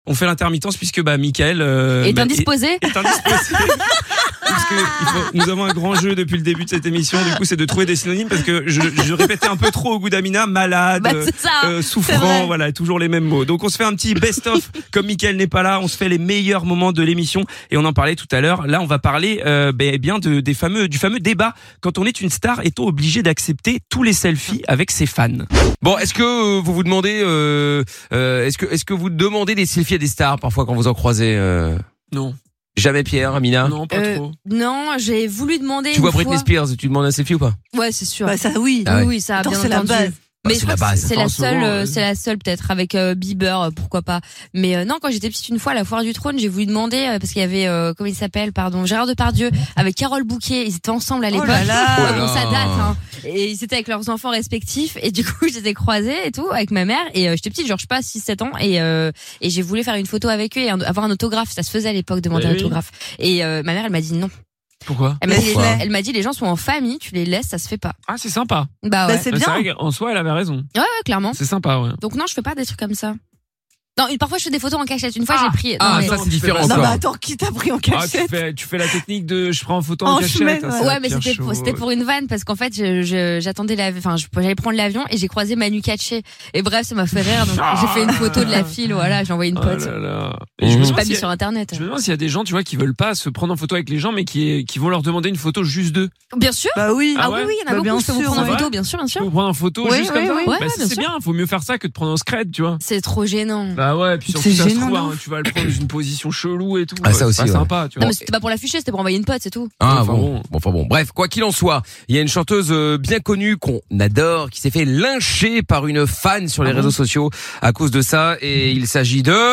On fait l'intermittence puisque Mickaël est indisposé. Est indisposé. Parce que nous avons un grand jeu depuis le début de cette émission. Du coup, c'est de trouver des synonymes parce que je répétais un peu trop au goût d'Amina, malade, souffrant, voilà, toujours les mêmes mots. Donc on se fait un petit best-of. Comme Mickaël n'est pas là, on se fait les meilleurs moments de l'émission et on en parlait tout à l'heure. Là, on va parler du fameux débat. Quand on est une star, est-on obligé d'accepter tous les selfies avec ses fans? Bon, est-ce que vous vous demandez, est-ce que vous demandez des selfies à des stars parfois quand vous en croisez? Non. Jamais, Pierre, Amina? Non, pas trop. Non, j'ai voulu demander. Tu vois Britney Spears, tu demandes un selfie ou pas? Ouais, c'est sûr. Bah ça oui. Oui, ça a bien c'est entendu. La base. Mais c'est la base. C'est la seule peut-être avec Bieber, pourquoi pas. Mais non, quand j'étais petite une fois à la Foire du Trône, j'ai voulu demander parce qu'il y avait comment il s'appelle, Gérard Depardieu avec Carole Bouquet, ils étaient ensemble à l'époque. Oh là là. Bon, ça date hein. Et ils étaient avec leurs enfants respectifs et du coup, j'étais croisée et tout avec ma mère et j'étais petite, genre je sais pas 6-7 ans et j'ai voulu faire une photo avec eux et avoir un autographe, ça se faisait à l'époque demander un autographe. Et ma mère elle m'a dit non. Pourquoi? Elle m'a dit les gens sont en famille, tu les laisses, ça se fait pas. Ah, c'est sympa. Bah ouais. C'est bien. C'est vrai qu'en soi, elle avait raison. Ouais, clairement. C'est sympa, ouais. Donc non, je fais pas des trucs comme ça. Non, parfois je fais des photos en cachette. Une fois j'ai pris. Ça c'est différent. Non, mais attends, qui t'a pris en cachette? Tu fais la technique de je prends en photo en cachette. Ouais, mais c'était pour une vanne parce qu'en fait j'attendais j'allais prendre l'avion et j'ai croisé Manu Katché et bref ça m'a fait rire donc j'ai fait une photo de la file, voilà, j'ai envoyé une pote. Et je me suis pas mis sur internet. Je me demande s'il y a des gens, tu vois, qui veulent pas se prendre en photo avec les gens mais qui vont leur demander une photo juste d'eux. Bien sûr. Bah oui. Ah oui, il y en a beaucoup. Je peux vous prendre en photo, bien sûr. Vous prendre en photo juste comme ça. Ouais, c'est bien, faut mieux faire ça que de prendre en scred, tu vois. C'est trop gênant. Bah ouais, puis surtout ça se trouve, tu vas le prendre dans une position chelou et tout. Ah, ça aussi, c'est pas sympa, tu vois. Non, mais c'était pas pour l'afficher, c'était pour envoyer une pote, c'est tout. Ah bon. Bref, quoi qu'il en soit, il y a une chanteuse bien connue qu'on adore qui s'est fait lyncher par une fan sur les réseaux sociaux à cause de ça et il s'agit de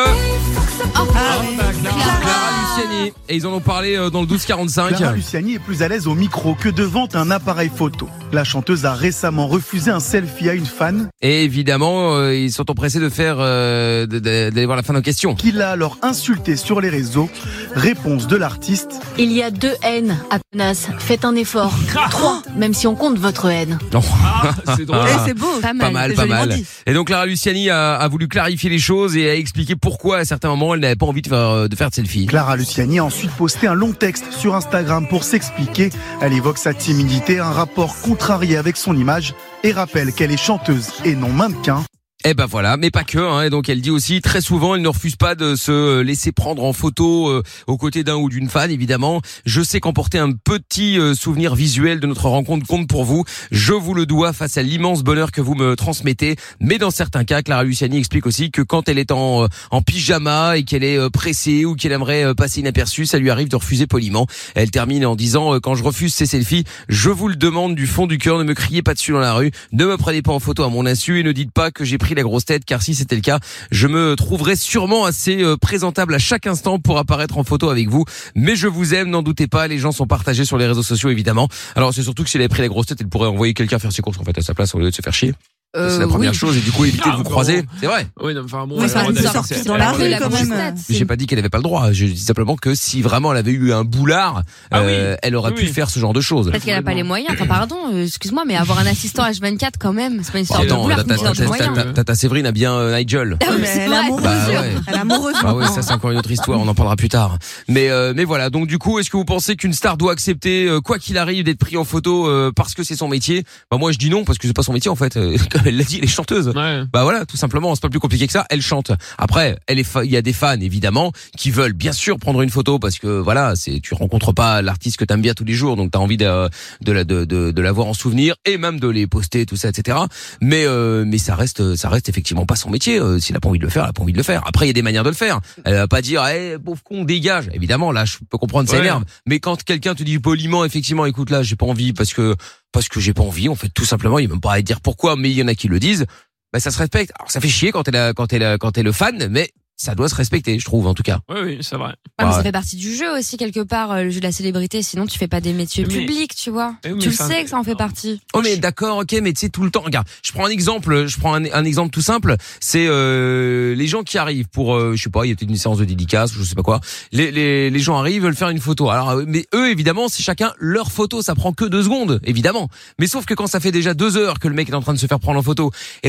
Clara Luciani. Et ils en ont parlé dans le 1245. Clara Luciani est plus à l'aise au micro que devant un appareil photo. La chanteuse a récemment refusé un selfie à une fan. Et évidemment, ils sont empressés de faire d'aller voir la fan en question. Qui l'a alors insulté sur les réseaux. Réponse de l'artiste. Il y a 2 haines à Penas. Faites un effort. 3, même si on compte votre haine. Non. C'est drôle. C'est beau. Pas mal. Et donc Clara Luciani a voulu clarifier les choses et a expliqué pourquoi à certains moments elle n'avait pas envie de faire de selfie. Clara Luciani a ensuite posté un long texte sur Instagram pour s'expliquer. Elle évoque sa timidité, un rapport contrarié avec son image et rappelle qu'elle est chanteuse et non mannequin. Eh ben voilà, mais pas que, hein. Et donc elle dit aussi très souvent, elle ne refuse pas de se laisser prendre en photo aux côtés d'un ou d'une fan, évidemment. Je sais qu'emporter un petit souvenir visuel de notre rencontre compte pour vous. Je vous le dois face à l'immense bonheur que vous me transmettez. Mais dans certains cas, Clara Luciani explique aussi que quand elle est en pyjama et qu'elle est pressée ou qu'elle aimerait passer inaperçue, ça lui arrive de refuser poliment. Elle termine en disant quand je refuse ces selfies, je vous le demande du fond du cœur, ne me criez pas dessus dans la rue, ne me prenez pas en photo à mon insu et ne dites pas que j'ai pris la grosse tête, car si c'était le cas, je me trouverais sûrement assez présentable à chaque instant pour apparaître en photo avec vous. Mais je vous aime, n'en doutez pas, les gens sont partagés sur les réseaux sociaux évidemment. Alors c'est surtout que si elle avait pris la grosse tête, elle pourrait envoyer quelqu'un faire ses courses en fait à sa place au lieu de se faire chier. C'est la première chose et du coup éviter de vous croiser, c'est vrai. Oui, non, enfin bon. Oui, ça une sortie dans la rue quand même. J'ai pas dit qu'elle avait pas le droit, je dis simplement que si vraiment elle avait eu un boulard, elle aurait pu faire ce genre de choses. Peut-être qu'elle a pas les moyens, enfin pardon, excuse-moi, mais avoir un assistant H24 quand même, c'est pas une histoire de boulard, c'est une histoire de moyens. Tata Séverine a bien Nigel. Elle est amoureuse. Elle est amoureuse. Ah oui, ça c'est encore une autre histoire, on en parlera plus tard. Mais voilà, donc du coup, est-ce que vous pensez qu'une star doit accepter quoi qu'il arrive d'être pris en photo parce que c'est son métier? Bah moi je dis non parce que c'est pas son métier en fait. Comme elle l'a dit, elle est chanteuse. Ouais. Bah voilà, tout simplement, c'est pas plus compliqué que ça, elle chante. Après, il y a des fans évidemment qui veulent bien sûr prendre une photo parce que voilà, tu rencontres pas l'artiste que t'aimes bien tous les jours, donc t'as envie de la voir en souvenir et même de les poster tout ça, etc. Mais ça reste effectivement pas son métier. S'il a pas envie de le faire, elle a pas envie de le faire. Après, il y a des manières de le faire. Elle va pas dire pauvre con, dégage. Évidemment, là je peux comprendre, ça énerve. Mais quand quelqu'un te dit poliment, effectivement, écoute là, j'ai pas envie parce que j'ai pas envie, en fait, tout simplement, il y a même pas à dire pourquoi, mais il y en a qui le disent. Bah ça se respecte. Alors ça fait chier quand t'es le fan, mais ça doit se respecter, je trouve, en tout cas. Oui, c'est vrai. Ouais, mais ça fait partie du jeu aussi, quelque part, le jeu de la célébrité. Sinon, tu fais pas des métiers publics, tu vois. Tu le sais que ça en fait partie. Oh, mais d'accord, ok, mais tu sais, tout le temps, regarde, je prends un exemple tout simple. C'est, les gens qui arrivent pour, je sais pas, il y a peut-être une séance de dédicace, je sais pas quoi. Les gens arrivent, veulent faire une photo. Alors, mais eux, évidemment, c'est chacun leur photo, ça prend que 2 secondes, évidemment. Mais sauf que quand ça fait déjà 2 heures que le mec est en train de se faire prendre en photo,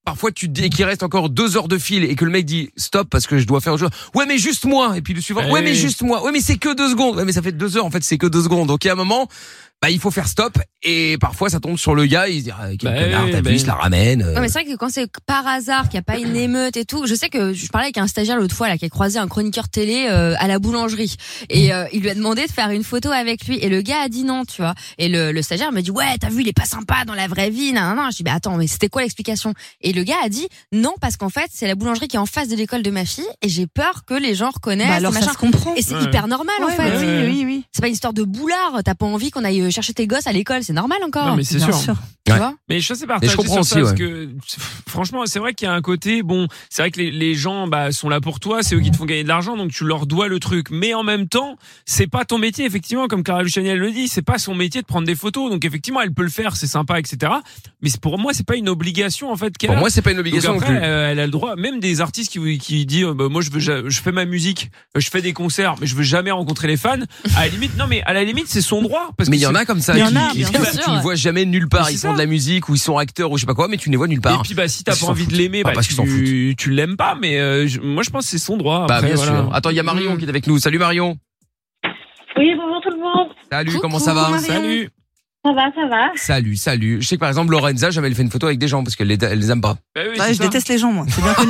parfois tu te dis qu'il reste encore 2 heures de fil et que le mec dit stop parce que je dois faire autre chose. Ouais mais juste moi. Et puis le suivant. Ouais mais juste moi. Ouais mais c'est que 2 secondes. Ouais mais ça fait 2 heures en fait, c'est que 2 secondes. Donc il y a un moment, il faut faire stop et parfois ça tombe sur le gars, il se dit quel connard, t'as vu, je la ramène. Ouais, mais c'est vrai que quand c'est par hasard qu'il n'y a pas une émeute et tout, je sais que je parlais avec un stagiaire l'autre fois là qui a croisé un chroniqueur télé à la boulangerie et il lui a demandé de faire une photo avec lui et le gars a dit non, tu vois. Et le stagiaire me dit ouais, t'as vu, il est pas sympa dans la vraie vie, non. Je dis bah attends, mais c'était quoi l'explication? Et le gars a dit non parce qu'en fait c'est la boulangerie qui est en face de l'école de ma fille et j'ai peur que les gens reconnaissent. Alors ça se comprend. Et c'est hyper normal en fait. Oui. C'est pas une histoire de boulard. T'as pas envie qu'on aille chercher tes gosses à l'école, c'est normal encore. Non mais c'est sûr. Tu vois. Mais je sais partager sur ça parce que franchement c'est vrai qu'il y a un côté c'est vrai que les gens sont là pour toi, c'est eux qui te font gagner de l'argent donc tu leur dois le truc, mais en même temps c'est pas ton métier effectivement, comme Clara Luciani le dit, c'est pas son métier de prendre des photos, donc effectivement elle peut le faire, c'est sympa etc, mais pour moi c'est pas une obligation en fait qu'elle pour moi c'est pas une obligation donc après, non plus. Elle a le droit, même des artistes qui disent moi je fais ma musique, je fais des concerts mais je veux jamais rencontrer les fans, à la limite c'est son droit parce mais que il y en a comme ça tu ne vois jamais nulle part, ils font de la musique ou ils sont acteurs ou je sais pas quoi, mais tu ne les vois nulle part. Et puis si t'as pas envie de l'aimer, tu l'aimes pas, mais moi je pense que c'est son droit. Après, bien sûr. Attends, il y a Marion qui est avec nous. Salut Marion. Oui, bonjour tout le monde. Salut, comment ça va? Salut. Ça va. Salut. Je sais que par exemple Lorenza, jamais elle fait une photo avec des gens parce qu'elle les aime pas. Je déteste les gens moi, c'est bien connu.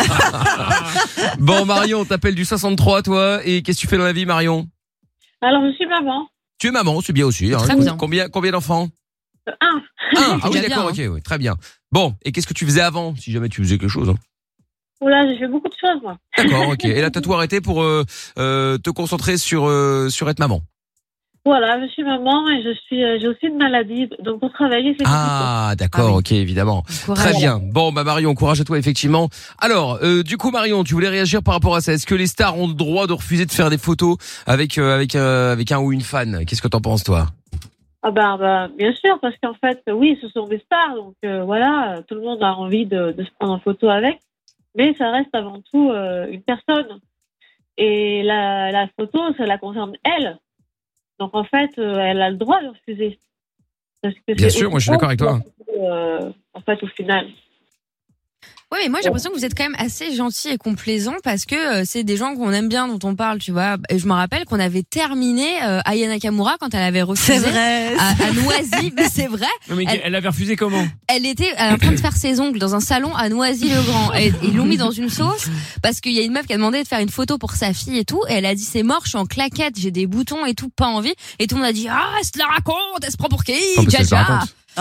Bon Marion, on t'appelle du 63 toi, et qu'est-ce que tu fais dans la vie Marion? Alors je suis maman. Tu es maman, c'est bien aussi. Très bien. Combien d'enfants? Un. Ah oui d'accord, ok, oui, très bien. Bon, et qu'est-ce que tu faisais avant, si jamais tu faisais quelque chose? Oula, j'ai fait beaucoup de choses moi. D'accord, ok. Et là t'as tout arrêté pour te concentrer sur être maman. Voilà, je suis maman et j'ai aussi une maladie, donc pour travailler c'est compliqué. Ah d'accord, ok, évidemment. Très bien. Bon Marion, courage à toi effectivement. Alors du coup Marion, tu voulais réagir par rapport à ça. Est-ce que les stars ont le droit de refuser de faire des photos avec un ou une fan? Qu'est-ce que t'en penses toi? Ah bien sûr, parce qu'en fait oui, ce sont des stars, donc voilà, tout le monde a envie de se prendre en photo avec, mais ça reste avant tout une personne et la photo ça la concerne elle. Donc en fait, elle a le droit de refuser. Parce que bien sûr, moi je suis d'accord avec toi. En fait, au final. Ouais, mais moi j'ai l'impression que vous êtes quand même assez gentil et complaisant parce que c'est des gens qu'on aime bien, dont on parle, tu vois. Et je me rappelle qu'on avait terminé Aya Nakamura quand elle avait refusé à Noisy, mais c'est vrai. Non, mais elle avait refusé comment? Elle était en train de faire ses ongles dans un salon à Noisy-le-Grand. Et ils l'ont mis dans une sauce parce qu'il y a une meuf qui a demandé de faire une photo pour sa fille et tout. Et elle a dit c'est mort, je suis en claquette, j'ai des boutons et tout, pas envie. Et tout le monde a dit elle se la raconte, elle se prend pour qui? Jaja.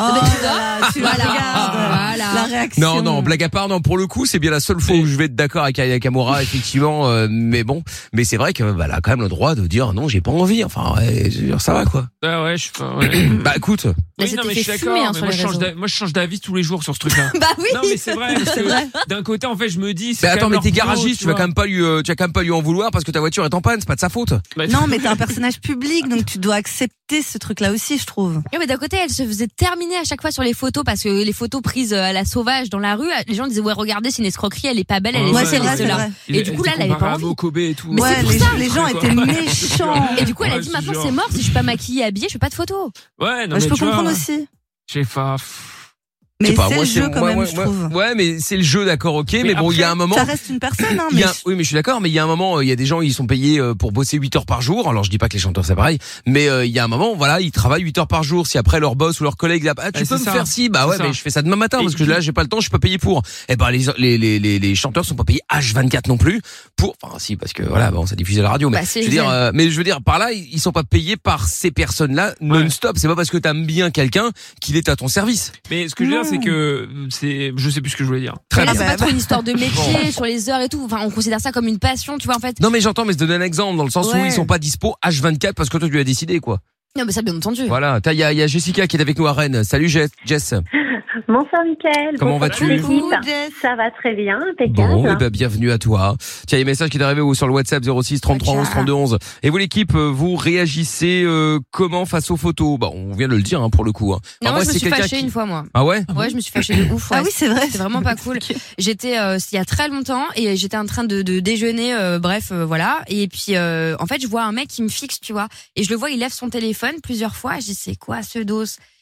Tu la regardes, la réaction. Non, blague à part, non, pour le coup, c'est bien la seule fois où je vais être d'accord avec Aya Nakamura, effectivement, mais bon, mais c'est vrai qu'elle a quand même le droit de dire non, j'ai pas envie, enfin, ouais, je veux dire, ça va, quoi. Ah ouais, bah écoute. Oui, non, mais je suis d'accord, moi je change d'avis tous les jours sur ce truc-là. Bah oui. Non, mais c'est vrai, parce que d'un côté, en fait, je me dis, mais attends, mais t'es garagiste, tu vas quand même pas lui en vouloir parce que ta voiture est en panne, c'est pas de sa faute. Non, mais t'es un personnage public, donc tu dois accepter ce truc-là aussi, je trouve. Oui, mais d'un côté, elle se faisait terminer à chaque fois sur les photos parce que les photos prises à la sauvage dans la rue, les gens disaient ouais, regardez, c'est une escroquerie, elle est pas belle, elle est c'est vrai. Et du coup là, elle avait pas envie. Et tout. Mais c'est pour ça, les gens étaient méchants. Et du coup, elle a dit maintenant c'est mort, si je suis pas maquillée, habillée, je fais pas de photos. Ouais, non, je mais peux comprendre aussi. J'ai pas. Mais c'est le jeu quand même, je trouve. Ouais, mais c'est le jeu, d'accord, ok, mais bon, il y a un moment. Ça reste une personne, hein. Oui, mais je suis d'accord, mais il y a un moment, il y a des gens, ils sont payés pour bosser 8 heures par jour. Alors je dis pas que les chanteurs c'est pareil, mais il y a un moment, voilà, ils travaillent 8 heures par jour. Si après leur boss ou leur collègue là, tu peux me faire si, bah ouais, mais je fais ça demain matin parce que là j'ai pas le temps, je suis pas payé pour. Et ben les chanteurs sont pas payés H24 non plus pour. Enfin si, parce que voilà, bon, ça diffuse à la radio, mais je veux dire par là, ils sont pas payés par ces personnes-là non-stop. C'est pas parce que t'aimes bien quelqu'un qu'il est à ton service. Mais ce que je veux dire, c'est que je sais plus ce que je voulais dire. C'est pas trop une histoire de métier sur les heures et tout. Enfin, on considère ça comme une passion, tu vois, en fait. Non, mais j'entends, mais je te donne un exemple dans le sens où ils sont pas dispo H24 parce que toi tu as décidé, quoi. Non, mais ça, bien entendu. Voilà. Il y a Jessica qui est avec nous à Rennes. Salut Jess. Bonsoir Mickaël. Comment vas-tu? Ça va très bien, impeccable. Bon, bienvenue à toi. Tiens, il y a un message qui est arrivé sur le WhatsApp 06 33 11 32 11. Et vous l'équipe, vous réagissez comment face aux photos? Bah, on vient de le dire pour le coup. Non, moi je me suis fâchée une fois moi. Ah ouais? Ouais, je me suis fâchée de ouf. Ouais. Ah oui, c'est vrai. C'est vraiment pas cool. J'étais il y a très longtemps et j'étais en train de déjeuner, voilà. Et puis en fait, je vois un mec qui me fixe, tu vois. Et je le vois, il lève son téléphone plusieurs fois. Je dis c'est quoi ce dos?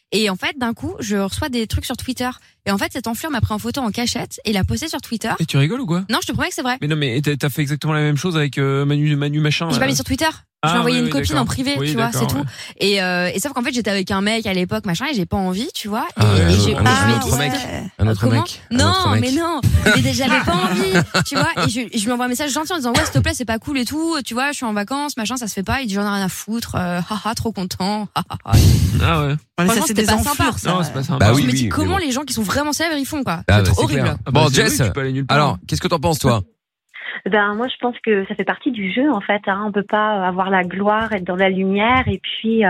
Et en fait, d'un coup, je reçois des trucs sur Twitter. Et en fait, cet enflure m'a pris en photo en cachette et l'a posté sur Twitter. Et tu rigoles ou quoi? Non, je te promets que c'est vrai. Mais non, mais t'as fait exactement la même chose avec Manu machin. J'ai pas mis sur Twitter. Je lui ai envoyé une copine en privé, tu vois, c'est tout. Ouais. Et sauf qu'en fait, j'étais avec un mec à l'époque, machin, et j'ai pas envie, tu vois. Un autre Comment mec. Non, mais non. Mais j'avais pas envie, tu vois. Et je lui envoie un message gentil en disant ouais, s'il te plaît, c'est pas cool et tout. Tu vois, je suis en vacances, machin, ça se fait pas. Il dit j'en ai rien à foutre. Haha, trop content. Ah ouais. Franchement, c'était pas sympa. Non, c'est pas sympa. Bah oui, je me dis comment les gens qui sont vraiment célèbres ils font quoi. C'est horrible. clair. Bon, Jess. Alors, qu'est-ce que t'en penses toi? Moi, je pense que ça fait partie du jeu, en fait. On peut pas avoir la gloire, être dans la lumière, et puis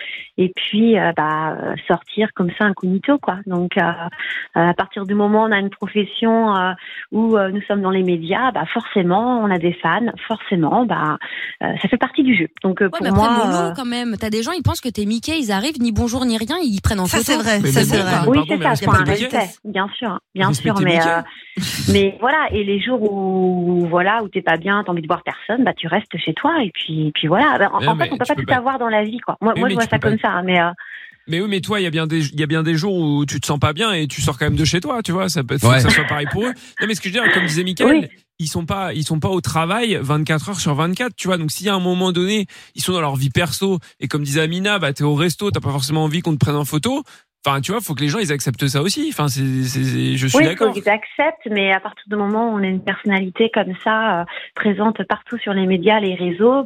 sortir comme ça incognito, quoi. Donc, à partir du moment où on a une profession où nous sommes dans les médias, forcément, on a des fans. Forcément, ça fait partie du jeu. Donc, pour mais moi, après, mollo, quand même. T'as des gens, ils pensent que t'es Mickey, ils arrivent, ni bonjour ni rien, ils prennent en photo. Ça, c'est vrai. Mais Ça, bon, c'est vrai. oui, pardon, c'est ça, pour un respect, bien sûr, mais voilà. Et les jours où t'es pas bien, t'as envie de voir personne, tu restes chez toi et puis voilà. En fait, on peut pas tout avoir dans la vie, quoi. Moi, je vois ça comme ça, mais. Mais oui, mais toi, il y a bien des jours où tu te sens pas bien et tu sors quand même de chez toi, tu vois. Ça peut, faut que ça soit pareil pour eux. Non, mais ce que je veux dire, comme disait Mickaël, ils sont pas au travail 24 heures sur 24, tu vois. Donc, s'il y a un moment donné, ils sont dans leur vie perso et comme disait Amina, t'es au resto, t'as pas forcément envie qu'on te prenne en photo. Enfin, tu vois, faut que les gens ils acceptent ça aussi. Enfin, je suis d'accord. Oui, faut qu'ils acceptent, mais à partir du moment où on a une personnalité comme ça présente partout sur les médias, les réseaux,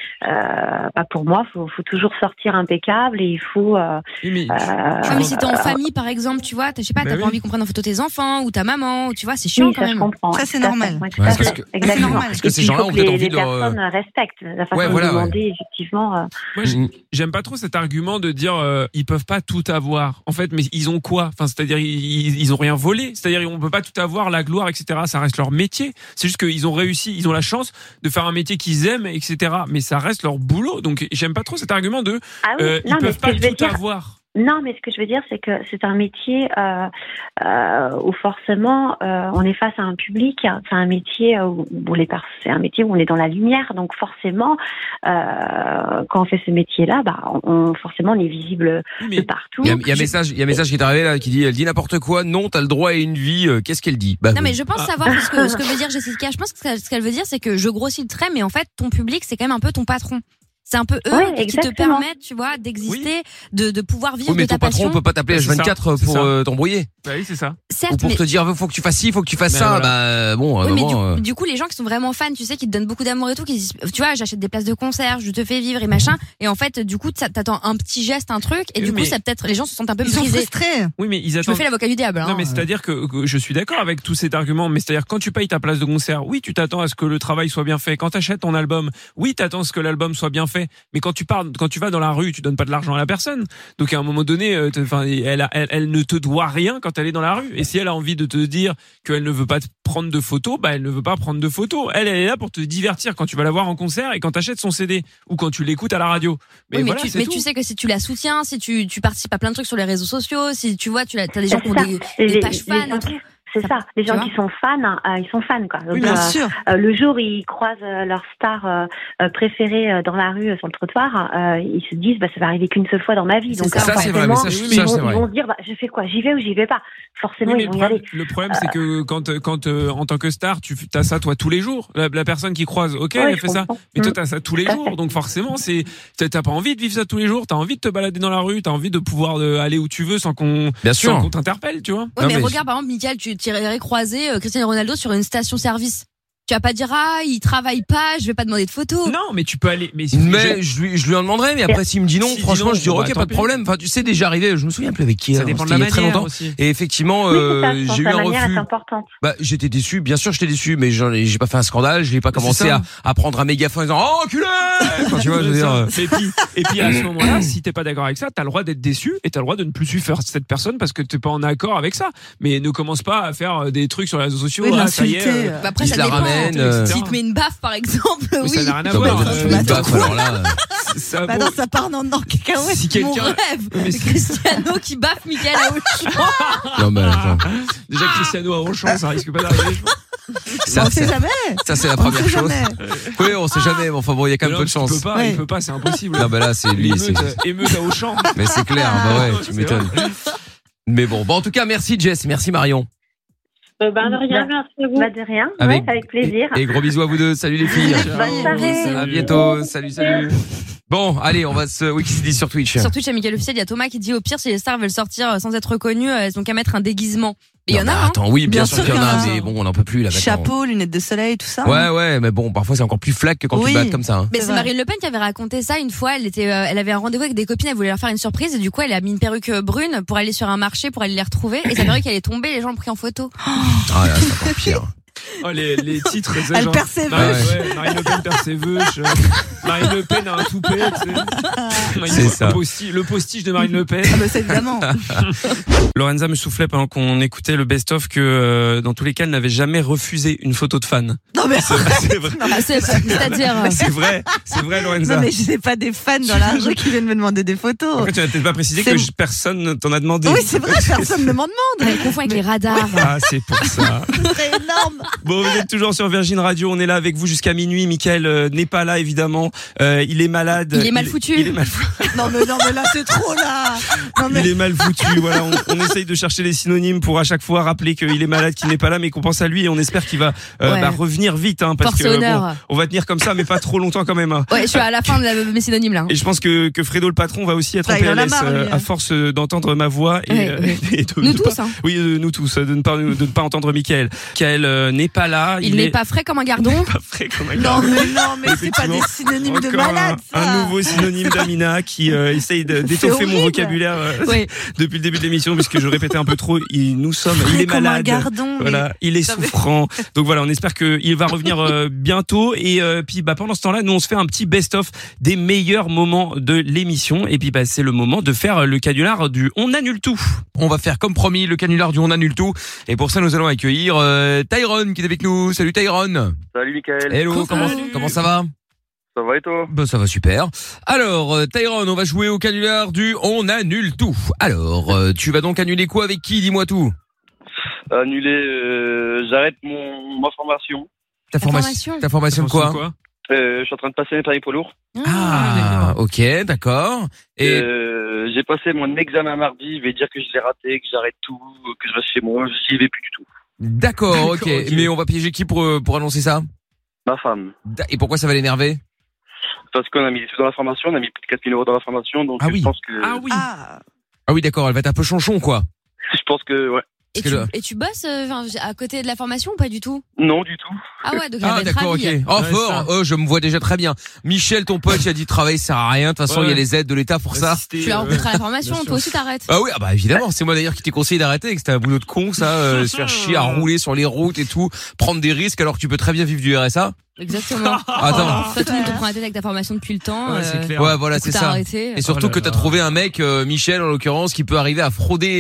pour moi, faut toujours sortir impeccable et il faut. mais si t'es en famille, par exemple, tu vois, je sais pas, t'as pas envie qu'on prenne en photo tes enfants ou ta maman, ou tu vois, c'est chiant quand même. Je comprends. Ça, c'est normal. Exactement. Parce que ces gens-là ont peut-être envie de. Les personnes respectent la façon de demander, effectivement. Moi, j'aime pas trop cet argument de dire ils peuvent pas tout avoir. En fait, mais ils ont quoi? Enfin, c'est-à-dire ils ont rien volé. C'est-à-dire on peut pas tout avoir, la gloire, etc. Ça reste leur métier. C'est juste qu'ils ont réussi, ils ont la chance de faire un métier qu'ils aiment, etc. Mais ça reste leur boulot. Donc j'aime pas trop cet argument de ils peuvent pas tout avoir. Non, mais ce que je veux dire, c'est que c'est un métier où forcément on est face à un public. C'est un métier c'est un métier où on est dans la lumière. Donc forcément, quand on fait ce métier-là, forcément on est visible de partout. Il y a un message qui est arrivé là qui dit elle dit n'importe quoi. Non, t'as le droit à une vie. Qu'est-ce qu'elle dit? Non, mais je pense savoir ce que veut dire Jessica. Je pense que ce qu'elle veut dire, c'est que je grossis le trait, mais en fait ton public, c'est quand même un peu ton patron. C'est un peu eux qui te permettent, tu vois, d'exister, de pouvoir vivre de ta passion. Mais ton patron peut pas t'appeler H24 pour t'embrouiller. Bah oui, c'est ça. Certes, ou pour te dire faut que tu fasses ci, faut que tu fasses ça. Voilà. Mais du coup, les gens qui sont vraiment fans, tu sais, qui te donnent beaucoup d'amour et tout, qui disent, tu vois, j'achète des places de concert, je te fais vivre et machin. Et en fait, du coup, t'attends un petit geste, un truc, et du coup, ça peut-être les gens se sentent un peu brisés. Ils sont frustrés. Oui, mais ils attendent. Je me fais l'avocat du diable. Non, mais c'est-à-dire que je suis d'accord avec tout cet argument, mais c'est-à-dire quand tu payes ta place de concert, oui, tu t'attends à ce que le travail soit bien fait. Quand t'achètes ton album, oui, t'attends à ce que l'album soit bien fait. Mais quand tu vas dans la rue, tu donnes pas de l'argent à la personne. Donc à un moment donné, elle ne te doit rien quand elle est dans la rue. Et si elle a envie de te dire qu'elle ne veut pas prendre de photos, elle ne veut pas prendre de photos. Elle est là pour te divertir quand tu vas la voir en concert et quand t'achètes son CD ou quand tu l'écoutes à la radio. Mais tu sais que si tu la soutiens, si tu participes à plein de trucs sur les réseaux sociaux, si tu vois, t'as des gens qui ont des pages fans et tout. C'est ça. Les gens qui sont fans, ils sont fans, quoi. Donc, oui, bien sûr. Le jour où ils croisent leur star préférée dans la rue, sur le trottoir, ils se disent, ça va arriver qu'une seule fois dans ma vie. Donc, ça, c'est vrai. Ils vont se dire, je fais quoi? J'y vais ou j'y vais pas? Forcément, ils vont y aller. Le problème, c'est que quand en tant que star, tu as ça, toi, tous les jours. La personne qui croise, elle fait ça. Mais toi, t'as ça tous les jours. Donc, forcément, t'as pas envie de vivre ça tous les jours. T'as envie de te balader dans la rue. T'as envie de pouvoir aller où tu veux sans qu'on t'interpelle, tu vois. Oui, mais regarde, par exemple, Mickaël, tu irais croiser Cristiano Ronaldo sur une station-service. Tu vas pas dire il travaille pas, je vais pas demander de photos. Non, mais tu peux aller. Mais je lui en demanderai. Mais après, s'il me dit non, franchement, je dirais ok, pas de problème. Enfin, tu sais, déjà arrivé. Je me souviens plus avec qui. Ça dépend de la manière très longtemps. Aussi. Et effectivement, j'ai eu un refus. J'étais déçu. Bien sûr, j'étais déçu, mais j'ai pas fait un scandale. Je n'ai pas commencé à prendre un mégaphone en disant oh enculé. Enfin, tu vois, je veux dire. Et puis à ce moment-là, si t'es pas d'accord avec ça, t'as le droit d'être déçu et t'as le droit de ne plus suivre cette personne parce que t'es pas en accord avec ça. Mais ne commence pas à faire des trucs sur les réseaux sociaux. Ça y est. Après, ça dépend. Si te met une baffe par exemple, oui. Ça n'a rien à voir. Une baffe, alors là. Ça part dans cacahuète. Si quelqu'un. Mon rêve. Cristiano qui baffe Mickaël à Auchan. Non, mais attends. Déjà Cristiano à Auchan, ça risque pas d'arriver. Ça, On sait jamais. Ça, c'est la On première sait chose. jamais. Oui, on sait jamais, mais enfin bon, il y a quand même peu de chance. Il peut pas, c'est impossible. Non, bah là, c'est lui, émeute à Auchan. Mais c'est clair, bah ouais, tu m'étonnes. Mais bon, en tout cas, merci Jess, merci Marion. De rien, merci à vous. De rien, avec plaisir. Et gros bisous à vous deux, salut les filles. Bonne soirée. À bientôt, salut. Bon, allez, on va oui, qui se dit sur Twitch. Sur Twitch, à Mickaël Officiel, il y a Thomas qui dit au pire, si les stars veulent sortir sans être reconnues, elles ont qu'à mettre un déguisement. Et il y en a, hein. Attends, oui, bien sûr sûr qu'il y en a, qu'il y en a. mais bon, on n'en peut plus là maintenant. Chapeau, lunettes de soleil, tout ça. Ouais, mais bon, parfois c'est encore plus flac que quand tu te battes comme ça. Hein. Mais C'est c'est vrai. Marine Le Pen qui avait raconté ça une fois. Elle avait un rendez-vous avec des copines, elle voulait leur faire une surprise et du coup elle a mis une perruque brune pour aller sur un marché pour aller les retrouver et sa perruque elle est tombée, les gens l'ont pris en photo. Ah là, c'est encore pire. Oh, les titres, c'est Elle genre, perd ses Marine, vœux. ouais, Marine Le Pen perd ses vœux. Marine Le Pen a un toupet, tu sais. C'est ça. Le postiche de Marine Le Pen. Ah bah c'est évidemment. Lorenza me soufflait pendant qu'on écoutait le best-of que dans tous les cas, elle n'avait jamais refusé une photo de fan. Non mais C'est vrai. Ah, c'est-à-dire C'est vrai, Lorenza. non mais je n'ai pas des fans dans la rue qui viennent me demander des photos. Après, tu n'as peut-être pas précisé que personne t'en a demandé. Oui c'est vrai, personne ne m'en demande. elle confond avec les radars. Ah, c'est pour ça. C'est énorme. Bon, vous êtes toujours sur Virgin Radio, on est là avec vous jusqu'à minuit. Mickaël n'est pas là évidemment, il est malade. Il est mal foutu. Il est mal foutu. Non mais là c'est trop là. Non mais Il est mal foutu, voilà. On essaye de chercher les synonymes pour à chaque fois rappeler qu'il est malade, qu'il n'est pas là, mais qu'on pense à lui et on espère qu'il va revenir vite, hein, parce Force que honneur. on va tenir comme ça, mais pas trop longtemps quand même. Hein. Ouais, je suis à la fin de mes synonymes là. Et je pense que Fredo le patron va aussi être en il en a PLS marre, lui, à force d'entendre ma voix et, Ouais. et de Nous ne tous, pas, hein. oui, nous tous, de ne pas entendre Mickaël. Mickaël n'est pas là. Il n'est pas frais comme un gardon. pas frais comme un non gardon. mais c'est pas des synonymes de Encore malade. ça. un nouveau synonyme d'Amina qui essaye d'étoffer mon horrible. vocabulaire Oui. depuis le début de l'émission puisque je répétais un peu trop. Il est Comme un malade. gardon. Voilà, il est souffrant. Donc voilà, on espère qu'il va revenir bientôt. Et puis pendant ce temps-là, nous on se fait un petit best-of des meilleurs moments de l'émission. Et puis c'est le moment de faire le canular du On annule tout. On va faire comme promis le canular du On annule tout. Et pour ça, nous allons accueillir Tyrone qui est avec nous. Salut Tyrone. Salut Mickaël. Hello, comment ça va? Ça va et toi? Bah ça va super. Alors Tyrone, on va jouer au canular du On annule tout. Alors, tu vas donc annuler quoi avec qui? Dis-moi tout. Annuler, j'arrête ma formation. Ta formation de quoi? Je suis en train de passer mes permis poids lourds. Ah, ok, d'accord. Et j'ai passé mon examen mardi, il va dire que je l'ai raté, que j'arrête tout, que je reste chez moi, je n'y vais plus du tout. d'accord, ok. Mais on va piéger qui pour annoncer ça? Ma femme. Et pourquoi ça va l'énerver? Parce qu'on a mis des sous dans la formation, on a mis plus de 4 000 € dans la formation, donc Ah oui. je pense que... Ah oui, d'accord, elle va être un peu chonchon, quoi. Je pense que, ouais. Et tu bosses à côté de la formation ou pas du tout? Non, du tout. Ah ouais, donc elle Ah va être d'accord, ok. ravie. Oh fort, je me vois déjà très bien. Michel, ton pote, il a dit travailler ça sert à rien. De toute façon, il y a les aides de l'État pour ça. Tu vas rencontrer à la formation, toi aussi t'arrêtes. Ah oui, bah évidemment, c'est moi d'ailleurs qui t'ai conseillé d'arrêter, que c'était un boulot de con ça, se faire chier à rouler sur les routes et tout, prendre des risques alors que tu peux très bien vivre du RSA. Exactement. Attends. Toi, tout le monde te prend la tête avec ta formation depuis le temps. Ouais, c'est clair. Ouais, voilà, c'est t'as ça. arrêté. Et surtout que t'as trouvé un mec, Michel en l'occurrence, qui peut arriver à frauder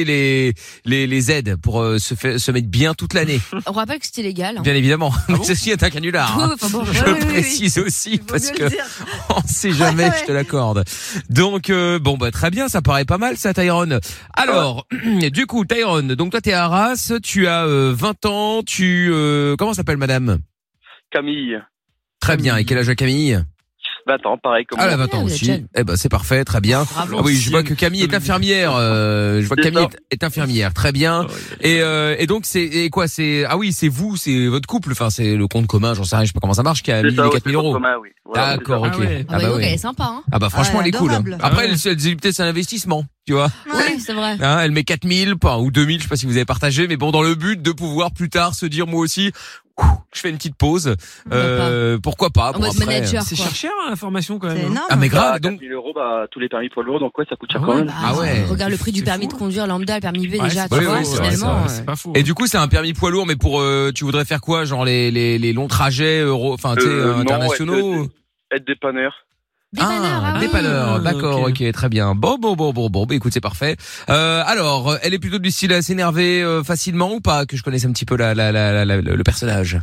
les aides pour se mettre bien toute l'année. On rappelle que c'était légal. Hein. Bien évidemment. Mais ceci est un canular. Ouais, Hein. enfin bon. Je le précise aussi parce que on sait jamais, je te l'accorde. Donc bon bah très bien, ça paraît pas mal ça Tyrone. Alors du coup Tyrone, donc toi t'es à Arras, tu as 20 ans, comment s'appelle madame? Camille. Très bien, et quel âge a Camille? 20 ans, pareil comme Ah, moi. elle a 20 ans aussi. Eh ben, c'est parfait, très bien. Bravo. Ah oui, je vois que Camille est infirmière. Je vois que C'est Camille ça. est infirmière, très bien. Et donc c'est quoi? C'est vous, c'est votre couple. Enfin, c'est le compte commun. J'en sais rien, je sais pas comment ça marche. Qui a mis les 4 000 €. Oui. Voilà, D'accord, c'est ok. ça. Ah ouais. Ah bah donc oui. elle est sympa. Hein. Ah bah franchement, elle est cool. adorable. Après, Ah ouais. elle dit peut-être c'est un investissement, tu vois. Oui, c'est vrai. Hein, elle met 4 000 ou 2 000, je sais pas si vous avez partagé, mais bon, dans le but de pouvoir plus tard se dire moi aussi, je fais une petite pause. Pourquoi pas? En Bon, mode après, manager. C'est quoi. cher la formation quand C'est même. hein. énorme. Ah mais grave, Ah, donc 4 000 €, bah, tous les permis poids lourds, donc ouais, ça coûte cher Ah quand ouais, même. Bah, Ah ouais. Regarde le prix du C'est permis fou, de conduire lambda, le permis B Ouais, déjà, c'est tu pas vois, oui, faux, c'est vrai, finalement. c'est pas faux. Et du coup, c'est un permis poids lourd, mais pour tu voudrais faire quoi, genre les longs trajets enfin tu sais Non, internationaux. Être dépanneur. Dépanneur, ah oui. Dépanneur, d'accord, ok, très bien. Bon, bah, écoute, c'est parfait. Alors, elle est plutôt du style à s'énerver facilement ou pas, que je connaisse un petit peu le personnage.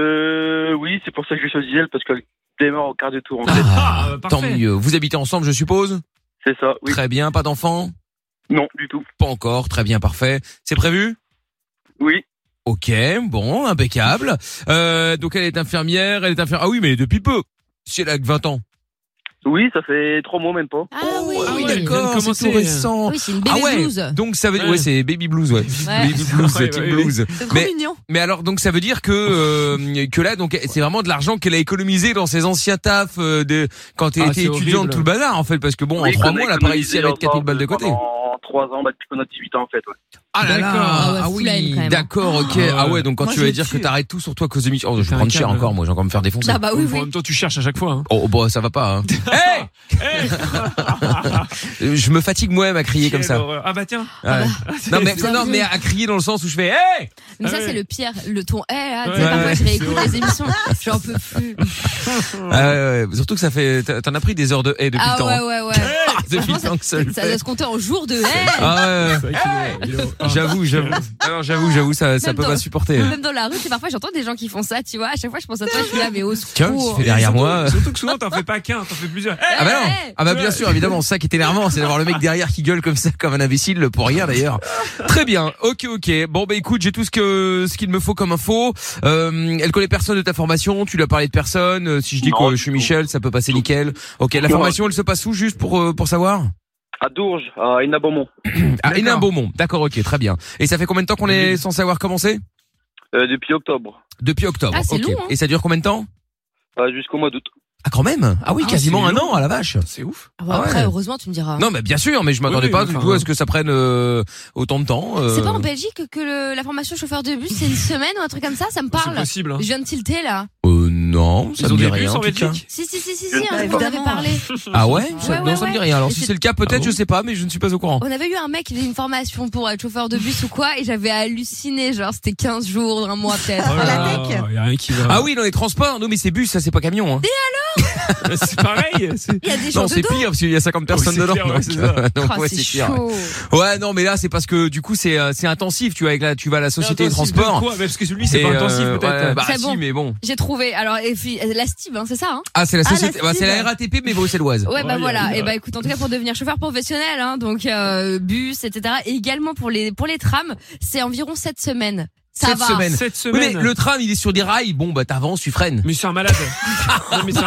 Oui, c'est pour ça que j'ai choisi elle, parce qu'elle démarre au quart de tour en fait. Ah, parfait. tant mieux. Vous habitez ensemble, je suppose? C'est ça, oui. Très bien, pas d'enfant? Non, du tout. Pas encore, très bien, parfait. C'est prévu? Oui. Ok, bon, impeccable. Donc elle est infirmière, Ah oui, mais depuis peu. Si elle a que 20 ans. Oui, ça fait 3 mois, même pas. Ah oui, d'accord, c'est tout récent. Oui, c'est une baby blues. Donc ça veut dire, c'est baby blues, baby blues, teen blues. C'est trop mignon. Mais alors, donc ça veut dire que là, donc c'est vraiment de l'argent qu'elle a économisé dans ses anciens tafs quand elle était étudiante, tout le bazar, en fait, parce que bon, en 3 mois, elle a pas réussi à mettre 4000 balles de côté. En 3 ans, depuis qu'on a 18 ans, en fait, ouais. Ah là là, ah oui, d'accord, ok. Ah ouais, donc quand tu vas dire que t'arrtes tout sur toi à cause de Michel, je vais prendre cher encore, moi, j'ai encore me faire défoncer. Ah bah oui. En même temps, tu cherches à chaque fois. Oh bah ça va pas. Je me fatigue moi-même à crier comme ça. Ah bah tiens. Non mais à crier dans le sens où je fais hey. Mais ça c'est le pire, le ton parfois je réécoute les émissions, j'en peux plus. Surtout que ça fait t'en as pris des heures de hey depuis le temps. Ouais. Depuis le temps que ça doit se compter en jours de hey. J'avoue, ça peut pas supporter. Même dans la rue, c'est parfois j'entends des gens qui font ça, tu vois, à chaque fois je pense à toi, je suis là mais au secours. Tiens, qui fait derrière moi. Surtout que souvent t'en fais pas qu'un, t'en fais plusieurs. Ah bah non. Ah bah bien sûr, évidemment, ça qui est énervant, c'est d'avoir le mec derrière qui gueule comme ça, comme un imbécile, pour rien d'ailleurs. Très bien, ok. Bon bah écoute, j'ai tout ce qu'il me faut comme info. Elle connaît personne de ta formation, tu lui as parlé de personne. Si je dis que je suis Michel, ça peut passer nickel. Ok, la formation elle se passe où juste pour savoir? À Dourges, à Hénin-Beaumont. À Hénin-Beaumont, d'accord, ok, très bien. Et ça fait combien de temps qu'on est censé avoir commencé? Depuis octobre. Depuis octobre, c'est ok. long, hein. Et ça dure combien de temps? Jusqu'au mois d'août. Ah quand même. Ah oui, quasiment un an à la vache. C'est ouf. Après heureusement tu me diras. Non mais bien sûr, mais je m'attendais pas du tout à ce que ça prenne autant de temps. C'est pas en Belgique que la formation chauffeur de bus c'est une semaine ou un truc comme ça me parle. C'est possible. Je viens de tilter là. Non, ça me dit rien en tout cas. Si, on en avait parlé. Ah ouais? Non, ça me dit rien. Alors si c'est le cas, peut-être, je sais pas, mais je ne suis pas au courant. On avait eu un mec qui avait une formation pour être chauffeur de bus ou quoi, et j'avais halluciné, genre c'était 15 jours, un mois peut-être. Y a rien qui va. Ah oui, dans les transports, non mais c'est bus, ça c'est pas camion. Hein. Et alors? C'est pareil. Il y a des gens non, c'est pire parce qu'il y a 50 personnes dedans. C'est chaud. Ouais, non mais là c'est parce que du coup c'est intensif, tu vois, tu vas à la société de transport. Quoi parce que celui c'est pas intensif peut-être. Bah si, mais bon. J'ai trouvé. Alors et puis la STIB, c'est ça hein. Ah, c'est la société, c'est la RATP mais bruxelloise. Ouais, bah voilà. Et bah écoute, en tout cas pour devenir chauffeur professionnel donc bus etc. et également pour les trams, c'est environ 7 semaines. Ça va. 7 semaines. Oui, mais le tram, il est sur des rails. Bon, bah, t'avances, tu freines. Mais c'est un malade. Non, mais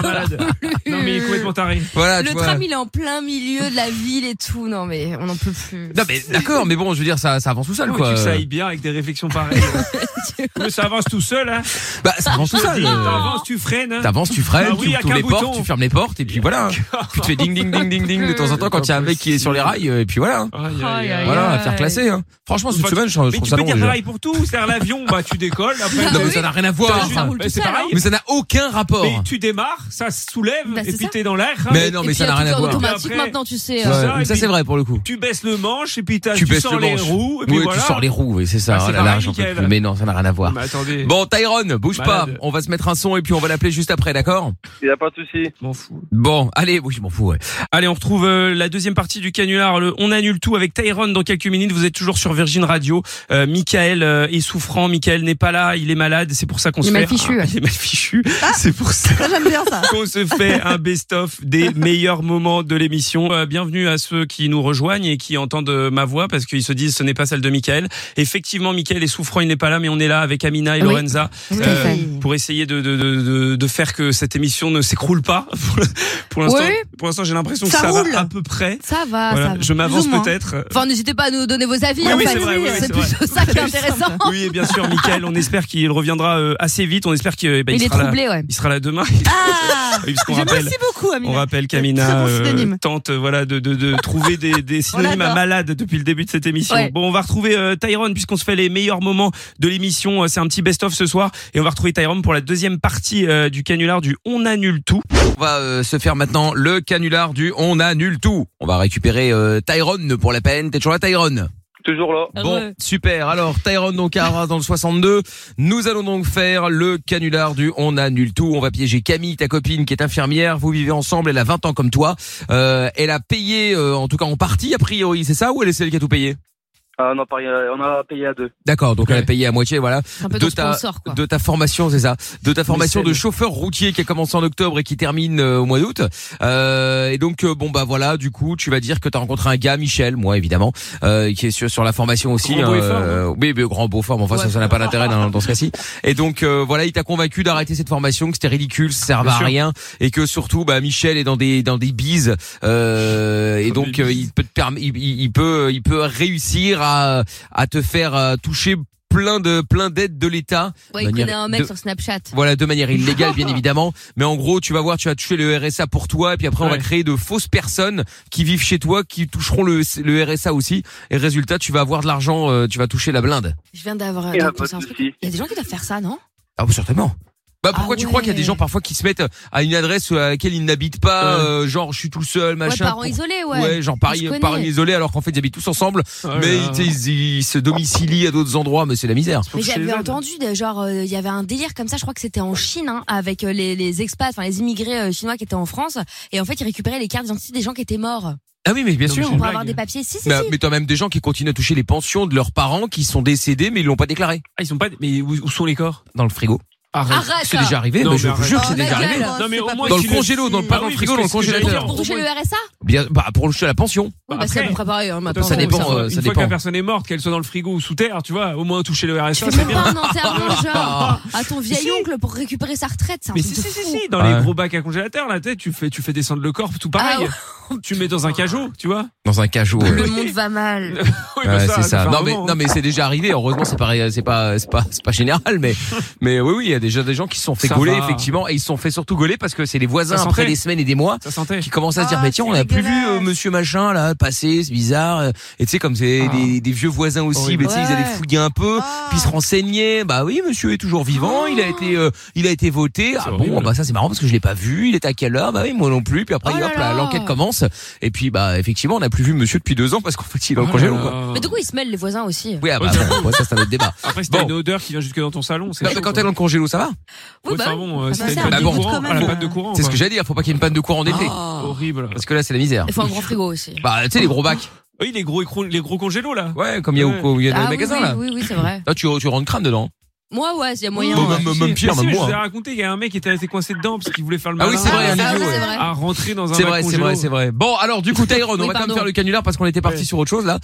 il est complètement taré. Voilà, le tram, il est en plein milieu de la ville et tout. Non, mais on n'en peut plus. Non, mais d'accord, mais bon, je veux dire, ça avance tout seul, quoi. Tu sais, ça aille bien avec des réflexions pareilles. Mais ça avance tout seul, hein. Bah, ça avance tout seul. T'avances, tu freines. Tu ouvres les portes, tu fermes les portes, et puis voilà. Tu te fais ding, ding, ding, ding, ding de temps en temps quand il y a un mec qui est sur les rails, et puis voilà. Voilà, à faire classer, hein. Franchement, cette semaine, je trouve ça long. Mais tu peux dire pareil pour tout. C'est-à-dire l'avion, bah, tu décolles. Après, non, mais ça n'a rien à voir. C'est pareil. Mais ça n'a aucun rapport. Mais tu démarres, ça se soulève, et puis t'es dans l'air. Mais non, mais ça n'a rien à voir. Automatique maintenant, tu sais. Ça, c'est vrai pour le coup. Tu baisses le manche, et puis tu sors les roues. Oui, tu sors les roues, oui, c'est ça. Oh là là, j'en peux plus. Mais non, ça n'a rien à voir. Bon, Tyrone, bouge pas. On va se mettre un son et puis on va l'appeler juste après, d'accord? Il y a pas de souci. M'en fous. Bon, allez, oui, je m'en fous, ouais. Allez, on retrouve la deuxième partie du canular. On annule tout avec Tyrone dans quelques minutes. Vous êtes toujours sur Virgin Radio. Michael est souffrant. Michael n'est pas là. Il est malade. C'est pour ça qu'on se fait. Il est mal fichu. C'est pour ça. J'aime bien ça. Qu'on se fait un best-of des meilleurs moments de l'émission. Bienvenue à ceux qui nous rejoignent et qui entendent ma voix parce qu'ils se disent ce n'est pas celle de Michael. Effectivement, Michael est souffrant. Il n'est pas là, mais on est là avec Amina et Lorenza pour essayer de faire que cette émission ne s'écroule pas. Pour l'instant, j'ai l'impression que ça va à peu près. Ça va, voilà, ça va. Je m'avance peut-être. Enfin, n'hésitez pas à nous donner vos avis. Oui, c'est plutôt ça qui est intéressant. Oui, bien sûr, Michael. On espère qu'il reviendra assez vite. On espère qu'il il est troublé, il sera là demain. Oui, merci beaucoup, Amina. On rappelle qu'Amina tente de trouver des synonymes à malade depuis le début de cette émission. Ouais. Bon, on va retrouver Tyrone puisqu'on se fait les meilleurs moments de l'émission. C'est un petit best-of ce soir et on va retrouver Tyrone pour la deuxième partie du canular du On annule tout. On va se faire maintenant le canular du On annule tout. On va récupérer Tyrone pour la peine. T'es toujours là, Tyrone? Toujours là. Bon, super. Alors, Tyrone donc à Arras dans le 62. Nous allons donc faire le canular du On annule tout. On va piéger Camille, ta copine qui est infirmière. Vous vivez ensemble. Elle a 20 ans comme toi. Elle a payé, en tout cas en partie, a priori, c'est ça, ou elle est celle qui a tout payé? On a payé à 2. D'accord, donc elle a payé à moitié, voilà. Un peu de sponsor, quoi. De ta formation, c'est ça. De ta formation de chauffeur routier qui a commencé en octobre et qui termine au mois d'août. Et donc bon bah voilà, du coup, tu vas dire que t'as rencontré un gars, Michel, moi évidemment, qui est sur la formation aussi. Grand beau et fort, oui, grand beau forme. Enfin, ça n'a pas d'intérêt dans ce cas-ci. Et donc voilà, il t'a convaincu d'arrêter cette formation, que c'était ridicule, ça servait à rien, et que surtout, bah Michel est dans des bises, et donc il peut réussir à te faire toucher plein d'aides de l'État. Ouais, il connaît un mec sur Snapchat. Voilà, de manière illégale, bien évidemment. Mais en gros, tu vas voir, tu vas toucher le RSA pour toi, et puis après, on va créer de fausses personnes qui vivent chez toi, qui toucheront le RSA aussi. Et résultat, tu vas avoir de l'argent, tu vas toucher la blinde. Je viens d'avoir Il y a des gens qui doivent faire ça, non? Ah, certainement. Bah pourquoi tu crois qu'il y a des gens parfois qui se mettent à une adresse à laquelle ils n'habitent pas, genre je suis tout seul, machin. Parents isolés, Ouais, genre parents isolés alors qu'en fait ils habitent tous ensemble, mais ils se domicilient à d'autres endroits, mais c'est la misère. Mais j'avais entendu genre il y avait un délire comme ça, je crois que c'était en Chine, hein, avec les expats, enfin les immigrés chinois qui étaient en France, et en fait ils récupéraient les cartes d'identité des gens qui étaient morts. Ah oui, mais bien sûr. Pour avoir des papiers. Si. Mais t'as même des gens qui continuent à toucher les pensions de leurs parents qui sont décédés, mais ils l'ont pas déclaré. Ah, ils sont pas. Mais où sont les corps? Dans le frigo. Arrête. C'est déjà arrivé, mais je vous jure que c'est déjà arrivé. Non, mais au moins dans le congélo, pas dans le frigo, dans le congélateur. Pour toucher le RSA? Bien, pour toucher la pension. Oui, bah c'est à peu près pareil, hein, maintenant. Ça dépend, une fois que la personne est morte, qu'elle soit dans le frigo ou sous terre, tu vois, au moins toucher le RSA, c'est bien. Un enterrement, genre, à ton vieil oncle pour récupérer sa retraite, c'est un mais truc de fou. si, dans les gros bacs à congélateur, là, tu fais descendre le corps, tout pareil. Tu mets dans un cajot, tu vois. Dans un cajot. Le monde va mal. Oui, c'est ça. Non, mais c'est déjà arrivé. Heureusement, c'est pas général, mais oui, il y a déjà des gens qui se sont fait gauler, effectivement, et ils se sont fait surtout gauler parce que c'est les voisins après des semaines et des mois qui commencent à se dire, mais tiens, on n'a plus vu monsieur machin, là, passer, c'est bizarre. Et tu sais, comme c'est des vieux voisins aussi, mais tu sais, ils allaient fouiller un peu, puis se renseigner. Bah oui, monsieur est toujours vivant, il a été voté. Ah bon, bah ça c'est marrant parce que je l'ai pas vu, il est à quelle heure? Bah oui, moi non plus. Puis après, hop, là, l'enquête commence. Et puis, bah, effectivement, on n'a plus vu monsieur depuis 2 ans parce qu'en fait, il est en congélo, quoi. Mais du coup, ils se mêlent les voisins aussi. Oui, ça c'est un autre débat. Après, si t'as une odeur qui vient jusque dans ton salon, c'est quand t'es dans le congélo, ça va? Oui, bah bon, si t'as une panne de courant. C'est ce que j'allais dire, faut pas qu'il y ait une panne de courant d'été. Horrible. Parce que là, c'est la misère. Il faut un grand frigo aussi. Bah, tu sais, les gros bacs. Oui, les gros congélos, là. Ouais, comme il y a dans les magasins, là. Oui, c'est vrai. Là, tu rentres crâne dedans. Moi, ouais, il y a moyen. Même pire, même moi. Je vous ai raconté, il y a un mec qui était resté coincé dedans parce qu'il voulait faire le malin. Ah oui, c'est vrai, un idiot. À rentrer dans un bac congélo. C'est vrai. Bon, alors, du coup, Tyrone, on va quand même faire le canular parce qu'on était parti sur autre chose, là.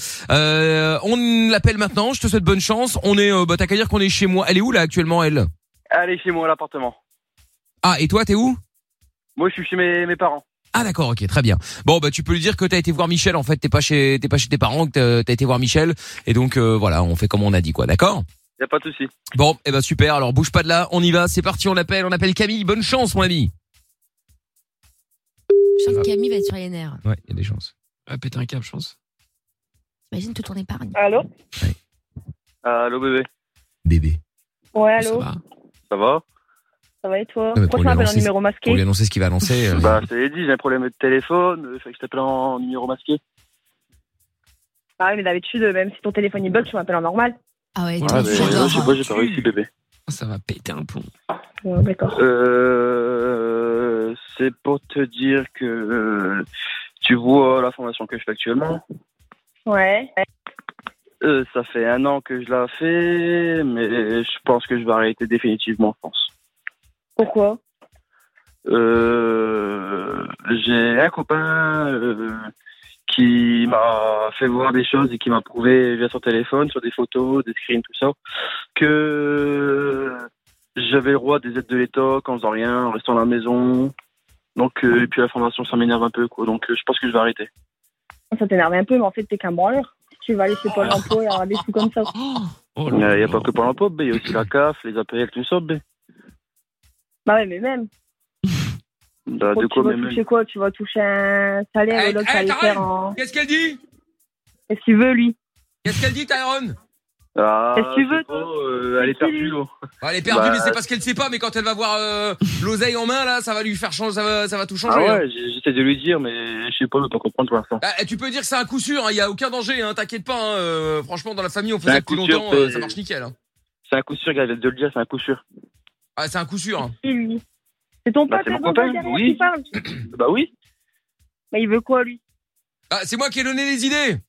On l'appelle maintenant, je te souhaite bonne chance. T'as qu'à dire qu'on est chez moi. Elle est où, là, actuellement, elle? Elle est chez moi à l'appartement. Ah, et toi, t'es où? Moi, je suis chez mes parents. Ah d'accord, ok, très bien. Bon bah tu peux lui dire que t'as été voir Michel, en fait t'es pas chez tes parents, que t'as été voir Michel, et donc voilà, on fait comme on a dit, quoi, d'accord? Y a pas de souci. Bon, et ben super, alors bouge pas de là, on y va, c'est parti, on appelle Camille, bonne chance mon ami. Je sens que Camille va être sur les nerfs. Ouais, y a des chances. Elle va péter un câble, je pense. T'imagines toute ton épargne. Allô? Ouais. Allô bébé. Bébé. Ouais, allô? Ça va? Ça va et toi? Non, Pourquoi tu m'appelles en numéro masqué? Pour lui annoncer ce qu'il va annoncer. Bah, je t'avais dit, j'ai un problème de téléphone, il fait que je t'appelle en numéro masqué. Ah oui, mais d'habitude, même si ton téléphone il bug, tu m'appelles en normal. Ah ouais, Ouais, mais je sais pas, j'ai pas réussi bébé. Ça va péter un plomb. Ouais, d'accord. C'est pour te dire que tu vois la formation que je fais actuellement. Ouais. Ça fait 1 an que je l'ai fait, mais je pense que je vais arrêter définitivement, je pense. Pourquoi? J'ai un copain qui m'a fait voir des choses et qui m'a prouvé via son téléphone, sur des photos, des screens, tout ça, que j'avais le droit des aides de l'État en faisant rien, en restant à la maison. Donc, et puis la formation, ça m'énerve un peu, quoi. Donc, je pense que je vais arrêter. Ça t'énerve un peu, mais en fait, t'es qu'un branleur. Tu vas aller chez Pôle emploi et avoir des sous comme ça. Il n'y a pas que Pôle emploi, il y a aussi la CAF, les APL, tout ça, Bah ouais, mais même. Bah, de tu quoi, vas même toucher quoi? Tu vas toucher un salaire, l'autre, ça allait faire en... Qu'est-ce qu'elle dit? Qu'est-ce qu'il veut, lui? Qu'est-ce qu'elle dit, Tyrone? Ah, qu'est-ce que tu veux, toi? Elle est perdue, là. Elle est perdue, mais c'est parce qu'elle sait pas, mais quand elle va voir l'oseille en main, là, ça va lui faire changer, ça va tout changer. Ah ouais, j'essaie de lui dire, mais je sais pas, je peux pas comprendre pour l'instant. Tu peux dire que c'est un coup sûr, il y a aucun danger, t'inquiète pas, franchement, dans la famille, on faisait depuis longtemps, ça marche nickel. C'est un coup sûr, gars, de le dire, c'est un coup sûr. Ah, c'est un coup sûr. C'est lui. C'est ton pote, c'est mon copain, oui. Qui parle. Bah oui. Mais il veut quoi, lui? Ah, c'est moi qui ai donné les idées.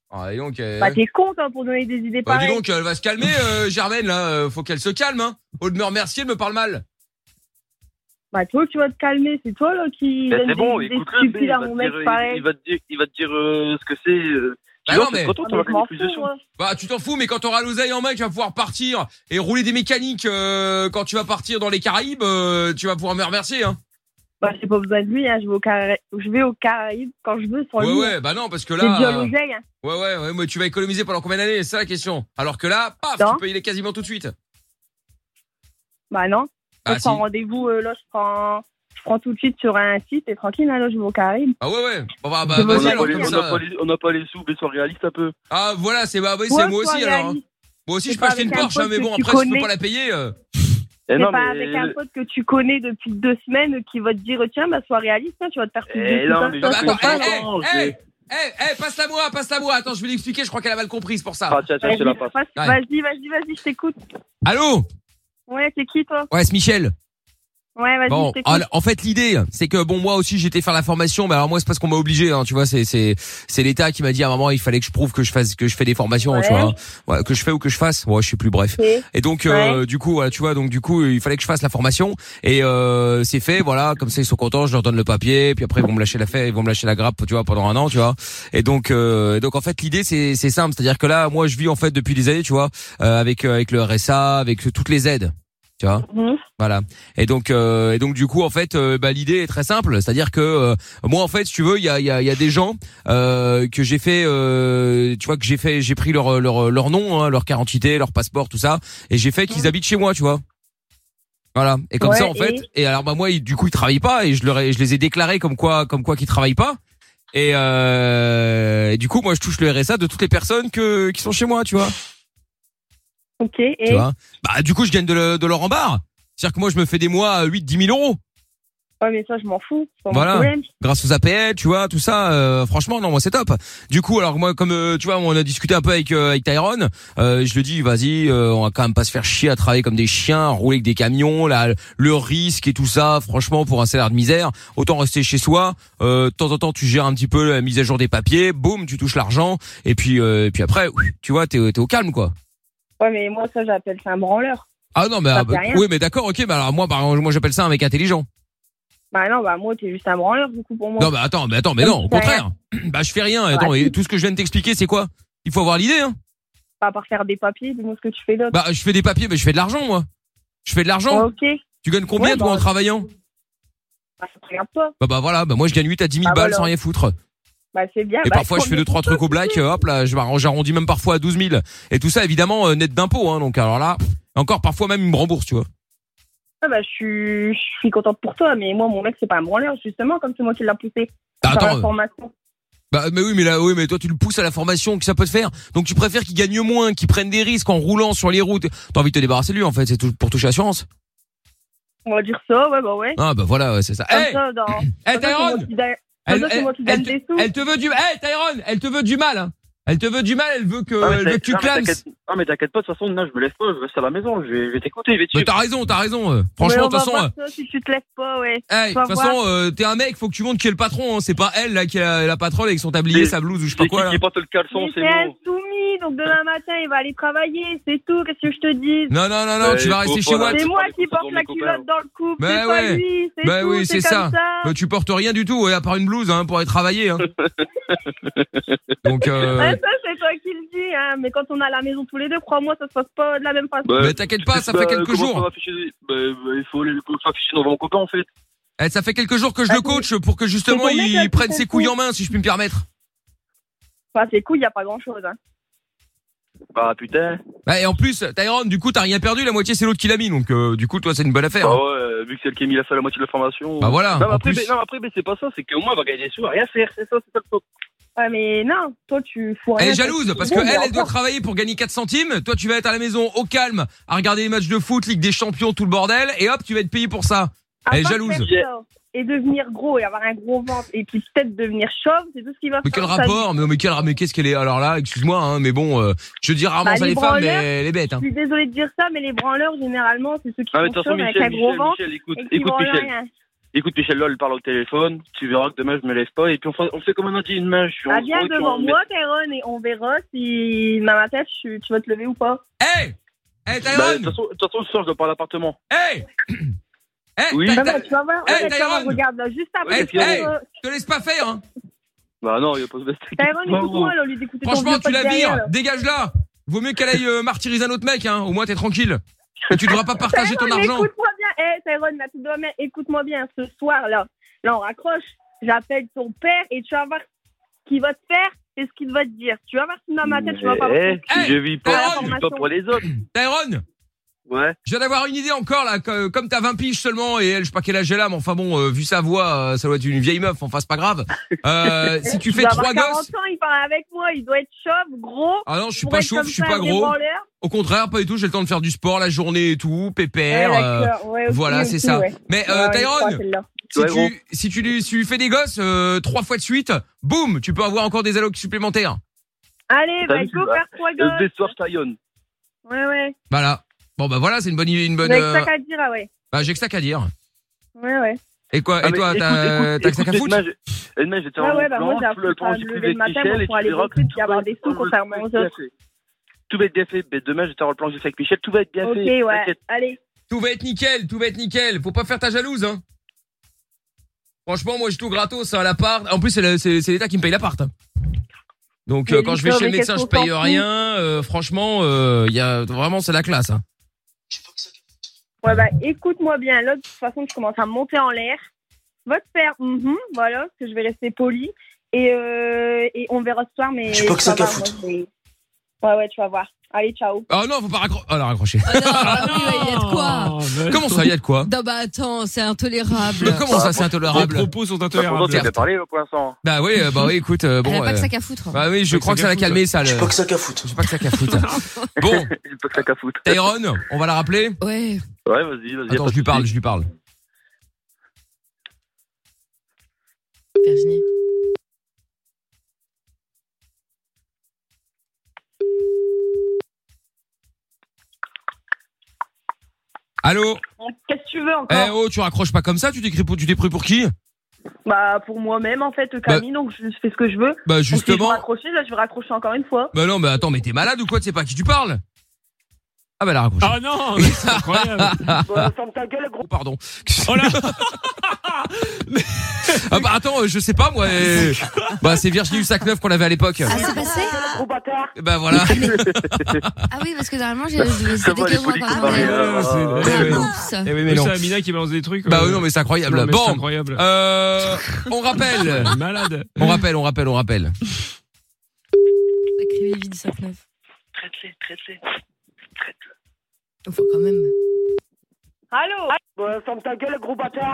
Ah, et donc, Bah, t'es con, toi, pour donner des idées bah, dis pareilles. donc, elle va se calmer, Germaine, là. Faut qu'elle se calme, hein. Au lieu de me remercier, elle me parle mal. Bah, toi, tu vas te calmer. C'est toi, là, qui donne C'est bon, des écoute-le, stupides à mon mec, pareil. il va te dire ce que c'est. Bah non, mais. Trop tôt, t'auras gagné plus de sous. Bah, tu t'en fous, mais quand t'auras l'oseille en main, tu vas pouvoir partir et rouler des mécaniques, quand tu vas partir dans les Caraïbes, tu vas pouvoir me remercier, hein. Bah, j'ai pas besoin de lui, hein. Je vais aux Caraïbes quand je veux, sans lui. Ouais, bah non, parce que là. J'ai déjà l'oseille, hein. Ouais, mais tu vas économiser pendant combien d'années? C'est ça la question. Alors que là, paf, Non. tu peux y aller quasiment tout de suite. Bah, non. Bah, Je prends si. rendez-vous, là, je prends tout de suite sur un site et tranquille, là, je vais aux Caraïbes. Ah ouais. Bon, bah, Je vas-y, veux alors, bien comme dire. ça. On n'a pas les sous, mais sois réaliste un peu. Ah, voilà, c'est, bah, oui, Ouais, c'est moi sois aussi, alors. hein. réaliste. Moi aussi, C'est je peux pas acheter une avec un Porsche, hein, pote mais bon, que tu après, si je peux connais. pas la payer, Eh C'est non, pas mais- avec un pote que tu connais depuis 2 semaines qui va te dire tiens, bah, sois réaliste, hein, tu vas te faire plus de non, tout mais ça, je ça, sais c'est pas, pas, non. non, passe-la-moi. Attends, je vais l'expliquer, je crois qu'elle a mal compris, c'est pour ça. Ah, tiens, je te la passe. Vas-y, je t'écoute. Allô? Ouais, c'est qui, toi? Ouais, c'est Michel. Ouais, vas-y, Bon, je t'écoute. en fait, l'idée, c'est que bon, moi aussi, j'étais faire la formation, mais alors moi, c'est parce qu'on m'a obligé, hein, tu vois, c'est l'État qui m'a dit à un moment, il fallait que je prouve que je fais des formations, Ouais. tu vois, ouais, que je fais ou que je fasse, ouais, je sais plus, bref. Ok. Et donc, Ouais. du coup, voilà, tu vois, donc du coup, il fallait que je fasse la formation, et c'est fait, voilà, comme ça, ils sont contents, je leur donne le papier, puis après, ils vont me lâcher la grappe, tu vois, pendant un an, tu vois. Et donc en fait, l'idée, c'est simple, c'est-à-dire que là, moi, je vis en fait depuis des années, tu vois, avec le RSA, avec toutes les aides. Tu vois, voilà. Et donc du coup en fait, bah l'idée est très simple, c'est-à-dire que moi en fait, si tu veux, il y a des gens que j'ai fait, tu vois, j'ai pris leur nom, hein, leur carte d'identité, leur passeport, tout ça, et j'ai fait qu'ils habitent chez moi, tu vois. Voilà. Et comme Ouais, ça en fait, et alors bah moi du coup ils travaillent pas et je les ai déclarés comme quoi qu'ils travaillent pas. Et du coup moi je touche le RSA de toutes les personnes qui sont chez moi, tu vois. Ok, et Tu vois, bah du coup je gagne de l'or en barre. C'est-à-dire que moi je me fais des mois à 8-10 000 euros. ouais, mais ça, je m'en fous. C'est pas mon Voilà, problème. grâce aux APL, tu vois, tout ça. Franchement, non, moi c'est top. Du coup, alors moi, comme tu vois, on a discuté un peu avec Tyrone. Je lui dis, vas-y, on va quand même pas se faire chier à travailler comme des chiens, rouler avec des camions, là, le risque et tout ça. Franchement, pour un salaire de misère, autant rester chez soi. De temps en temps, tu gères un petit peu la mise à jour des papiers. Boum, tu touches l'argent. Et puis après, tu vois, t'es au calme, quoi. Ouais, mais moi, ça, j'appelle ça un branleur. Ah non, mais Ça fait rien. oui, mais d'accord, ok. Mais alors moi j'appelle ça un mec intelligent. Bah non, bah moi, t'es juste un branleur, du coup, pour moi. Non, mais attends, mais non, au contraire. Bah, je fais rien. Attends, Ouais. et tout ce que je viens de t'expliquer, c'est quoi? Il faut avoir l'idée, hein. Pas à part faire des papiers, dis-moi ce que tu fais d'autre. Bah, je fais des papiers, mais je fais de l'argent, moi. Je fais de l'argent. Ok. Tu gagnes combien, Ouais, toi, bah, en travaillant? Bah, ça te regarde pas. Bah, voilà. Bah, moi, je gagne 8 à 10 000 Bah, balles voilà. sans rien foutre. Bah, c'est bien. Et bah, parfois, je fais 2-3 trucs au black, hop, là, j'arrondis même parfois à 12 000. Et tout ça, évidemment, net d'impôts, hein. Donc, alors là, encore parfois même, ils me remboursent, tu vois. Ah, bah, je suis contente pour toi, mais moi, mon mec, c'est pas un branleur, justement, comme c'est moi qui l'a poussé. Ah, Par attends. la formation. Bah, mais oui, mais toi, tu le pousses à la formation, que ça peut te faire. Donc, tu préfères qu'il gagne moins, qu'il prenne des risques en roulant sur les routes. T'as envie de te débarrasser de lui, en fait. C'est tout pour toucher l'assurance. On va dire ça, ouais, bah ouais. Ah, bah voilà, ouais, c'est ça. Comme Hey! ça, dans. Hey, Tyrone! C'est moi qui donne des sous. Elle te veut du, Tyrone, elle te veut du mal, hein. Elle te veut du mal, elle veut que tu clames. Non, mais t'inquiète pas, de toute façon, non, je me lève pas, je reste à la maison, je vais t'écouter, je vais te Mais suivre. t'as raison. Franchement, de toute façon, Ça, si tu te lèves pas, ouais. hey, de toute façon, t'es un mec, faut que tu montres qui est le patron, hein. C'est pas elle, là, qui est la patronne avec son tablier, sa blouse ou je sais pas quoi, là. Qui porte le caleçon, Mais c'est c'est un bon. soumis, donc demain matin, il va aller travailler, c'est tout, qu'est-ce que je te dis? Non, tu vas rester chez Watt. C'est moi qui porte la culotte dans le couple, Mais c'est pas ouais. lui, c'est Bah tout, oui, c'est ça. comme ça. Mais tu portes rien du tout, ouais, à part une blouse, hein, pour aller travailler, hein. Donc, Ouais, ça, c'est toi qui le dis, hein. Mais quand on est à la maison tous les deux, crois-moi, ça se passe pas de la même façon. mais t'inquiète pas, ça fait quelques jours. Il faut s'afficher devant mon copain, en fait. Eh, ça fait quelques jours que je le coach pour que justement c'est ton mec, là, il qui prenne s'en ses couilles fout. en main, si je puis me permettre. Enfin, c'est cool, y a pas grand-chose, hein. Bah, putain. Bah, et en plus, Tyrone, du coup, t'as rien perdu, la moitié c'est l'autre qui l'a mis, donc du coup, toi, c'est une bonne affaire. Bah hein. ouais, vu que c'est elle qui a mis la moitié de la formation. Bah voilà, Non, mais en après, plus. mais c'est pas ça, c'est qu'au moins, elle va gagner des sous à rien faire, c'est ça le truc. Ouais, mais non, toi, tu fous rien. Elle est jalouse parce que Bon, mais elle doit encore. travailler pour gagner 4 centimes. Toi, tu vas être à la maison au calme à regarder les matchs de foot, Ligue des Champions, tout le bordel, et hop, tu vas être payé pour ça. À Elle est part jalouse. faire ça et devenir gros et avoir un gros ventre et puis peut-être devenir chauve, c'est tout ce qu'il va Mais faire. quel rapport? Mais qu'est-ce qu'elle est? Alors là, excuse-moi, hein, mais bon, je dis rarement Bah, ça les les femmes, mais branleurs, elle est bête. Hein. Je suis désolée de dire ça, mais les branleurs, généralement, c'est ceux qui Ah, mais de sont toute façon, chauves avec un gros ventre Michel, écoute, et qui branlent Michel. rien. écoute Michel, là, elle parle au téléphone, tu verras que demain je me lève pas, et puis on fait comme on a dit, une main, je suis en viens devant moi, Tyrone, et on verra si dans ma tête tu vas te lever ou pas. Hey, Tyrone. De toute façon, ce soir, je dois pas à l'appartement. Hey, oui. Tu vas voir, regarde là, juste après. Te laisse pas faire, hein. Bah non, il y a pas de Tyrone, écoute-moi, là, au lieu d'écouter ton franchement, vieux tu la pote derrière, vires, là. dégage-la. Vaut mieux qu'elle aille martyriser un autre mec, hein. Au moins, t'es tranquille. Et tu devras pas partager ton Tyrone, argent. Écoute-moi bien, Tyrone, là, tu dois écoute-moi bien, ce soir, là, on raccroche, j'appelle ton père et tu vas voir ce qu'il va te faire et ce qu'il va te dire. Tu vas voir si dans ma tête, tu vas pas voir. Je vis pas pour les autres. Tyrone. Ouais. Je viens d'avoir une idée encore là, comme t'as 20 piges seulement et elle, je sais pas quel âge elle a, mais enfin bon, vu sa voix, ça doit être une vieille meuf, enfin c'est pas grave. Si tu fais 3 gosses. 40 ans, il parle avec moi, il doit être chauve, gros. Ah non, je suis pas chauve, je suis pas gros. Au contraire, pas du tout, j'ai le temps de faire du sport la journée et tout, pépère. Voilà, c'est ça. Ouais. Mais Tyrone, si tu lui fais des gosses 3 fois de suite, boum, tu peux avoir encore des allocs supplémentaires. Allez, go faire 3 gosses. Des soirs Tyrone. Ouais. Voilà. Bon bah voilà, c'est une bonne. J'ai que ça qu'à dire, ouais. Bah j'ai que ça qu'à dire. Ouais. Et quoi? Et toi, t'as que ça qu'à foutre? Demain, j'étais en plan, moi j'ai le temps de lever le matin pour aller bosser et avoir des sous contrairement aux autres. Tout va être bien fait. Demain, j'étais en plan juste avec Michel, tout va être bien fait. Ok, ouais. Allez. Tout va être nickel. Faut pas faire ta jalouse, hein. Franchement, moi j'ai tout gratos à l'appart. En plus, c'est l'État qui me paye l'appart. Donc quand je vais chez le médecin, je paye rien. Franchement, vraiment c'est la classe. Hein. Ouais, bah écoute-moi bien. Là, de toute façon, je commence à monter en l'air. Va te faire, voilà, parce que je vais rester poli. Et on verra ce soir, mais. Je sais pas que ça qu'à foutre. Ouais, tu vas voir. Allez, ciao. Oh non, faut pas raccrocher. Oh non, il y a de quoi. Comment ça, il y a de quoi? Non, bah attends, c'est intolérable. Mais comment ça, c'est intolérable? Les propos sont intolérables. Tu as parlé pour l'instant. Bah oui, écoute, bon. Elle a pas que ça qu'à foutre. Bah oui, je crois que ça l'a calmé, ça. J'ai pas que ça qu'à foutre. J'ai pas que ça qu'à foutre. Bon. J'ai pas que ça qu'à foutre. Tyrone, on va la rappeler? Ouais. Ouais, vas-y. Attends, je lui parle. Virginie. Allô? Qu'est-ce que tu veux encore? Tu raccroches pas comme ça, tu t'es pris pour qui? Bah, pour moi-même, en fait, Camille, donc je fais ce que je veux. Bah, justement. Donc, si je vais raccrocher encore une fois. Bah non, mais attends, mais t'es malade ou quoi? Tu sais pas à qui tu parles? Ah bah, elle a raccroché. Ah non, mais c'est incroyable. Ferme ta gueule, gros. Pardon. Oh là. Ah bah attends, je sais pas moi. Bah c'est Virginie Sac-Neuf qu'on avait à l'époque. Ah, c'est passé? Gros bâtard. Bah voilà. Ah oui, parce que normalement, c'était que moi quand Oups. Eh oui, mais non. C'est Amina qui balance des trucs. Bah non, mais c'est incroyable. Non, mais bon, c'est incroyable. On rappelle. Malade. On rappelle. Sacré Vivi du 5-9. Traite-les. Faut quand même. Allô? Bah, ferme ta gueule, gros bâtard.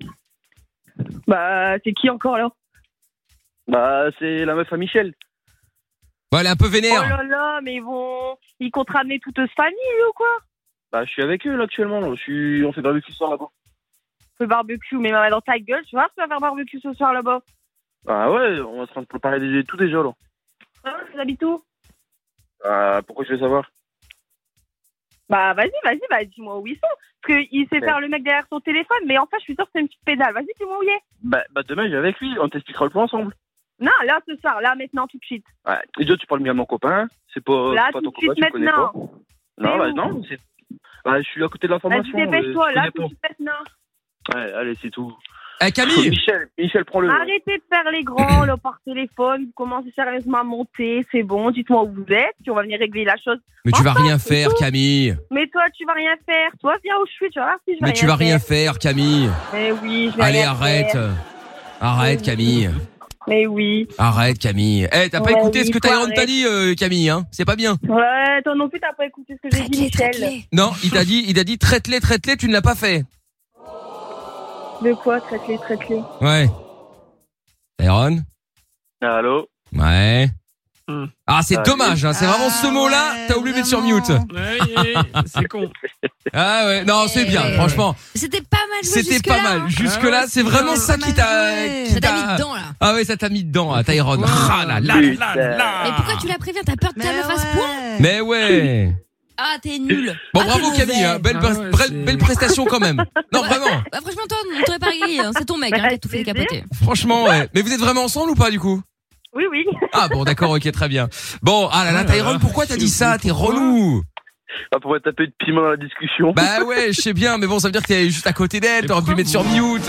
Bah, c'est qui encore là? Bah, c'est la meuf à Michel. Bah, elle est un peu vénère. Oh là là, mais ils comptent ramener toute cette famille ou quoi? Bah, je suis avec eux là actuellement. Là. On fait barbecue ce soir là-bas. On fait barbecue, mais dans ta gueule, tu vois, tu vas faire barbecue ce soir là-bas. Ah ouais, on va se rendre préparer tout déjà là. Ah, tu habites où? Pourquoi je veux savoir? Bah, vas-y, dis-moi où ils sont. Parce qu'il sait faire le mec derrière son téléphone, mais en fait, je suis sûre que c'est une petite pédale. Vas-y, dis-moi où il est. Bah, demain, j'ai avec lui. On t'expliquera le plan ensemble. Non, là, ce soir, là, maintenant, tout de suite. Ouais. Et tu parles bien à mon copain. C'est pas, là, pas tout ton de suite, copain, tu connais pas. Non, c'est. Bah, je suis à côté de l'information. Vas-y, dépêche-toi, là, tout de suite, maintenant. Ouais, allez, c'est tout. Camille. Michel, prends-le. Arrêtez de faire les grands là, par téléphone. Vous commencez sérieusement à monter. C'est bon, dites-moi où vous êtes. Puis on va venir régler la chose. Mais tu vas rien faire, Camille. Mais toi, tu vas rien faire. Toi, viens où je suis. Tu vas voir si je vais Mais tu vas rien faire, Camille. Mais oui, je vais Allez, rien arrête. faire. Arrête, Camille. Mais oui. Arrête, Camille. T'as pas écouté ce que Tyrone t'a dit, Camille, hein? C'est pas bien. Ouais, toi non plus, t'as pas écouté ce que j'ai dit, Michel. Non, il t'a dit traite-les, tu ne l'as pas fait. De quoi? Traite-les. Ouais. Tyrone? Allô? Ouais. Ah, c'est dommage, hein. C'est vraiment ce mot-là, t'as oublié de mettre sur mute. Ouais, c'est con. Ah ouais, non, c'est bien, franchement. C'était pas mal joué C'était pas mal. Jusque-là, c'est vraiment ça qui t'a Ça t'a mis dedans, là. Ah ouais, ça t'a mis dedans, Tyrone. Ah là là. Mais pourquoi tu la préviens? T'as peur que ta meuf fasse point? Mais ouais. Ah, t'es nul. Bon, ah, bravo Camille, hein. Belle prestation quand même. Non, vraiment. Bah, franchement, toi, on t'aurait pas gagné, hein. C'est ton mec, hein, qui a tout fait capoter. Franchement, ouais. Mais vous êtes vraiment ensemble ou pas, du coup? Oui, oui. Ah bon, d'accord, ok, très bien. Bon, ah là là, Tyrone, pourquoi t'as dit ça? T'es relou. Ah, pour taper de piment dans la discussion. Bah ouais, je sais bien, mais bon, ça veut dire que t'es juste à côté d'elle, t'aurais pu le mettre sur mute.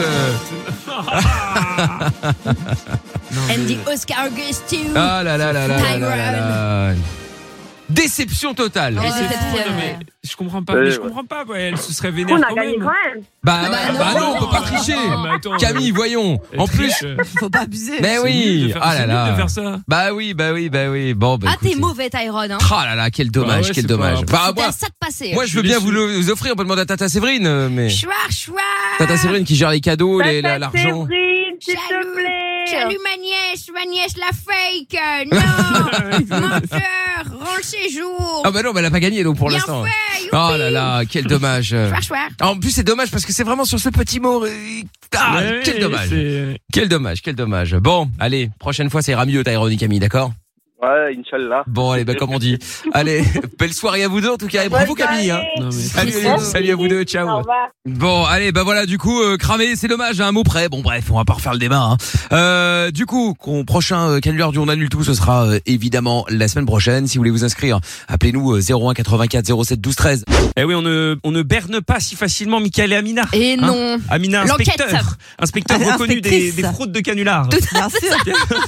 And the Oscar goes to Ah là là là là là là là. Déception totale. Ouais, mais je comprends pas. Mais je comprends pas. Ouais, elle se serait vénère quand même. Bah non, on peut pas tricher. Camille, voyons. En plus, faut pas abuser. Mais oui. Ah là là. De faire ça. Bah oui. Bon, bah. Ah, t'es mauvais, Tyrone. Hein. Ah là là, quel dommage, quel dommage. Bah moi, ça de passer. Moi, je veux bien vous offrir. On peut demander à Tata Séverine, mais. Tata Séverine qui gère les cadeaux, l'argent. Séverine, s'il te plaît. Salut ma nièce la fake. Non, menteur, rends le séjour. Ah bah non, elle a pas gagné donc pour l'instant. Oh là là, quel dommage. En plus c'est dommage parce que c'est vraiment sur ce petit mot. Ah, ouais, quel dommage. Quel dommage. Bon, allez, prochaine fois ça ira mieux Tyrone et Camille, d'accord? Ouais, Inch'Allah. Bon, allez, bah, comme on dit. Allez, belle soirée à vous deux, en tout cas. Et bravo, Camille, hein. Non, mais... Salut à vous deux, ciao. Bon, allez, bah voilà, du coup, cramé, c'est dommage, à un mot près. Bon, bref, on va pas refaire le débat, hein. Du coup, prochain canular du On annule tout, ce sera, évidemment, la semaine prochaine. Si vous voulez vous inscrire, appelez-nous 01 84 07 12 13. Eh oui, on ne berne pas si facilement Mickaël et Amina. Et non. Hein, Amina, inspecteur reconnu des fraudes de canulars. Bien sûr.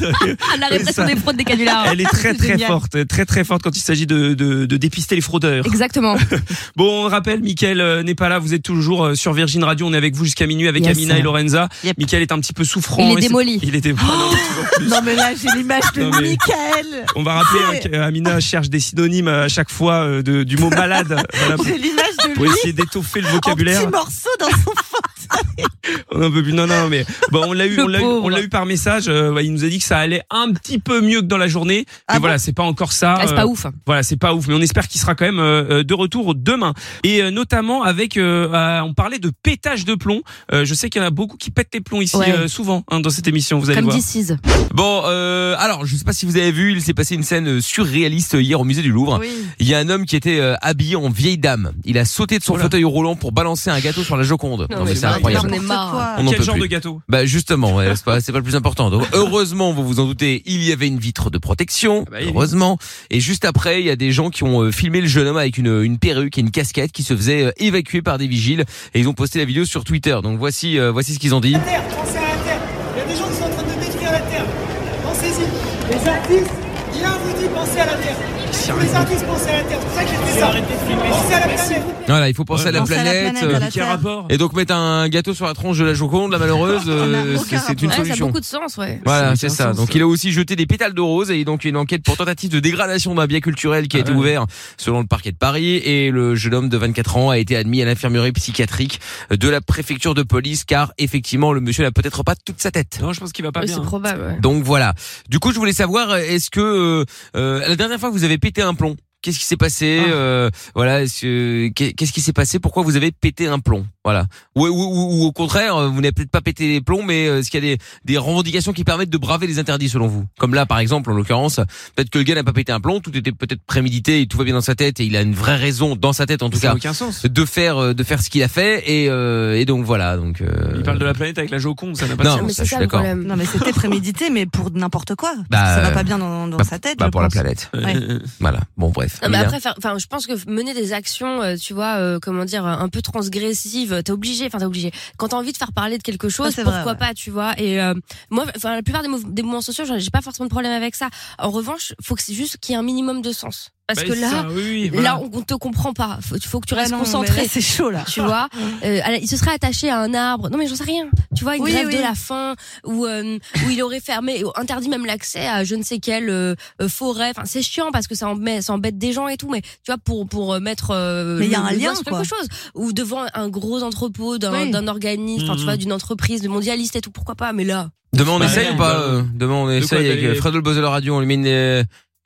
La répression des fraudes des canulars. Elle est très forte quand il s'agit de dépister les fraudeurs. Exactement. Bon, on rappelle, Mickaël n'est pas là, vous êtes toujours sur Virgin Radio, on est avec vous jusqu'à minuit avec Amina et Lorenza. Yep. Mickaël est un petit peu souffrant. Il est démoli. Non mais là j'ai l'image de Mickaël. On va rappeler qu'Amina cherche des synonymes à chaque fois du mot malade. Voilà, j'ai l'image de lui. Pour essayer d'étoffer le vocabulaire. Un petit morceau dans son fauteuil. On en peut plus. Non, mais bon, on l'a eu par message. Il nous a dit que ça allait un petit peu mieux que dans la journée. Mais voilà, c'est pas encore ça. C'est pas ouf. Voilà, c'est pas ouf. Mais on espère qu'il sera quand même de retour demain. Et notamment avec, on parlait de pétage de plomb. Je sais qu'il y en a beaucoup qui pètent les plombs ici souvent dans cette émission. Vous allez voir. Comme DC's. Bon, alors je sais pas si vous avez vu, il s'est passé une scène surréaliste hier au musée du Louvre. Oui. Il y a un homme qui était habillé en vieille dame. Il a sauté de son fauteuil roulant pour balancer un gâteau sur la Joconde. Non mais c'est incroyable. On est marre. Quel genre de gâteau? Bah justement, c'est pas le plus important. Donc, heureusement, vous vous en doutez, il y avait une vitre de protection. Heureusement. Et juste après, il y a des gens qui ont filmé le jeune homme avec une perruque et une casquette qui se faisait évacuer par des vigiles. Et ils ont posté la vidéo sur Twitter. Donc voici ce qu'ils ont dit. Pensez à la terre. Il y a des gens qui sont en train de détruire la terre. Pensez-y. Les artistes, bien vous dit pensez à la terre. Les artistes pensez à la terre. C'est pour ça que j'ai fait ça. Pensez à la planète. Voilà, il faut penser à la planète. Et donc mettre un gâteau sur la tronche de la Joconde, la malheureuse, c'est une solution. Ça a beaucoup de sens, Voilà, c'est ça. Donc il a aussi jeté des pétales de rose et donc une enquête pour tentative de dégradation d'un bien culturel qui a été ouvert selon le parquet de Paris et le jeune homme de 24 ans a été admis à l'infirmerie psychiatrique de la préfecture de police car effectivement le monsieur n'a peut-être pas toute sa tête. Non, je pense qu'il va pas bien. C'est probable. Donc voilà. Du coup, je voulais savoir est-ce que la dernière fois que vous avez pété un plomb, qu'est-ce qui s'est passé voilà, qu'est-ce qui s'est passé? Pourquoi vous avez pété un plomb? Voilà. Ou au contraire, vous n'avez peut-être pas pété les plombs, mais est-ce qu'il y a des revendications qui permettent de braver les interdits selon vous? Comme là, par exemple, en l'occurrence, peut-être que le gars n'a pas pété un plomb, tout était peut-être prémédité et tout va bien dans sa tête et il a une vraie raison dans sa tête en tout cas de faire ce qu'il a fait et donc voilà. Donc il parle de la planète avec la Joconde, ça n'a pas de sens. Ça, je suis d'accord. Non mais c'était prémédité, mais pour n'importe quoi. Ça va pas bien dans sa tête. Pour la planète. Voilà. Bon bref. Non, mais après, je pense que mener des actions, tu vois, comment dire, un peu transgressives, t'es obligé. Quand t'as envie de faire parler de quelque chose, pourquoi pas, tu vois. Et moi, la plupart des mouvements sociaux, j'ai pas forcément de problème avec ça. En revanche, faut que c'est juste qu'il y ait un minimum de sens. Parce que là, là, on te comprend pas. Faut que tu restes concentré. C'est chaud là. Tu vois. Il se serait attaché à un arbre. Non mais j'en sais rien. Tu vois, une grève de la faim où il aurait fermé, interdit même l'accès à je ne sais quelle forêt. Enfin, c'est chiant parce que ça embête des gens et tout. Mais tu vois, pour mettre. Mais il y a un lien sur quelque chose. Ou devant un gros entrepôt d'un organisme. Enfin, tu vois, d'une entreprise, de mondialiste et tout. Pourquoi pas. Mais là. Demain on essaye ou pas? Demain on essaye avec Fred le boss de la radio. On lui met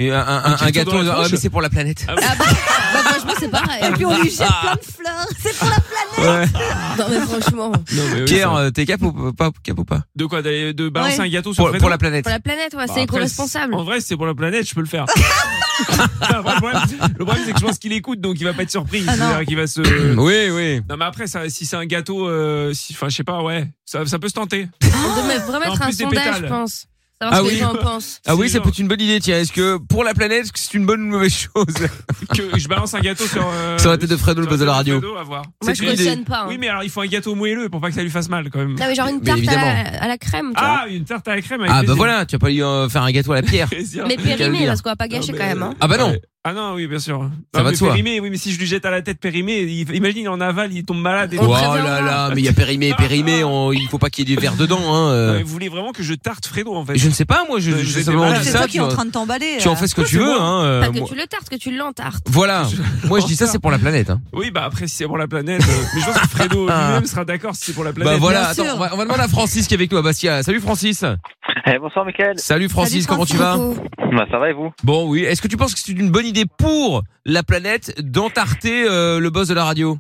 un gâteau, mais c'est pour la planète. Franchement, c'est pareil. Et puis on lui jette plein de fleurs. C'est pour la planète. Non, mais franchement. Pierre, t'es cap ou pas? De quoi? De balancer un gâteau sur pour la planète. Pour la planète, c'est éco-responsable. En vrai, c'est pour la planète, je peux le faire. Le problème, c'est que je pense qu'il écoute, donc il va pas être surpris. C'est-à-dire qu'il va se. Oui. Non, mais après, ça, si c'est un gâteau, enfin, je sais pas, ouais, ça peut se tenter. On devrait vraiment mettre un sondage, je pense. Savoir ce que les gens pensent. Ah oui, ça peut être une bonne idée, tiens. Est-ce que pour la planète, est-ce que c'est une bonne ou une mauvaise chose que je balance un gâteau sur la tête de Fredo, le buzz de la radio. À voir. Moi, je cautionne pas. Oui, mais alors il faut un gâteau moelleux pour pas que ça lui fasse mal quand même. Non, mais genre une tarte à la crème. Ah, une tarte à la crème. Ah bah voilà, tu vas pas lui faire un gâteau à la pierre. Mais périmé, parce qu'on va pas gâcher quand même. Ah bah non. Ah non, oui, bien sûr. Ça va de soi. Périmé, oui, mais si je lui jette à la tête périmé, imagine en aval, il tombe malade. Oh là là, mais il y a périmé, il faut pas qu'il y ait du verre dedans. Vous voulez vraiment que je tarte Fredo en fait? Je ne sais pas, moi, je sais simplement c'est toi qui es en train de t'emballer. Tu en fais ce que tu veux, Pas que tu le tartes, que tu l'entartes. Voilà. Moi, je dis ça, c'est pour la planète. Oui, bah après, si c'est pour la planète, mais je pense que Fredo lui-même sera d'accord si c'est pour la planète. Bah voilà, attends, on va demander à Francis qui est avec nous à Bastia. Salut Francis. Bonsoir Mickaël. Salut Francis, comment tu vas? Bah ça va et vous? Bon oui, est-ce que tu penses que c'est une bonne idée pour la planète d'entarter le boss de la radio?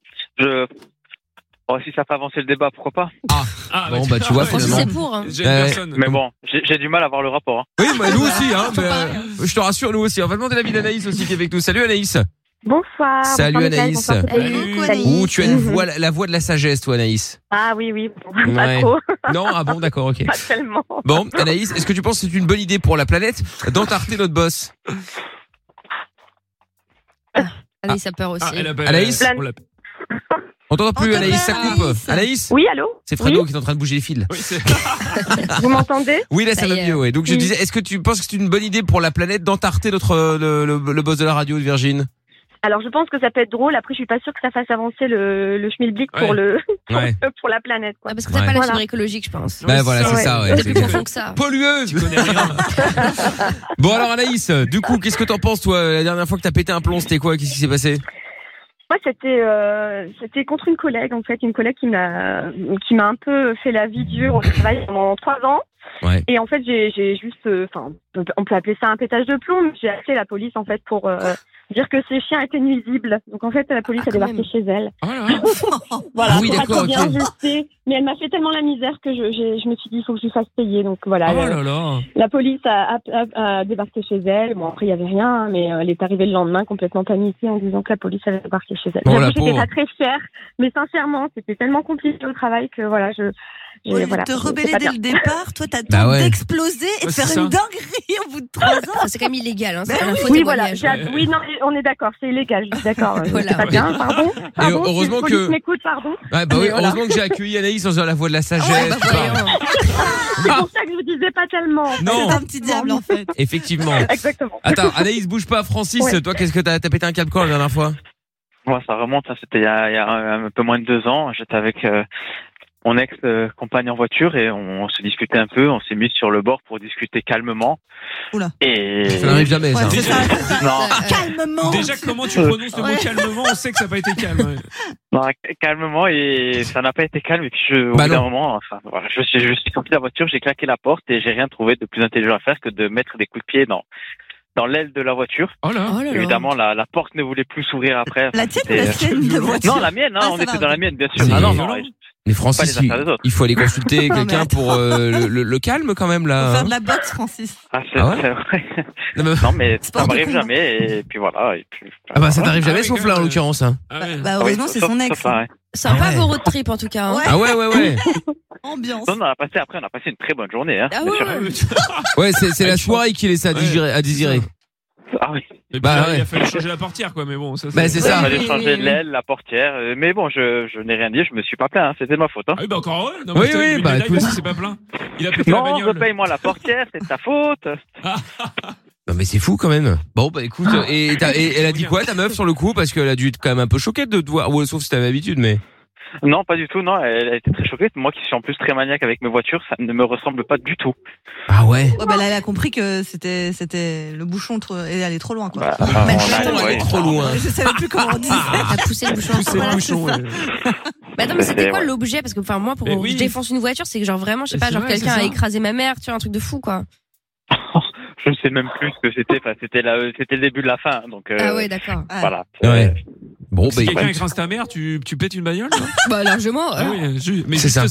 Si ça fait avancer le débat, pourquoi pas? Bon bah tu vois finalement. C'est pour. Hein. Mais bon, j'ai du mal à voir le rapport. Hein. Oui, bah nous aussi, je te rassure, nous aussi. On va demander l'avis d'Anaïs aussi qui est avec nous. Salut Anaïs. Bonsoir. Salut Anaïs. Ouh, tu as la voix de la sagesse, toi Anaïs. Ah oui, pas trop. Non, ah bon, d'accord, ok. Pas tellement. Bon, Anaïs, est-ce que tu penses que c'est une bonne idée pour la planète d'entarter notre boss? Anaïs a peur aussi. Anaïs, on t'entend plus, Anaïs, ça coupe. Anaïs? Oui, allô? C'est Fredo qui est en train de bouger les fils. Vous m'entendez? Oui, là, ça va mieux, ouais. Donc, je disais, est-ce que tu penses que c'est une bonne idée pour la planète d'entarter le boss de la radio de Virgin? Alors, je pense que ça peut être drôle. Après, je suis pas sûre que ça fasse avancer le schmilblick pour la planète, quoi. Parce que t'as pas la fibre écologique, je pense. Bah voilà, c'est ça, ouais. C'est plus profond que ça. Pollueuse! Tu connais rien. Bon, alors, Anaïs, du coup, qu'est-ce que t'en penses, toi? La dernière fois que t'as pété un plomb, c'était quoi? Qu'est-ce qui s'est passé? Moi, c'était contre une collègue, en fait, une collègue qui m'a un peu fait la vie dure au travail pendant 3 ans. Ouais. Et en fait, j'ai juste, on peut appeler ça un pétage de plomb, mais j'ai appelé la police, en fait, pour dire que ces chiens étaient nuisibles. Donc, en fait, la police a débarqué chez elle. Oh là. Voilà. Oui, d'accord, bien, ok. je sais, mais elle m'a fait tellement la misère que je me suis dit, il faut que je lui fasse payer. Donc, voilà. Oh là là. La police a débarqué chez elle. Bon, après, il y avait rien, mais elle est arrivée le lendemain complètement paniquée en disant que la police avait débarqué chez elle. Oh, la J'étais pauvre. pas très fière, mais sincèrement, c'était tellement compliqué au travail que voilà, Au lieu de te rebeller dès le départ, toi, t'as tendance d'exploser et de faire une dinguerie au bout de 3 ans. C'est quand même illégal, hein. Oui, voilà. Oui, non, on est d'accord, c'est illégal, je suis d'accord. C'est pas bien, pardon. Et heureusement si que. m'écoute, pardon. Ouais, bah oui, heureusement que j'ai accueilli Anaïs en faisant la voix de la sagesse. C'est pour ça que je vous disais pas tellement. Non. C'est un petit diable, en fait. Effectivement. Exactement. Attends, Anaïs, bouge pas. Francis, toi, qu'est-ce que t'as pété un câble quand la dernière fois? Moi, ça remonte, c'était il y a un peu moins de 2 ans. J'étais avec mon ex-compagne en voiture et on se discutait un peu. On s'est mis sur le bord pour discuter calmement. Oula. Et ça n'arrive jamais, ça. C'est ça. Non. Calmement. Déjà, comment tu prononces le mot calmement? On sait que ça n'a pas été calme. Ouais. Non, calmement, et ça n'a pas été calme. Et puis, au bout d'un moment, voilà, je suis sorti de la voiture, j'ai claqué la porte et j'ai rien trouvé de plus intelligent à faire que de mettre des coups de pied dans l'aile de la voiture. Oh là. Évidemment, la porte ne voulait plus s'ouvrir après. La tienne ou la sienne de voiture? Non, la mienne, on était dans la mienne, bien sûr. Mais Francis, il faut aller consulter quelqu'un pour le calme quand même là. Faut faire de la boxe, Francis. C'est vrai. Non mais ça m'arrive jamais et puis voilà. Bah ça t'arrive jamais sauf là en l'occurrence. Bah heureusement c'est son ex. Sympa vos road trip en tout cas. Ah ouais. Ambiance. Non, on a passé une très bonne journée. Hein, ouais, c'est la soirée qui laisse à désirer. Ah oui. Et puis il a fallu changer la portière, quoi, mais bon, ça. Bah, c'est ça. Il fallait changer l'aile, la portière, mais bon, je n'ai rien dit, je me suis pas plaint, hein, c'était de ma faute. Hein. Ah oui, bah encore heureux. Non, oui, bah écoute. C'est pas plaint. Il a pété la bagnole. Non, repaye-moi la portière, c'est de ta faute. Non mais c'est fou quand même. Bon bah écoute, et elle a dit quoi ta meuf sur le coup, parce qu'elle a dû être quand même un peu choquée de te voir, ou sauf si t'avais l'habitude, mais. Non, pas du tout, non, elle a été très choquée. Moi qui suis en plus très maniaque avec mes voitures, ça ne me ressemble pas du tout. Ah ouais. Bah là, elle a compris que c'était le bouchon et aller trop loin, quoi. Trop loin. Je savais plus comment on disait. T'as poussé le bouchon. Bah non, mais c'était quoi l'objet? Parce que enfin moi, pour que je défonce une voiture, c'est que genre vraiment, je sais pas, genre quelqu'un a écrasé ma mère, tu vois, un truc de fou, quoi. Je ne sais même plus ce que c'était. Enfin, c'était le début de la fin, donc. Ah ouais, d'accord. Voilà. Ouais. Bon, si quelqu'un écrase ta mère, tu pètes une bagnole? Bah largement. Ah oui, mais c'est juste ça.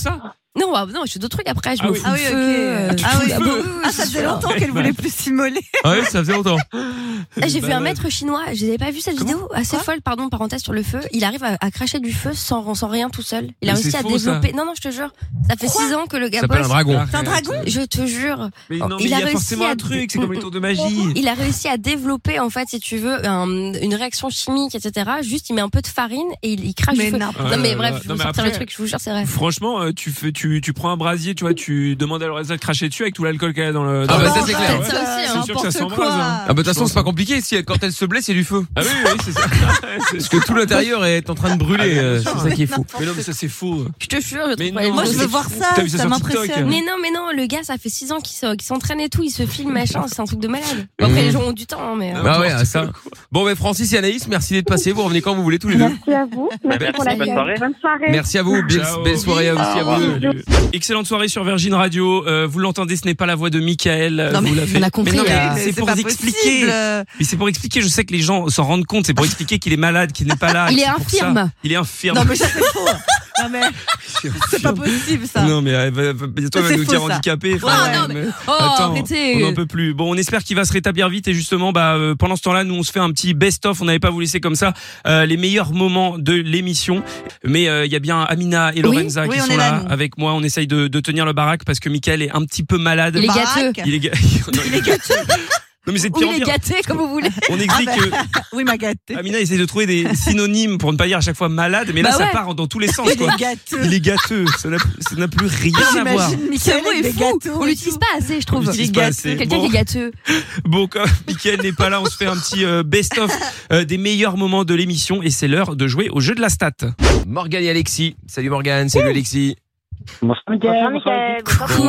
Non, je fais d'autres trucs après. Je me fous Ah le oui, feu. ok. Ça faisait longtemps qu'elle voulait plus s'immoler. Ah oui, ça faisait longtemps. J'ai vu un maître chinois. Je n'avais pas vu cette vidéo assez folle. Pardon, parenthèse sur le feu. Il arrive à cracher du feu sans rien tout seul. Il a réussi à développer. Non, je te jure. Ça fait 6 ans que le gars bosse. Ça s'appelle un dragon. C'est un dragon? Je te jure. Mais non, mais il y a forcément un truc. C'est comme les tours de magie. Il a réussi à développer, en fait, si tu veux, une réaction chimique, etc. Juste, il met un peu de farine et il crache du feu. Non, mais bref, je vais vous sortir le truc. Je vous jure, c'est vrai. Franchement, tu prends un brasier, tu vois, tu demandes à Lorenza de cracher dessus avec tout l'alcool qu'elle a dans le. Ah bah ça c'est clair. C'est sûr que ça s'embrase. Ah bah de toute façon c'est pas compliqué. Si quand elle se blesse, il y a du feu. Ah oui, c'est ça. Parce que tout l'intérieur est en train de brûler. C'est ça qui est fou. Mais non, mais ça c'est faux. Je te jure. Moi je veux voir ça m'impressionne. Mais non, le gars, ça fait 6 ans qu'il s'entraîne et tout, il se filme, machin, c'est un truc de malade. Après, les gens ont du temps, mais. Bah ouais, ça. Bon, mais Francis et Anaïs, merci d'être passés. Vous revenez quand vous voulez tous les deux. Merci à vous. Merci pour la bonne soirée. Merci à vous. Belle soirée aussi à vous. Excellente soirée sur Virgin Radio. Vous l'entendez, ce n'est pas la voix de Michael. Non, mais on a compris. C'est pour expliquer. Mais c'est pour expliquer. Je sais que les gens s'en rendent compte. C'est pour expliquer qu'il est malade, qu'il n'est pas là. Il est infirme. Il est infirme. Non, mais ça c'est faux. Non mais c'est pas possible ça. Non mais toi va nous dire handicapé. Attends, arrêtez. On n'en peut plus. Bon, on espère qu'il va se rétablir vite et justement pendant ce temps-là, nous on se fait un petit best-of. On n'avait pas vous laisser comme ça les meilleurs moments de l'émission. Mais il y a bien Amina et Lorenza qui sont là avec moi. On essaye de tenir le baraque parce que Mickaël est un petit peu malade. Il est gâteux. Il est gâteux. Non mais c'est de pire en pire. Il est gâté comme vous voulez. On explique que oui, ma gâté. Amina essaie de trouver des synonymes pour ne pas dire à chaque fois malade, mais là ça part dans tous les sens quoi. Il est gâteux. Ça n'a plus rien à voir. Ce mot est fou. On l'utilise pas assez, je trouve. Il est gâteux. Quelqu'un qui est gâteux. Bon, comme Mickaël n'est pas là, on se fait un petit best-of des meilleurs moments de l'émission et c'est l'heure de jouer au jeu de la stat. Morgane et Alexis. Salut Morgane, salut Alexis. Bonsoir Mickaël.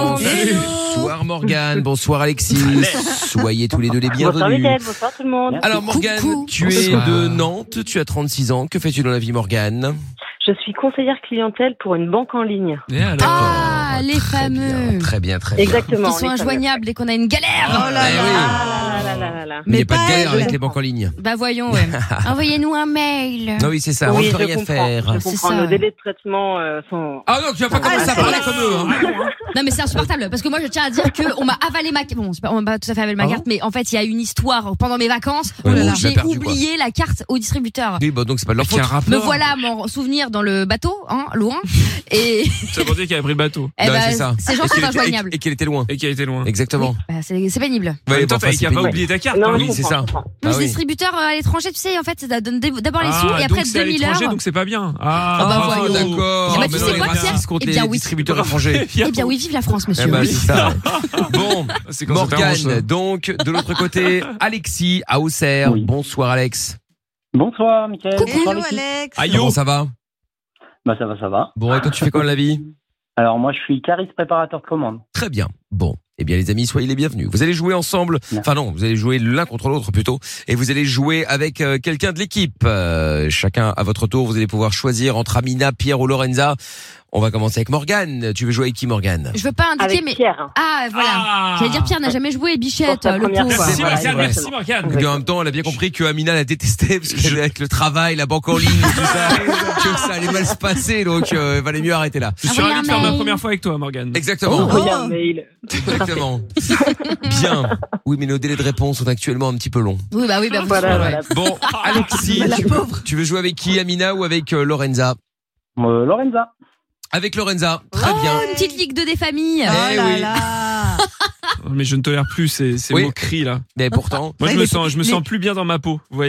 Bonsoir Morgane, bonsoir Alexis. Soyez tous les deux les bienvenus. Bonsoir Mickaël, bonsoir tout le monde. Alors Morgane, tu es de Nantes, tu as 36 ans. Que fais-tu dans la vie Morgane ? Je suis conseillère clientèle pour une banque en ligne. Ah, les fameux. Très bien. Exactement. Qui sont injoignables dès qu'on a une galère. Oh là là. Mais il n'y a pas de galère avec les banques en ligne. Bah voyons, envoyez-nous un mail. Non, oui, c'est ça, on ne peut rien faire. Je comprends, nos délais de traitement sont... Ah non, tu vas pas commencer à parler comme eux. Non mais c'est insupportable parce que moi je tiens à dire que on m'a avalé ma carte. Bon, on m'a pas tout à fait avalé ma carte, mais en fait il y a une histoire pendant mes vacances où j'ai oublié la carte au distributeur. Oui, bah donc c'est pas de leur faute. Me voilà mon souvenir dans le bateau, loin. Et ça veut dire qu'il avait pris le bateau. C'est ça. Ces gens sont injoignables. Et qu'elle était loin. Exactement. Oui, c'est pénible. Ouais, toi t'as pas oublié ta carte. Oui, c'est ça. Le distributeur à l'étranger, tu sais, en fait, ça donne d'abord les sous et après 2000 heures. Donc c'est pas bien. Ah bah d'accord. Tu sais quoi, Pierre ? Eh bien oui. Distributeurs étrangers. Eh bien oui, vive la France, monsieur. C'est ça. Bon, Morgane, donc de l'autre côté, Alexis à Auxerre. Bonsoir Alex. Bonsoir Mickaël. Hello Alex. Comment ça va ? Bah ça va. Bon, et toi tu fais quoi dans la vie ? Alors moi je suis cariste préparateur de commande. Très bien. Bon. Eh bien les amis, soyez les bienvenus. Vous allez jouer ensemble, enfin non, vous allez jouer l'un contre l'autre plutôt, et vous allez jouer avec quelqu'un de l'équipe. Chacun à votre tour, vous allez pouvoir choisir entre Amina, Pierre ou Lorenza. On va commencer avec Morgane. Tu veux jouer avec qui, Morgane ? Je veux pas indiquer, avec mais Pierre. Ah voilà. J'allais dire Pierre n'a jamais joué, Bichette, le pauvre. Merci Morgane. En même temps, elle a bien compris que Amina la détestait parce qu'avec le travail, la banque en ligne, tout ça, que ça allait mal se passer, donc il valait mieux arrêter là. Je suis ravi de faire ma première fois avec toi, Morgane. Exactement. Un mail. Exactement. Bien. Oui, mais nos délais de réponse sont actuellement un petit peu longs. Oui, bah oui, voilà. Bon, Alexis, tu veux jouer avec qui, Amina ou avec Lorenza ? Lorenza. Avec Lorenza, très bien. Une petite ligue de des familles. Mais je ne tolère plus ces moqueries là. Mais pourtant, moi je me sens plus bien dans ma peau. Vous voyez ?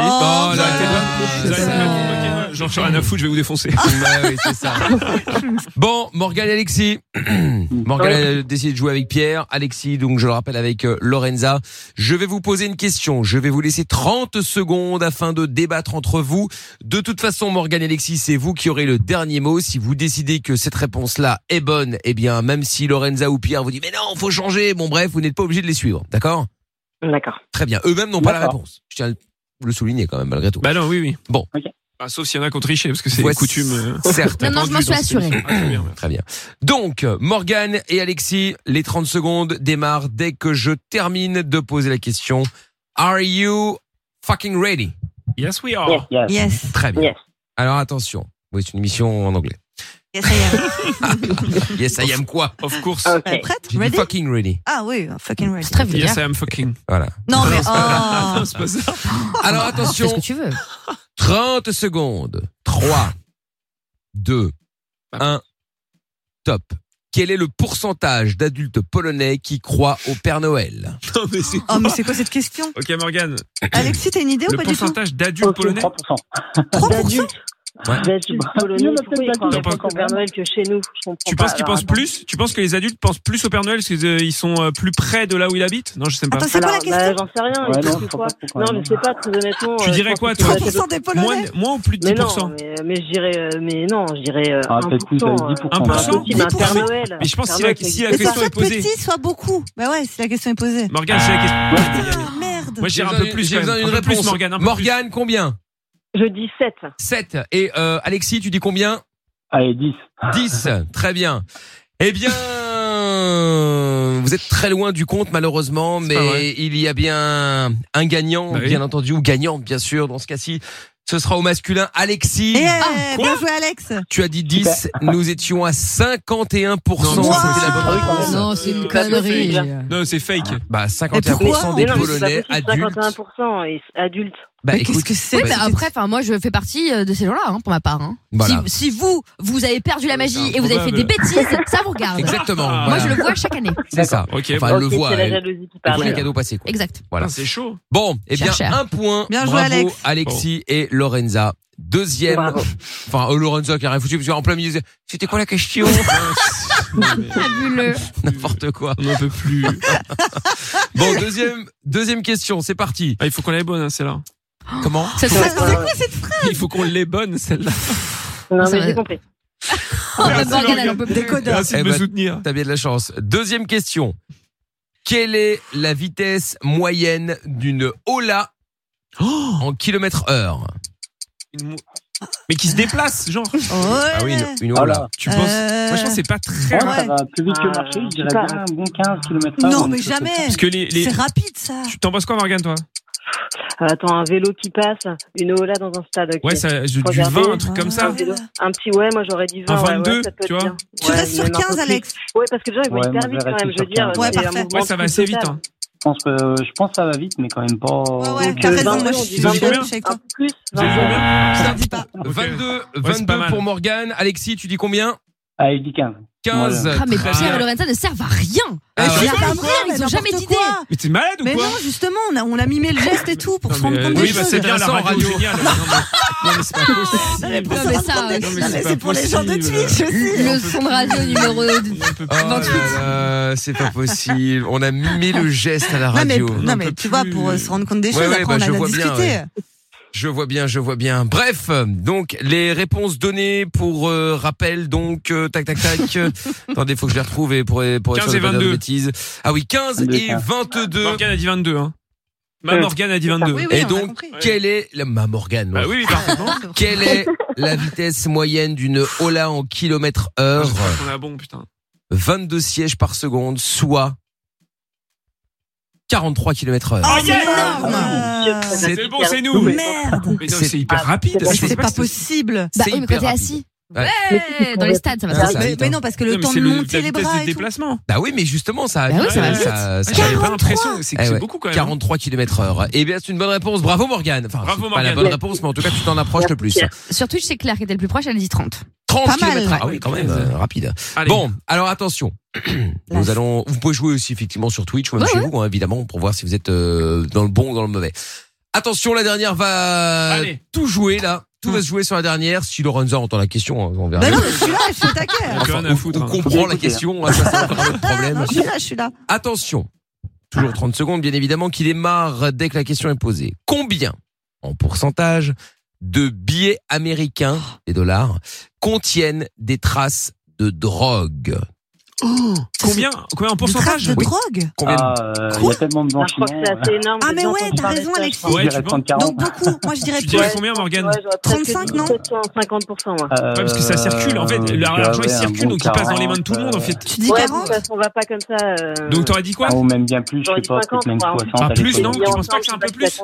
J'en fais rien à foutre, je vais vous défoncer. Oui, c'est ça. Bon, Morgane et Alexis. Morgane a décidé de jouer avec Pierre. Alexis, donc je le rappelle, avec Lorenza. Je vais vous poser une question. Je vais vous laisser 30 secondes afin de débattre entre vous. De toute façon, Morgane et Alexis, c'est vous qui aurez le dernier mot. Si vous décidez que cette réponse-là est bonne, eh bien, même si Lorenza ou Pierre vous dit, mais non, faut changer. Bon, bref, vous n'êtes pas obligé de les suivre. D'accord ? D'accord. Très bien. Eux-mêmes n'ont pas la réponse. Je tiens à le souligner quand même, malgré tout. Bah non, oui. Bon. Okay. Sauf s'il y en a qui ont triché, parce que c'est coutume. Certes. Non, je m'en suis assuré. Très bien. Donc, Morgane et Alexis, les 30 secondes démarrent dès que je termine de poser la question. Are you fucking ready? Yes, we are. Yes. Très bien. Yes. Alors attention. Oui, c'est une émission en anglais. Yes, I am. Yes, I am quoi? Of course. Okay. Prête? J'ai dit fucking ready. Ah oui, fucking ready. C'est très vulgaire. Yes, I am fucking. Voilà. Non, mais Non, c'est pas ça. Alors attention. Fais ce que tu veux. 30 secondes. 3, 2, 1, top. Quel est le pourcentage d'adultes polonais qui croient au Père Noël? Non, mais c'est Oh, mais c'est quoi cette question? Ok, Morgane. Alexis, t'as une idée ou Le pas du tout? pourcentage d'adultes polonais? 3%. 3%? Ouais. D'adultes polonais, pourquoi ils croient T'en penses au Père Noël que chez nous? Je comprends Tu pas. penses qu'ils Alors, pensent plus? Tu penses que les adultes pensent plus au Père Noël parce qu'ils sont plus près de là où il habite? Non, je sais pas. Attends, c'est quoi la question? J'en sais rien. Ouais, ils non, pensent faut quoi? pas trop, Non, quand je même. sais pas, très honnêtement. Tu dirais quoi, toi? 3% des Polonais? Moins ou plus de Mais 10%? non, mais je dirais, mais non, je dirais Ah, peut-être plus, 1%. 1%? Il a un Père Noël. Mais je pense si Père la Noël, si la Mais question soit est posée. petit, soit beaucoup. Bah ouais, si la question est posée. Morgane, si la question. Merde. Moi, je dirais un peu plus. J'ai quand besoin même. d'une Un peu plus, réponse. Morgane. Morgane, combien? Je dis 7. 7. Et Alexis, tu dis combien? Allez, 10. 10. Très bien. Eh bien, vous êtes très loin du compte malheureusement, mais il y a bien un gagnant, bien entendu, ou gagnante bien sûr dans ce cas-ci. Ce sera au masculin. Alexis. Bien joué, Alex. Tu as dit 10. Nous étions à 51%. C'était la bonne réponse. Non, c'est une connerie. Non, c'est fake. Bah, 51% des Polonais adultes. 51% adultes. Bah, Mais qu'est-ce que c'est? Oui, mais après, moi, je fais partie de ces gens-là, hein, pour ma part. Hein. Voilà. Si vous avez perdu la magie et vous avez fait des bêtises, ça vous regarde. Exactement. Moi, Voilà. je le vois chaque année. C'est ça. Ok. Enfin, elle le voit. C'est la Elle jalousie qui voit parle. les cadeaux passés, quoi. Exact. Voilà. C'est chaud. Bon, eh bien, Cher. un point. Bien joué, Bravo, Alex. Alexis et Lorenza. Deuxième. Bravo. Enfin, Lorenza qui a rien foutu, parce qu'en plein milieu, c'était quoi la question? Fabuleux. N'importe quoi. On n'en peut plus. Bon, deuxième question, c'est parti. Ah, il faut qu'on l'ait bonne, hein, celle-là. Comment? C'est quoi cette phrase? Il faut qu'on l'ait bonne, celle-là. Non, Ça mais va. j'ai compris. Morgane, elle en peut plus. Décodeur. Merci de Eh me ben, soutenir. T'as bien de la chance. Deuxième question. Quelle est la vitesse moyenne d'une Ola en kilomètres/heure? Mais qui se déplace, genre. Ah oui, une Ola. Tu penses? Moi, je pense que c'est pas très. Ouais, ça va plus vite que le marché, je dirais bien un bon 15 km/h. Non, mais jamais. Parce que C'est rapide, ça. Tu t'en penses quoi, Morgane, toi? Attends, un vélo qui passe, une Ola dans un stade. Okay. Ouais, ça, du Regardez. 20, un truc comme ça. Un petit, ouais, moi j'aurais dit 20. Un 22, ouais, ça peut tu être vois. bien. Tu restes sur même un peu 15, plus. Alex. Ouais, parce que les gens, ils vont Ouais, hyper moi, vite je vais quand même, rester je veux dire. sur 15. Ouais, c'est un parfait. mouvement Ouais, ça va de assez total. vite, hein. Je pense que ça va vite, mais quand même pas. Ouais, Donc, t'as raison, 22, moi je on suis dit Vous avez d'accord, combien je suis avec Un toi. peu plus. Vous avez combien? Je t'en dis pas. 22, c'est pas 22 mal. pour Morgane. Alexis, tu dis combien? Allez, je dis 15. 15. Voilà. Ah, mais Très Pierre bien. et Lorenza ne servent à rien. Ah, C'est ouais. pas vrai, ils ont jamais N'importe d'idée. quoi. Mais t'es malade ou Mais quoi? non, justement, on a mimé le geste et tout pour se rendre compte des oui, bah choses. c'est bien la Vincent, radio, radio. génial. Non, mais c'est pas possible. Pour Non, se mais rendre ça, compte des non, choses. mais Non, c'est mais pas c'est pour les gens de possible. Twitch aussi. Le son de radio numéro Oh 28. là là, c'est pas possible. On a mimé le geste à la Non, mais, radio. non, mais tu vois, pour se rendre compte des choses, après, on je en a vois bien, discuté. ouais. Je vois bien. Bref, donc les réponses données pour rappel, donc tac. Attendez, faut que je les retrouve et pour être 15 sûr et de pas dire de 22. bêtises. Ah oui, 15 et 22. Morgane a dit 22, hein. Ma Morgane a dit 22. Oui, oui, Et on a donc, compris. quelle est ma Morgane? Bah oui, parfaitement. Quelle est la vitesse moyenne d'une Ola en kilomètres/heure? Je crois qu'on a bon, putain. 22 sièges par seconde, soit 43 km/h. Oh, yes! C'est bon, c'est nous. Merde. Mais non, c'est hyper rapide. C'est pas possible. Bah C'est oui, mais quand hyper t'es rapide. assis. Ouais. Ouais, dans les stades, ça va Ouais, très ça vite. vite, Mais hein. non, parce que le Non, mais temps c'est de la monter les vitesse bras de et tout. déplacement. Bah oui, mais justement, ça Bah oui, ça va vite. J'avais pas l'impression. C'est que Eh c'est ouais. beaucoup quand même. 43 km/h. Eh bien, c'est une bonne réponse. Bravo Morgane. Enfin, Bravo, c'est pas la Morgane. bonne réponse, mais en tout cas, tu t'en approches le plus. Sur Twitch, c'est Claire qui était le plus proche, elle a dit 30. 30 Pas mal. km/h. Ah oui, quand même, rapide. Allez. Bon, alors attention. Vous pouvez jouer aussi effectivement sur Twitch ou même chez vous, hein, évidemment, pour voir si vous êtes dans le bon ou dans le mauvais. Attention, la dernière va Allez. tout jouer là. Tout va se jouer sur la dernière. Si Lorenza entend la question, on verra. Bah non, mais je suis là, je suis au taquet. On a plus rien à foutre. On comprend la question, hein, ça c'est encore un autre problème. Je suis là. Attention, toujours 30 secondes, bien évidemment, qu'il démarre dès que la question est posée. Combien, en pourcentage, de billets américains, des dollars, contiennent des traces de drogue? Combien en pourcentage? De drogue? Combien Il y a tellement de Je crois blanchiment. que c'est assez énorme. Ah, j'ai mais bien ouais, entendu t'as parler raison, de ça, Alexis. je crois. Ouais, tu penses. Donc beaucoup. Moi, je dirais Tu dirais plus. combien, Morgane? Ouais, j'aurais 35, non? 50%, moi. Ouais, parce que ça circule. En fait, l'argent il circule, donc il passe dans les mains de tout le monde. En fait. Tu dis Ouais, 40? parce qu'on va pas comme ça. Donc t'aurais dit quoi? Ou même bien plus, je J'aurais sais dit pas, 50, peut-être même moi. 60. Ah, allez, plus, faut non? dire. Tu penses pas que c'est un peu plus?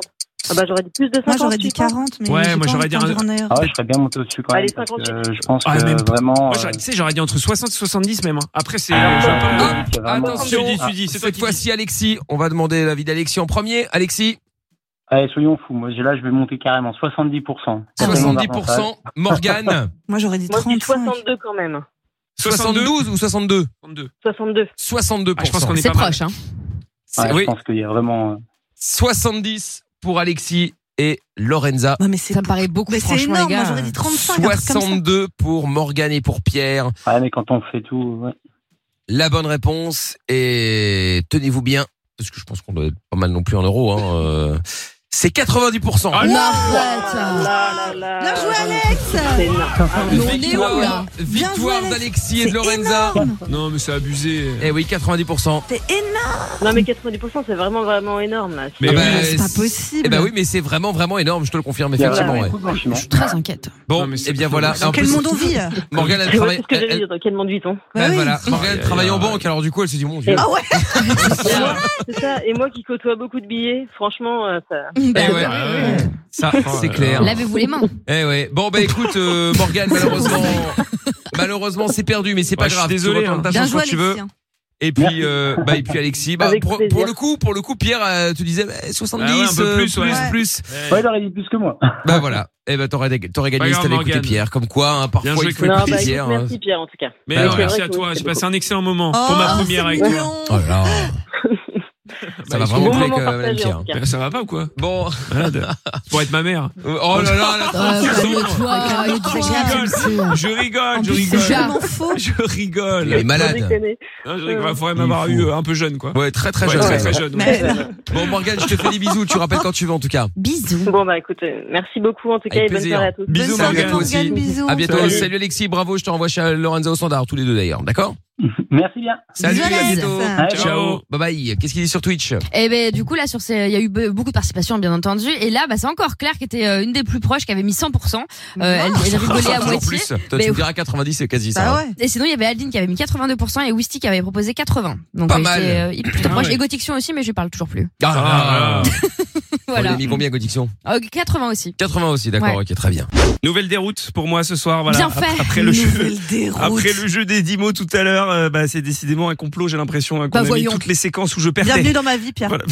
Ah bah j'aurais dit plus de 50. Moi j'aurais dit 40, mais ouais, moi j'aurais dit Ah ouais, je serais bien monté au-dessus quand même. Allez, parce 58. que je pense que même vraiment. Moi j'aurais dit entre 60 et 70 même. Après c'est. Attention, cette fois-ci Alexis, on va demander l'avis d'Alexis en premier. Alexis. Allez, soyons fous. Moi, là, je vais monter carrément 70%. 70%. Morgane. Moi, j'aurais dit 35. Moi, je dis 62 quand même. 72 ou 62? 62. 62%. Ah, je pense qu'on est c'est pas proche, mal. hein. Ouais, oui. je pense qu'il y a vraiment. 70 pour Alexis et Lorenza. Ouais, mais ça me paraît beaucoup, mais franchement, c'est énorme. les gars. Moi, j'aurais dit 35. 62 pour Morgane et pour Pierre. Ouais, mais quand on fait tout, ouais. La bonne réponse est, tenez-vous bien, parce que je pense qu'on doit être pas mal non plus en euros, hein, c'est 90%. Ah, Bien joué, Alex. Victoire d'Alexis et de Lorenza. Non, mais c'est abusé. Eh oui, 90%. C'est énorme. Non, mais 90%, c'est vraiment, vraiment énorme, là. Mais c'est pas possible. Eh ben oui, mais c'est vraiment, vraiment énorme, je te le confirme, effectivement. Ouais. Je suis très inquiète. Bon, eh bien voilà. Dans quel monde on vit? Morgane, elle travaille. C'est ce que j'allais dire, dans quel monde vit-on? Voilà. Morgane, elle travaille en banque, alors du coup, elle se dit, mon Dieu. Ah ouais. C'est ça. Et moi qui côtoie beaucoup de billets, franchement, ça. Ça, c'est clair. Lavez-vous les mains. Eh ouais. Bon, bah écoute, Morgane, malheureusement, c'est perdu, mais c'est pas grave. Désolé. Tu retentes ta chance quand tu veux. Et puis, Alexis, pour le coup, Pierre, tu disais 70, un peu plus. Ouais, il aurait dit plus que moi. Bah voilà. Eh ben t'aurais gagné si t'avais écouté Pierre. Comme quoi, hein, parfois il faut écouter Pierre. Merci Pierre en tout cas. Mais merci à toi. J'ai passé un excellent moment pour ma première avec toi. Oh là là. Ça va vraiment plaire que Madame Pierre. Ça va pas ou quoi? Bon. Pour être ma mère. Oh là là, je rigole. Je rigole. Il est malade. Il faudrait m'avoir eu un peu jeune, quoi. Ouais, très jeune. Très jeune. Bon, Morgane, je te fais des bisous. Tu rappelles quand tu veux, en tout cas. Bisous. Bon, bah, écoute, merci beaucoup, en tout cas, et bonne soirée à tous. Bisous, Morgane, aussi. Bisous. À bientôt. Salut Alexis, bravo. Je te renvoie chez Lorenza au standard, tous les deux d'ailleurs. D'accord? Merci bien. Salut, à bientôt. Ciao. Bye bye. Qu'est-ce qu'il dit sur Twitch? Eh ben, du coup, là, il y a eu beaucoup de participation, bien entendu. Et là, c'est encore Claire qui était une des plus proches, qui avait mis 100%. Elle rigolait à moitié. Plus. Toi, tu me diras 90, c'est quasi ça. Ouais. Et sinon, il y avait Aldine qui avait mis 82% et Wisty qui avait proposé 80. Donc, pas mal. Plutôt proche. Et Gotiction aussi, mais je lui parle toujours plus. Voilà. On a mis combien, Gotiction? 80 aussi. 80 aussi, d'accord. Ouais. Ok, très bien. Nouvelle déroute pour moi ce soir. Voilà. Bien fait. Après le jeu des 10 mots tout à l'heure, c'est décidément un complot. J'ai l'impression qu'on a mis toutes les séquences où je perdais. Bienvenue dans ma vie, Pierre. Voilà.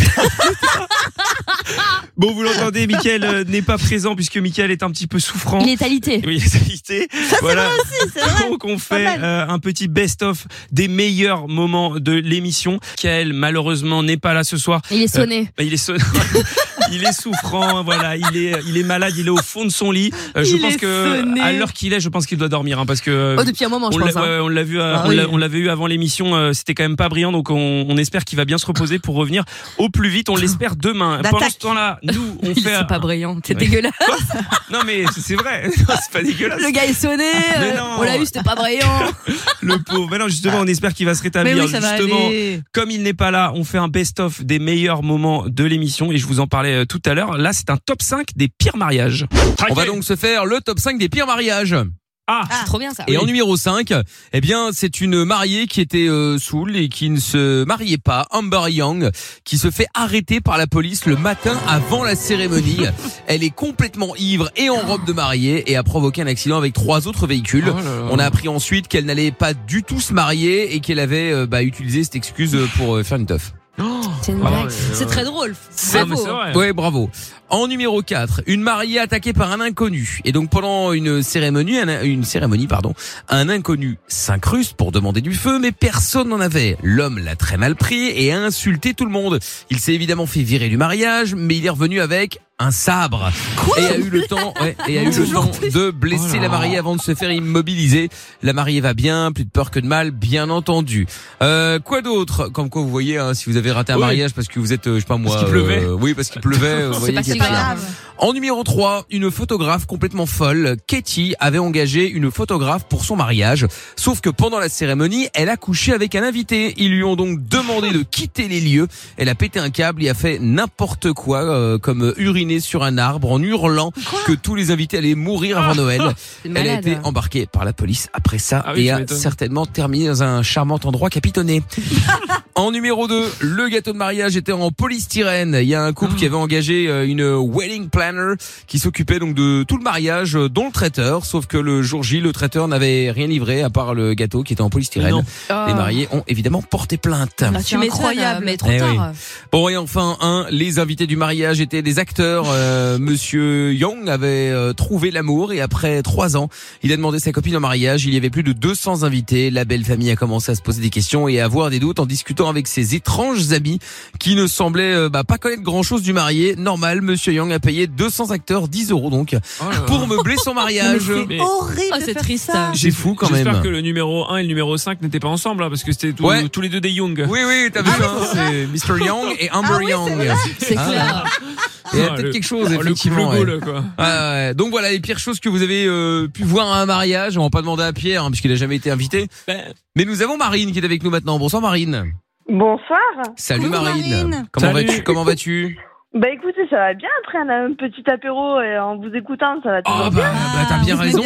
Bon, vous l'entendez, Mickaël n'est pas présent puisque Mickaël est un petit peu souffrant. Il est alité. Oui, il est alité. Voilà. C'est vrai. Donc on fait un petit best-of des meilleurs moments de l'émission. Mickaël, malheureusement, n'est pas là ce soir. Il est sonné. Il est sonné. Il est souffrant, voilà, il est malade, il est au fond de son lit. Je pense que à l'heure qu'il est, je pense qu'il doit dormir, hein, parce que depuis un moment, je pense. On l'a vu, on l'avait eu avant l'émission. C'était quand même pas brillant, donc on espère qu'il va bien se reposer pour revenir au plus vite. On l'espère demain. Pendant ce temps-là, nous, on fait. C'est pas brillant, c'est dégueulasse. Non mais c'est vrai, c'est pas dégueulasse. Le gars est sonné. On l'a eu, c'était pas brillant. Le pauvre. Mais non, justement, on espère qu'il va se rétablir. Mais oui, ça justement, va aller. comme il n'est pas là, on fait un best-of des meilleurs moments de l'émission et je vous en parlais tout à l'heure. Là, c'est un top 5 des pires mariages. On va donc se faire le top 5 des pires mariages. C'est trop bien ça. Et en numéro 5, eh bien, c'est une mariée qui était saoule et qui ne se mariait pas, Amber Young, qui se fait arrêter par la police le matin avant la cérémonie. Elle est complètement ivre et en robe de mariée et a provoqué un accident avec 3 autres véhicules. On a appris ensuite qu'elle n'allait pas du tout se marier et qu'elle avait utilisé cette excuse pour faire une teuf. C'est une blague. C'est très drôle. Bravo. Ouais, bravo. En numéro 4, une mariée attaquée par un inconnu. Et donc pendant une cérémonie, un inconnu s'incruste pour demander du feu, mais personne n'en avait. L'homme l'a très mal pris et a insulté tout le monde. Il s'est évidemment fait virer du mariage, mais il est revenu avec un sabre. Et a eu le temps, de blesser la mariée avant de se faire immobiliser. La mariée va bien, plus de peur que de mal, bien entendu. Quoi d'autre? Comme quoi, vous voyez, si vous avez raté un mariage parce que vous êtes, je sais pas moi, parce qu'il pleuvait. oui, parce qu'il pleuvait. Vous voyez, pas si grave. En numéro 3, une photographe complètement folle. Katie avait engagé une photographe pour son mariage. Sauf que pendant la cérémonie, elle a couché avec un invité. Ils lui ont donc demandé de quitter les lieux. Elle a pété un câble et a fait n'importe quoi, comme uriner sur un arbre en hurlant que tous les invités allaient mourir avant Noël. Elle a été embarquée par la police après ça et a certainement terminé dans un charmant endroit capitonné. En numéro 2, le gâteau de mariage était en polystyrène. Il y a un couple qui avait engagé une wedding planner qui s'occupait donc de tout le mariage, dont le traiteur. Sauf que le jour J, le traiteur n'avait rien livré à part le gâteau qui était en polystyrène. Les mariés ont évidemment porté plainte. C'est incroyable, mais trop tard. Bon, et enfin, les invités du mariage étaient des acteurs. Monsieur Young avait trouvé l'amour et après 3 ans, il a demandé sa copine en mariage. Il y avait plus de 200 invités. La belle famille a commencé à se poser des questions et à avoir des doutes en discutant avec ses étranges amis qui ne semblaient pas connaître grand-chose du marié. Normal, Monsieur Young a payé 200 acteurs 10 € donc pour meubler son mariage. C'est horrible. C'est triste. C'est fou quand même. J'espère que le numéro 1 et le numéro 5 n'étaient pas ensemble parce que c'était tous les deux des Young. Oui, t'as vu c'est Mr. Young et Amber Young. C'est clair. Il y a peut-être quelque chose effectivement. Le couple quoi. Donc voilà les pires choses que vous avez pu voir à un mariage. On va pas demander à Pierre puisqu'il a jamais été invité. Mais nous avons Marine qui est avec nous maintenant. Bonsoir Marine. Bonsoir. Salut Marine. Comment vas-tu? Bah écoutez, ça va bien après un petit apéro et en vous écoutant, ça va toujours bien. T'as bien raison.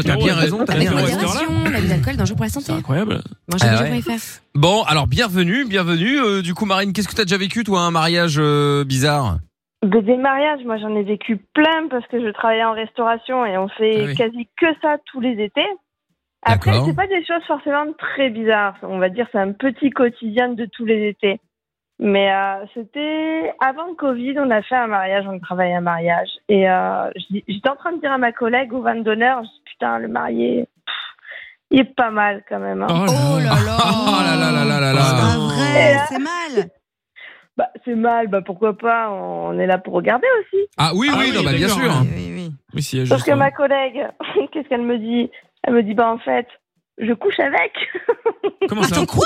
L'abus d'alcool dangereux pour la santé. C'est incroyable. Moi j'ai déjà faire. Bon, alors bienvenue. Du coup Marine, qu'est-ce que t'as déjà vécu toi un mariage bizarre? Des mariages, moi j'en ai vécu plein parce que je travaillais en restauration et on fait quasi que ça tous les étés. Après, c'est pas des choses forcément très bizarres. On va dire c'est un petit quotidien de tous les étés. Mais c'était avant le Covid, on a fait un mariage, on travaillait un mariage. Et j'étais en train de dire à ma collègue au vin d'honneur, je dis putain, le marié, il est pas mal quand même. Hein. Oh là là. C'est pas vrai, c'est mal. Bah c'est mal, pourquoi pas, on est là pour regarder aussi. Ah oui, bien sûr. Oui. Sauf que ma collègue, qu'est-ce qu'elle me dit? Elle me dit en fait, je couche avec. Comment ça? Quoi?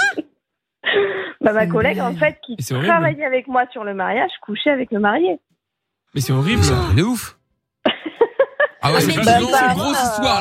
Ma collègue en fait qui travaillait avec moi sur le mariage couchait avec le marié. Mais c'est horrible. C'est ouf. Ah ouais, c'est une grosse histoire.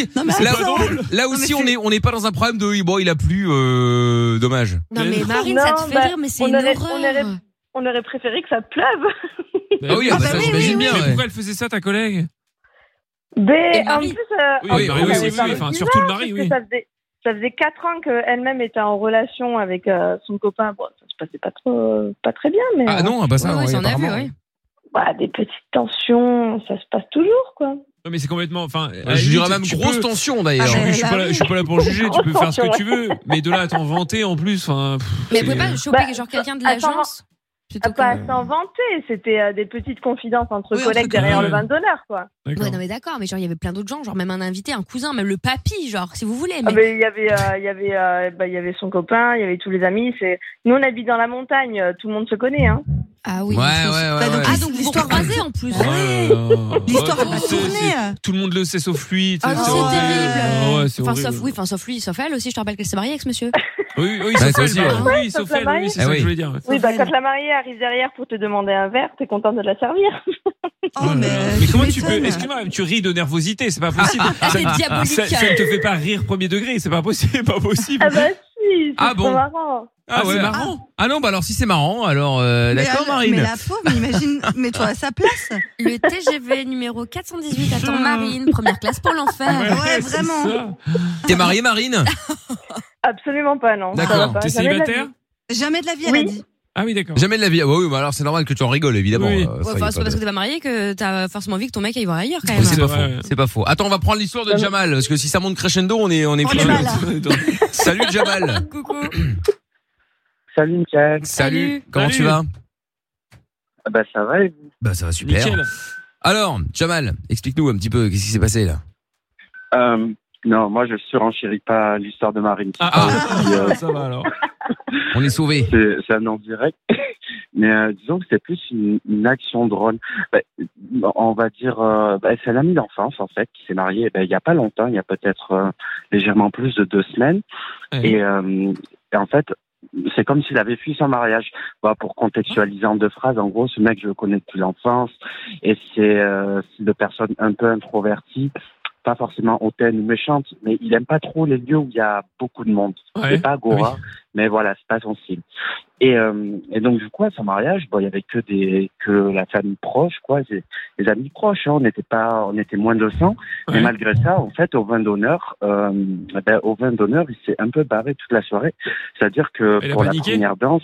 Là aussi, on n'est pas dans un problème de il a plu, dommage. Non mais Marine, ça te fait rire, mais c'est une horreur. On aurait préféré que ça pleuve. Ah oui, ça j'imagine bien. Mais pourquoi elle faisait ça, ta collègue? En plus, oui, surtout le mari, oui. Ça faisait 4 ans qu'elle-même était en relation avec son copain. Bon, ça se passait pas très bien, mais. Ah non, ça, on a vu, oui. Des petites tensions, ça se passe toujours, quoi. Non, mais c'est complètement, je dirais même grosse tension d'ailleurs. Je suis pas là pour juger, tu peux faire ce que tu veux, mais de là à t'en vanter en plus, Mais vous pouvez pas choper quelqu'un de l'agence? Pas à s'en vanter, c'était des petites confidences entre collègues derrière le vin d'honneur, quoi. Ouais, non mais d'accord, mais il y avait plein d'autres gens, même un invité, un cousin, même le papy, si vous voulez. Mais il y avait son copain, il y avait tous les amis. Nous on habite dans la montagne, tout le monde se connaît, hein. Ah oui. Ouais. Donc vous vous croisez en plus. L'histoire va tourner. Tout le monde le sait sauf lui. C'est terrible. Sauf lui, sauf elle aussi. Je te rappelle qu'elle s'est mariée avec ce monsieur. Oui, sauf elle. C'est ça que je voulais dire. Oui, quand la mariée arrive derrière pour te demander un verre, t'es contente de la servir. Mais comment tu peux? Excuse-moi, tu ris de nervosité, c'est pas possible. C'est diabolique. Ça ne te fait pas rire premier degré, c'est pas possible. Ah bah si, c'est trop marrant. Ah ouais, c'est marrant. Ah non, alors si c'est marrant, alors d'accord Marine. Mais la pauvre, imagine, mets-toi à sa place. Le TGV numéro 418 attend Marine, première classe pour l'enfer. Ouais, vraiment. T'es mariée Marine? Absolument pas, non. D'accord. T'es célibataire? Jamais de la vie, elle a dit. Ah oui, d'accord. Jamais de la vie. Oui, mais alors c'est normal que tu en rigoles, évidemment. Oui. C'est pas parce que t'es pas marié que t'as forcément envie que ton mec aille voir ailleurs, quand même. C'est pas faux. Attends, on va prendre l'histoire de Jamal, parce que si ça monte crescendo, on est plus mal. Salut Jamal. Coucou. Salut Mickaël. Salut. Comment tu vas? Ça va et vous? Ça va super. Nickel. Alors, Jamal, explique-nous un petit peu, qu'est-ce qui s'est passé là? Non, moi je surenchéris pas l'histoire de Marine. Ça va alors. On est sauvés. C'est un en direct. Mais disons que c'est plus une action drôle. On va dire, c'est un ami d'enfance en fait qui s'est marié il y a pas longtemps, il y a peut-être légèrement plus de 2 semaines. Et en fait, c'est comme s'il avait fui son mariage. Bah, pour contextualiser en 2 phrases, en gros, ce mec, je le connais depuis l'enfance, et c'est de personnes un peu introverties, pas forcément hautaine ou méchante, mais il aime pas trop les lieux où il y a beaucoup de monde. Ouais. C'est pas agora, mais voilà, c'est pas son style. Et donc du coup, à son mariage, bon, il y avait que la famille proche, quoi, les amis proches. Hein, on était moins de 200. Ouais. Mais malgré ça, en fait, au vin d'honneur, il s'est un peu barré toute la soirée. C'est-à-dire que pour la première danse,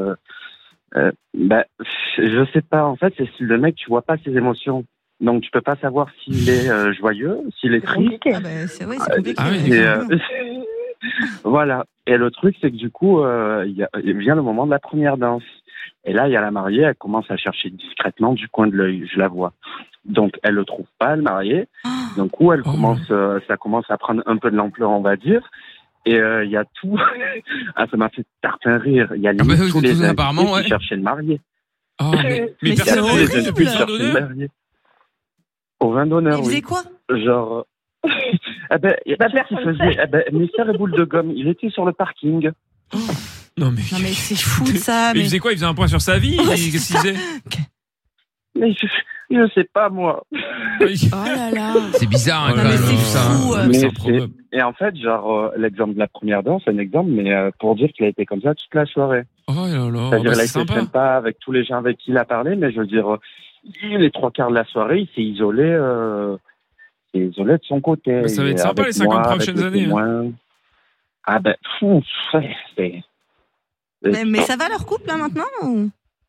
je sais pas. En fait, c'est le mec, tu vois pas ses émotions. Donc tu peux pas savoir s'il est joyeux, s'il est triste. C'est compliqué. Voilà. Et le truc, c'est que du coup, il vient le moment de la première danse. Et là, il y a la mariée, elle commence à chercher discrètement du coin de l'œil. Je la vois. Donc, elle le trouve pas, le marié. Donc, ça commence à prendre un peu de l'ampleur, on va dire. Et il y a tout. Ça m'a fait tarpin rire. Il y a tous les invités qui cherchaient le marié. Oh, mais personne n'a vu depuis le vin d'honneur. Au vin d'honneur, il faisait quoi? Genre... personne faisait. Mystère et boule de gomme. Il était sur le parking. Oh. Non mais c'est fou ça. Mais il faisait quoi? Il faisait un point sur sa vie? Qu'est-ce qu'il faisait? Mais je sais pas moi. Oh là là. C'est bizarre, quand même. C'est fou. Et en fait, genre l'exemple de la première danse, c'est un exemple, mais pour dire qu'il a été comme ça toute la soirée. Oh là là. C'est-à-dire il a été sympa avec tous les gens avec qui il a parlé, mais je veux dire, les 3/4 de la soirée, il s'est isolé. Isolé de son côté. Mais ça va être sympa les 50 prochaines années. Ah ben, c'est... Mais ça va leur couple là maintenant ou...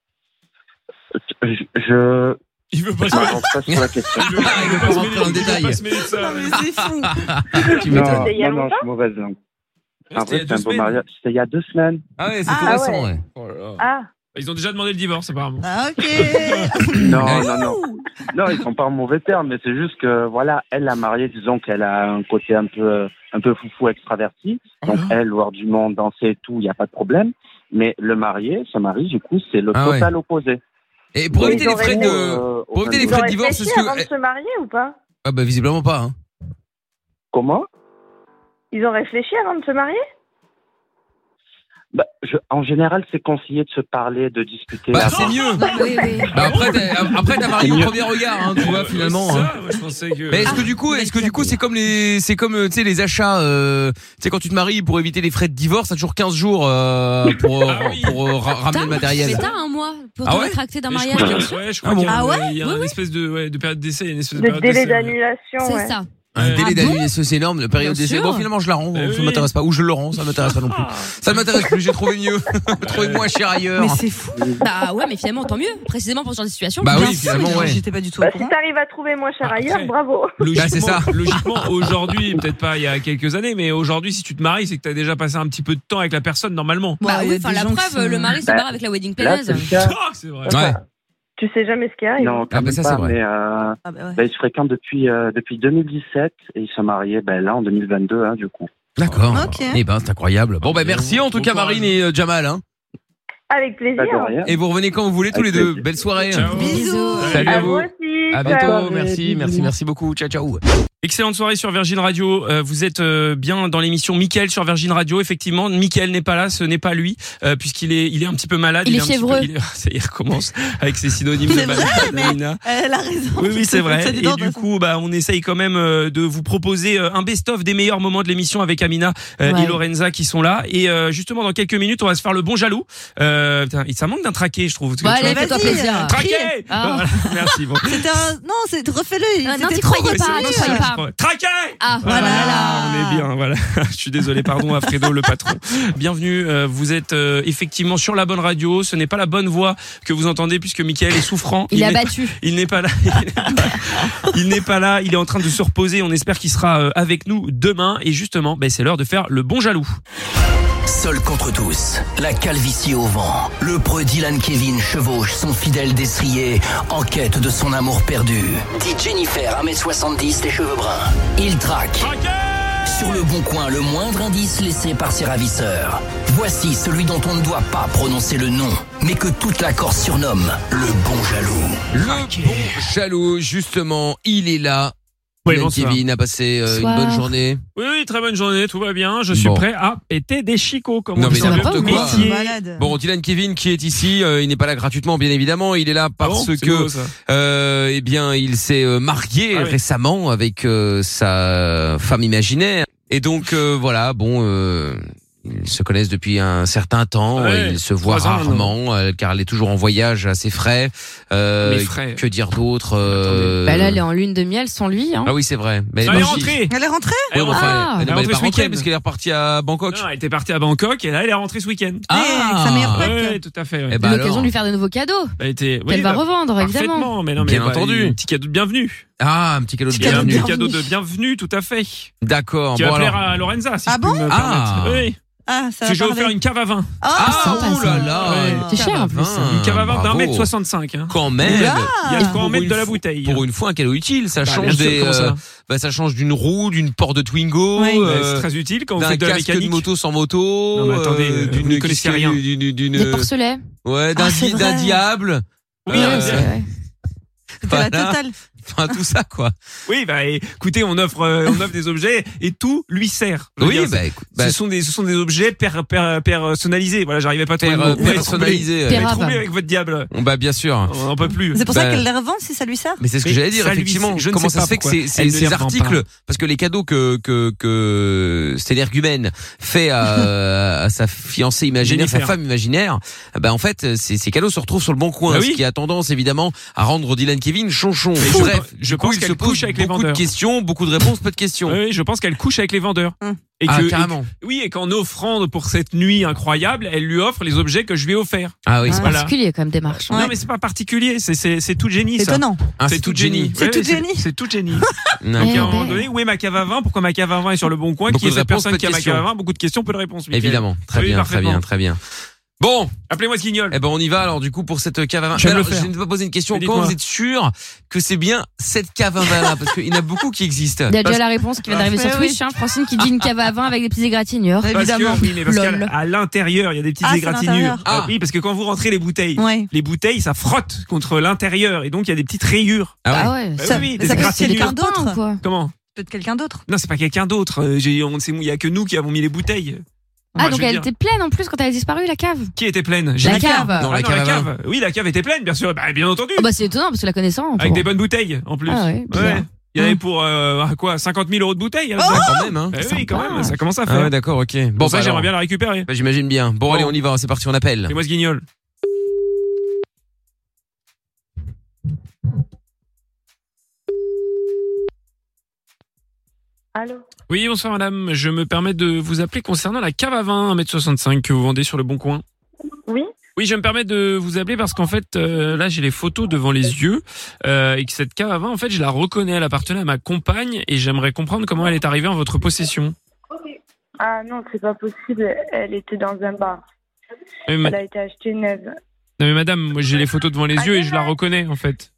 Il veut pas sur la question. Il veut pas rentrer en détail. Non mais c'est fou. Non, je suis mauvaise langue. En fait, c'est un beau mariage. C'était il y a 2 semaines. Ah ouais, c'est tout récent, ouais. Oh là là. Ils ont déjà demandé le divorce, apparemment. Ah, ok. Non, ils sont pas en mauvais termes, mais c'est juste que, voilà, elle, la mariée, disons qu'elle a un côté un peu foufou extraverti. Donc, elle, voir du monde, danser et tout, il n'y a pas de problème. Mais le marié, son mari, du coup, c'est le total opposé. Et pour éviter les frais de divorce, est-ce que... avant de se marier ou pas? Ah, bah, visiblement pas, hein. Comment? Ils ont réfléchi avant de se marier? En général, c'est conseillé de se parler, de discuter. C'est mieux. Oui. Après, t'as marié au premier regard, hein, tu vois, finalement. Ça, moi, je pensais que... Mais est-ce que du coup, c'est comme tu sais, les achats, tu sais, quand tu te maries, pour éviter les frais de divorce, t'as toujours 15 jours, pour ramener le matériel. Mais t'as un mois pour te rétracter d'un mariage, bien sûr. Ouais, je crois qu'il y a une espèce de période d'essai, une espèce de délai d'annulation. C'est ça. Un délai d'annulation, c'est énorme. La période d'essai. Bon, finalement, je la rends. Ça m'intéresse pas. Ou je le rends. Ça m'intéresse pas non plus. Ça ne m'intéresse plus. J'ai trouvé mieux. Trouvé moins cher ailleurs. Mais c'est fou. Bah ouais, mais finalement, tant mieux. Précisément pour ce genre de situation. Bah oui, finalement, ouais. J'étais pas du tout au courant. Si t'arrives à trouver moins cher ailleurs, bravo. C'est ça. Logiquement, aujourd'hui, peut-être pas il y a quelques années, mais aujourd'hui, si tu te maries, c'est que t'as déjà passé un petit peu de temps avec la personne, normalement. Bah oui, enfin, la preuve, le mari se barre avec la wedding planner. C'est vrai. Ouais. Tu sais jamais ce qu'il y a. Non, ça c'est vrai. Mais ils se fréquentent depuis 2017 et ils sont mariés là en 2022 hein, du coup. D'accord. Okay. Eh ben c'est incroyable. Bon merci en tout cas Marine et Jamal hein. Avec plaisir. Et vous revenez quand vous voulez tous les deux. Belle soirée. Ciao. Bisous. Salut à vous. À bientôt. Merci beaucoup. Ciao. Excellente soirée sur Virgin Radio. Vous êtes bien dans l'émission Mickaël sur Virgin Radio. Effectivement, Mickaël n'est pas là, ce n'est pas lui, puisqu'il est un petit peu malade. Il est fiévreux. Il recommence avec ses synonymes de malade. Elle a raison. Oui, c'est vrai. Et du coup, on essaye quand même de vous proposer un best-of des meilleurs moments de l'émission avec Amina et Lorenza qui sont là. Et justement, dans quelques minutes, on va se faire le bon jaloux. Ça manque d'un traqué, je trouve. Allez, fais-toi plaisir. Traqué. Voilà, merci. Bon. Refais-le. Non, t'y croyais pas. Traqué. Voilà. On est bien, voilà. Je suis désolé, pardon à Fredo le patron. Bienvenue, vous êtes effectivement sur la bonne radio. Ce n'est pas la bonne voix que vous entendez puisque Mickaël est souffrant. Il est abattu. Il n'est pas là. Il n'est pas là. Il est en train de se reposer. On espère qu'il sera avec nous demain. Et justement, c'est l'heure de faire le bon jaloux. Seul contre tous, la calvitie au vent, le preux Dylan Kevin chevauche son fidèle destrier en quête de son amour perdu. Dit Jennifer, 1m70, les cheveux bruns. Il traque. Sur le bon coin, le moindre indice laissé par ses ravisseurs. Voici celui dont on ne doit pas prononcer le nom, mais que toute la Corse surnomme le bon jaloux. Le bon jaloux, justement, il est là. Kevin a passé une bonne journée. Oui, très bonne journée, tout va bien. Je suis prêt à péter des chicots, comme on dit. Non, mais n'importe quoi. Bon, Dylan Kevin qui est ici, il n'est pas là gratuitement, bien évidemment. Il est là parce que, eh bien, il s'est marié récemment avec sa femme imaginaire. Et donc, voilà, ils se connaissent depuis un certain temps, ils se voient rarement car elle est toujours en voyage assez frais. Que dire d'autre là elle est en lune de miel sans lui hein. Ah oui, c'est vrai. Mais elle est rentrée. Elle est rentrée elle est rentrée ce week-end parce qu'elle est repartie à Bangkok. Non, elle était partie à Bangkok et là elle est rentrée ce week-end. Avec sa meilleure pote. Oui, tout à fait. Ouais. L'occasion de lui faire de nouveaux cadeaux. Elle va revendre évidemment. Mais non, bien entendu. Un petit cadeau de bienvenue. Un petit cadeau de bienvenue. Un petit cadeau de bienvenue, tout à fait. D'accord. Qui va plaire à Lorenza si je peux me permettre. Oui. Ça je vais offrir une cave à vin. Oh là là, c'est cher en plus. Une cave à vin d'1,65 m. Quand même. Il y a de quoi en mettre de la bouteille. Pour une fois, un cadeau utile. Ça change ça change d'une roue, d'une porte de Twingo. C'est très utile quand on fait de la mécanique. D'un casque de moto sans moto. Non mais attendez, vous ne connaissez rien. Des porcelets. Ouais, d'un diable. Oui, c'était la totale. Enfin, tout ça, quoi. Oui, écoutez, on offre des objets et tout lui sert. Oui, ce sont des objets personnalisés. Voilà, j'arrivais pas à trouver le mot. Personnalisés. Troublé avec votre diable. Bien sûr. On n'en peut plus. C'est pour ça qu'elle les revend si ça lui sert. Mais c'est ce que j'allais dire, effectivement. Comment ça se fait que ces articles, parce que les cadeaux que cet énergumène fait à sa fiancée imaginaire, sa femme imaginaire, en fait, ces cadeaux se retrouvent sur le bon coin, ce qui a tendance, évidemment, à rendre Dylan Kevin chonchon. Bref, je pense qu'elle couche avec les vendeurs. Beaucoup de questions, beaucoup de réponses, peu de questions. Oui, je pense qu'elle couche avec les vendeurs. Et carrément. Et qu'en offrande pour cette nuit incroyable, elle lui offre les objets que je lui ai offerts. Ah oui, c'est particulier comme démarche. Non, mais c'est pas particulier, c'est tout génie, ça. C'est étonnant. C'est tout génie. C'est tout génie. C'est tout génie. Donc à un moment donné, où est ma cave à vin? Pourquoi ma cave à vin est sur le bon coin? Qui est cette personne qui a ma cave à vin? Beaucoup de questions, peu de réponses. Évidemment. Très bien. Bon, appelez-moi ce guignol. On y va alors du coup pour cette cave à vin. Je ne vais pas poser une question. Comment vous êtes sûr que c'est bien cette cave à vin là? Parce qu'il y en a beaucoup qui existent. Il y a déjà la réponse qui vient d'arriver sur Twitch. Francine qui dit une cave à vin avec des petits égratignures. Évidemment. Oui, mais parce qu'à l'intérieur il y a des petites égratignures. Oui, parce que quand vous rentrez les bouteilles ça frotte contre l'intérieur et donc il y a des petites rayures. Ah ouais. Oui, des égratignures. Quelqu'un d'autre quoi? Comment? Peut-être quelqu'un d'autre. Non, c'est pas quelqu'un d'autre. Il y a que nous qui avons mis les bouteilles. Donc elle était pleine en plus quand elle a disparu, la cave. Qui était pleine? La cave. Non, la cave. Oui, la cave était pleine, bien sûr. Bien entendu. C'est étonnant parce que la connaissant. Avec des bonnes bouteilles en plus. Il y avait pour 50 000 € de bouteilles. Quand même, hein. Oui, quand même, ça commence à faire. Ah ouais, d'accord, ok. Bon, ça j'aimerais bien la récupérer. J'imagine bien. Bon, allez, on y va, c'est parti, on appelle. Fais-moi ce guignol. Allô? Oui, bonsoir madame. Je me permets de vous appeler concernant la cave à vin 1,65 m que vous vendez sur le Bon Coin. Oui. Oui, je me permets de vous appeler parce qu'en fait, là, j'ai les photos devant les yeux et que cette cave à vin, en fait, je la reconnais. Elle appartenait à ma compagne et j'aimerais comprendre comment elle est arrivée en votre possession. Ah non, c'est pas possible. Elle était dans un bar. Elle a été achetée neuve. Non mais madame, moi j'ai les photos devant les yeux et je la reconnais en fait.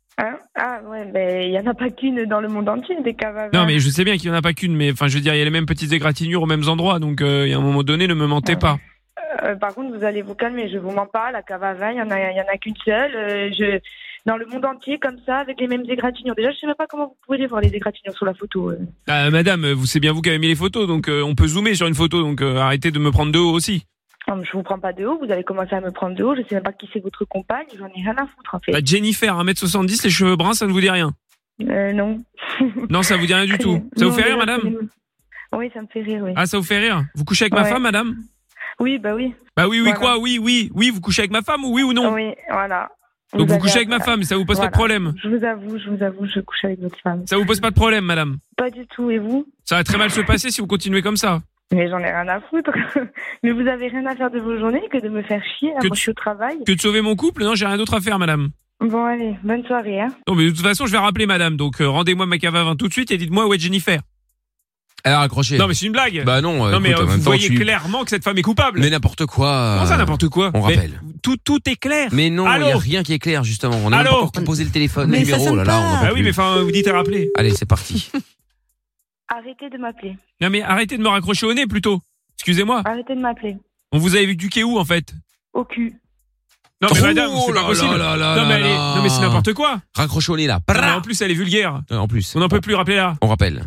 Il y en a pas qu'une dans le monde entier des caves à vin. Non mais je sais bien qu'il y en a pas qu'une, mais enfin je veux dire il y a les mêmes petites égratignures aux mêmes endroits, donc il y a un moment donné, ne me mentez pas. Par contre, vous allez vous calmer, je vous mens pas. La cave à vin, il y en a qu'une seule. Dans le monde entier comme ça, avec les mêmes égratignures. Déjà, je sais même pas comment vous pouvez les voir les égratignures sur la photo. Madame, c'est bien vous qui avez mis les photos, donc on peut zoomer sur une photo, donc arrêtez de me prendre de haut aussi. Non, mais je vous prends pas de haut, vous allez commencer à me prendre de haut, je sais même pas qui c'est votre compagne, j'en ai rien à foutre en fait. Jennifer, 1m70, les cheveux bruns, ça ne vous dit rien? Non. Non, ça vous dit rien du tout. Ça vous fait rire, madame? Oui, ça me fait rire, oui. Ah, ça vous fait rire? Vous couchez avec ma femme, madame? Oui, bah oui. Bah oui, voilà. Quoi? Oui, vous couchez avec ma femme ou oui ou non? Oui, voilà. Donc vous couchez avec ma femme, ça vous pose pas de problème? Je vous avoue, je couche avec votre femme. Ça vous pose pas de problème, madame? Pas du tout, et vous? Ça va très mal se passer si vous continuez comme ça. Mais j'en ai rien à foutre. Mais vous avez rien à faire de vos journées que de me faire chier. Moi, je suis au travail. Que de sauver mon couple? Non, j'ai rien d'autre à faire, madame. Bon, allez, bonne soirée. Hein. Non, mais de toute façon, je vais rappeler madame. Donc, rendez-moi ma cave à vin tout de suite et dites-moi où est Jennifer. Alors, accrochez. Non, mais c'est une blague. Bah non. Non, mais vous voyez clairement que cette femme est coupable. Mais n'importe quoi. Comment ça, n'importe quoi? On rappelle. Tout est clair. Mais non, il n'y a rien qui est clair, justement. On a même pas encore composé le téléphone, le numéro, là. Ah oui, mais enfin, vous dites à rappeler. Allez, c'est parti. Arrêtez de m'appeler. Non, mais arrêtez de me raccrocher au nez, plutôt. Excusez-moi. Arrêtez de m'appeler. On vous a éduqué où, en fait? Au cul. Non mais madame, c'est pas possible. Non mais c'est n'importe quoi. Raccrochonné là. Non, mais en plus elle est vulgaire. En plus. On n'en peut plus, rappelez-la. On rappelle.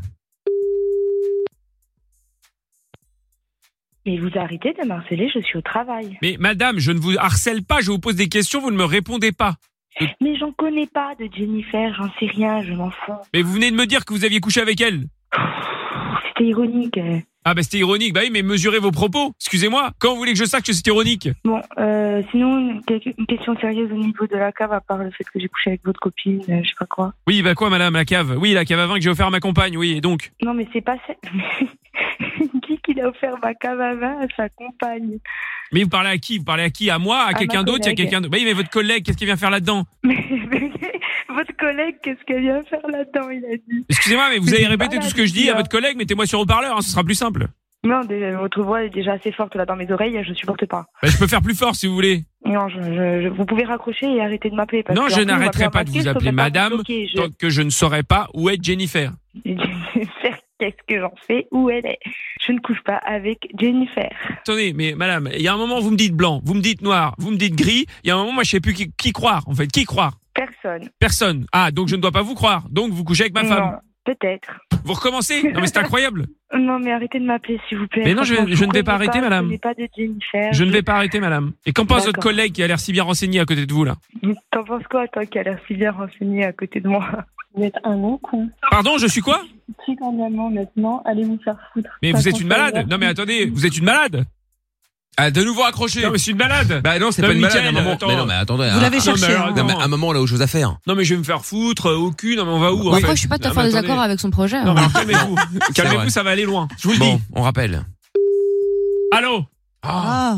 Mais vous arrêtez de m'harceler, je suis au travail. Mais madame, je ne vous harcèle pas, je vous pose des questions, vous ne me répondez pas. Mais j'en connais pas de Jennifer, j'en sais rien, je m'en fous. Mais vous venez de me dire que vous aviez couché avec elle. C'était ironique. Ah bah c'était ironique, bah oui, mais mesurez vos propos. Excusez-moi, quand vous voulez que je sache que c'est ironique? Bon, sinon, une question sérieuse au niveau de la cave, à part le fait que j'ai couché avec votre copine, je sais pas quoi. Oui, bah quoi madame, la cave? Oui, la cave à vin que j'ai offert à ma compagne, oui, et donc? Non mais c'est pas ça. Qui a offert ma cave à vin à sa compagne? Mais vous parlez à qui? Vous parlez à qui? À moi? À quelqu'un d'autre? À quelqu'un d'autre? Oui, mais votre collègue, qu'est-ce qu'il vient faire là-dedans? Votre collègue, qu'est-ce qu'elle vient faire là-dedans, il a dit. Excusez-moi, mais vous avez répété tout ce que je dis à votre collègue, mettez-moi sur haut-parleur, hein, ce sera plus simple. Non, votre voix est déjà assez forte là dans mes oreilles, je supporte pas. Bah, je peux faire plus fort si vous voulez. Non, vous pouvez raccrocher et arrêter de m'appeler. Non, je n'arrêterai pas de vous appeler madame tant que je ne saurai pas où est Jennifer. Jennifer, qu'est-ce que j'en fais? Où elle est? Je ne couche pas avec Jennifer. Attendez, mais madame, il y a un moment vous me dites blanc, vous me dites noir, vous me dites gris, il y a un moment moi je sais plus qui croire en fait. Qui croire? Personne. Ah, donc je ne dois pas vous croire. Donc vous couchez avec ma femme. Non, peut-être. Vous recommencez? Non mais c'est incroyable. Non mais arrêtez de m'appeler s'il vous plaît. Mais non, je ne vais pas arrêter madame. Je pas de Jennifer. Je ne vais pas arrêter madame. Et qu'en pense votre collègue qui a l'air si bien renseigné à côté de vous là? T'en penses quoi toi qui a l'air si bien renseigné à côté de moi? Vous êtes un non con. Pardon, je suis quoi? Très cordialement maintenant, allez vous faire foutre. Mais vous êtes une malade? Non mais attendez, vous êtes une malade? Ah, de nouveau accroché. Non mais c'est une malade. Bah non, c'est pas une malade. Mais non mais attendez. Vous l'avez cherché. À un moment, on a autre chose à faire. Non mais je vais me faire foutre, aucune. Non mais on va où? Après, je suis pas tout à fait en désaccord avec son projet. Non mais calmez-vous. Calmez-vous, ça va aller loin. Je vous le dis. On rappelle. Allô? Ah.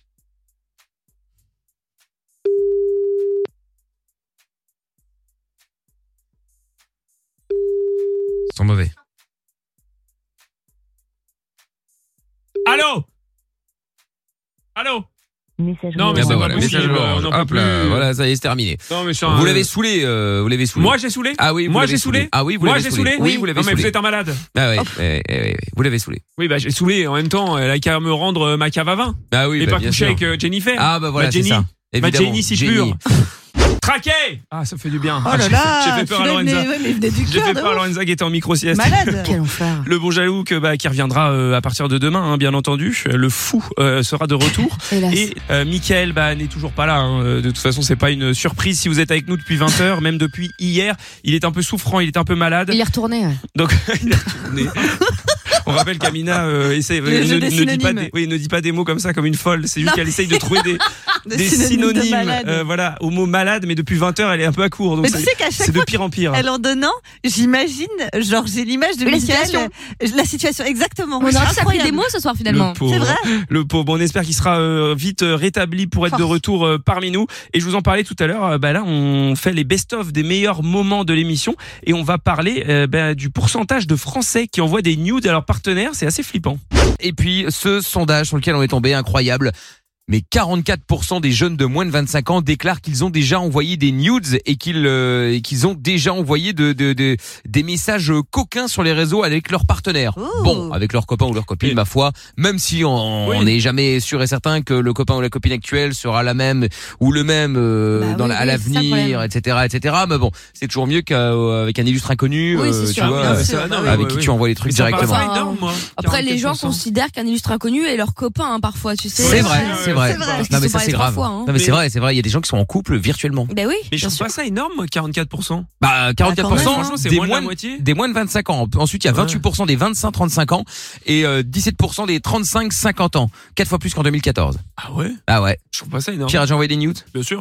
Ils sont mauvais. Allô? Allô? Messagerie. Non mais c'est pas possible. Hop là, voilà, ça y est, c'est terminé. Non mais vous l'avez saoulé, Moi j'ai saoulé? Ah oui, moi j'ai saoulé? Ah oui, vous l'avez saoulé. Oui, vous l'avez saoulé. Non mais vous êtes un malade. Ah oui, vous l'avez saoulé. Oui, bah j'ai saoulé. En même temps, elle a qu'à me rendre ma cave à vin. Ah oui, et pas coucher avec Jennifer. Ah bah voilà, c'est ça. Ma Jenny si pure. Traqué! Ah, ça fait du bien. Oh là là! J'ai fait peur à Lorenza. J'ai fait peur à Lorenza qui était en micro-sieste. Malade! Quel enfer. Le bon jaloux qui reviendra à partir de demain, hein, bien entendu. Le fou sera de retour. Et Mickaël n'est toujours pas là. Hein. De toute façon, c'est pas une surprise si vous êtes avec nous depuis 20h, même depuis hier. Il est un peu souffrant, il est un peu malade. Il est retourné. Ouais. Donc, il est retourné. On rappelle qu'Amina ne dit pas des mots comme ça, comme une folle. C'est juste qu'elle essaye de trouver des synonymes voilà, au mot malade, mais depuis 20h, elle est un peu à court. Donc mais tu sais qu'à chaque c'est fois de pire en pire. Elle en donnant, j'imagine, genre j'ai l'image de Mickaël. La situation, exactement. On aurait appris des mots ce soir finalement. C'est vrai. Le pauvre. Bon, on espère qu'il sera vite rétabli pour être de retour parmi nous. Et je vous en parlais tout à l'heure. Là, on fait les best-of des meilleurs moments de l'émission et on va parler du pourcentage de Français qui envoient des nudes à leurs partenaires. C'est assez flippant. Et puis ce sondage sur lequel on est tombé, incroyable. Mais 44% des jeunes de moins de 25 ans déclarent qu'ils ont déjà envoyé des nudes et qu'ils ont déjà envoyé des messages coquins sur les réseaux avec leurs partenaires. Ooh. Bon, avec leurs copains ou leurs copines, ma foi, même si on n'est jamais sûr et certain que le copain ou la copine actuelle sera la même ou le même à l'avenir, etc., etc. Mais bon, c'est toujours mieux qu'avec un illustre inconnu, tu vois, avec qui tu envoies les trucs directement. Énorme, moi. Après, les gens considèrent qu'un illustre inconnu est leur copain, hein, parfois, tu sais. C'est vrai, c'est vrai. Non mais ça c'est grave. Fois, hein. Non mais c'est vrai, il y a des gens qui sont en couple virtuellement. Ben oui. Mais je trouve pas ça énorme, 44%. Bah 44%, franchement, c'est moins de la moitié. Des moins de 25 ans. Ensuite, il y a 28% des 25-35 ans et 17% des 35-50 ans. 4 fois plus qu'en 2014. Ah ouais? Ah ouais. Je trouve pas ça énorme. Pierre a déjà envoyé des nudes? Bien sûr.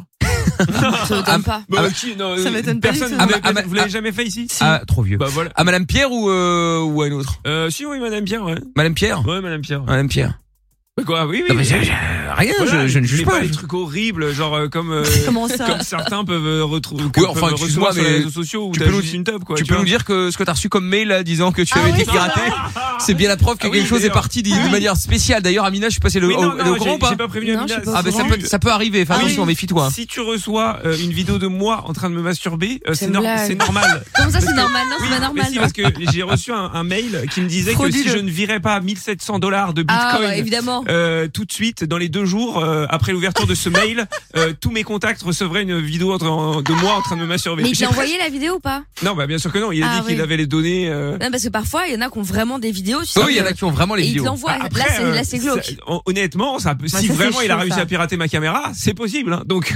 Ça m'étonne pas. Ça m'étonne pas. Personne. Vous l'avez jamais fait ici? Ah, trop vieux. Bah voilà. À Madame Pierre ou à une autre? Si oui, Madame Pierre, ouais. Madame Pierre? Ouais, Madame Pierre. Madame Pierre. Quoi? Oui. Non, mais rien, voilà, je ne juge pas. Les trucs horribles, genre comme certains peuvent retrouver. Enfin, excuse-moi, sur les réseaux sociaux où tu peux juste une tub, quoi. Tu peux nous dire que ce que t'as reçu comme mail là, disant que tu avais été piraté, c'est bien la preuve que quelque chose est parti d'une manière spéciale. D'ailleurs, Amina, je suis passé le courant ou pas? J'ai pas prévenu Amina. Ah ben ça peut arriver. Enfin attention, méfie-toi. Si tu reçois une vidéo de moi en train de me masturber, c'est normal. Comment ça, c'est normal? Non, c'est pas normal. Si, parce que j'ai reçu un mail qui me disait que si je ne virais pas $1 700 de Bitcoin tout de suite, dans les 2 jours après l'ouverture de ce mail, tous mes contacts recevraient une vidéo de moi en train de me masturber. Mais il t'a envoyé la vidéo ou pas? Non, bah bien sûr que non. Il a dit qu'il avait les données. Non, parce que parfois il y en a qui ont vraiment des vidéos. Tu sais, il y en a qui ont vraiment les vidéos. Et il l'envoie. Là, c'est glauque. Honnêtement, si vraiment il a réussi à pirater ma caméra, c'est possible. Hein. Donc.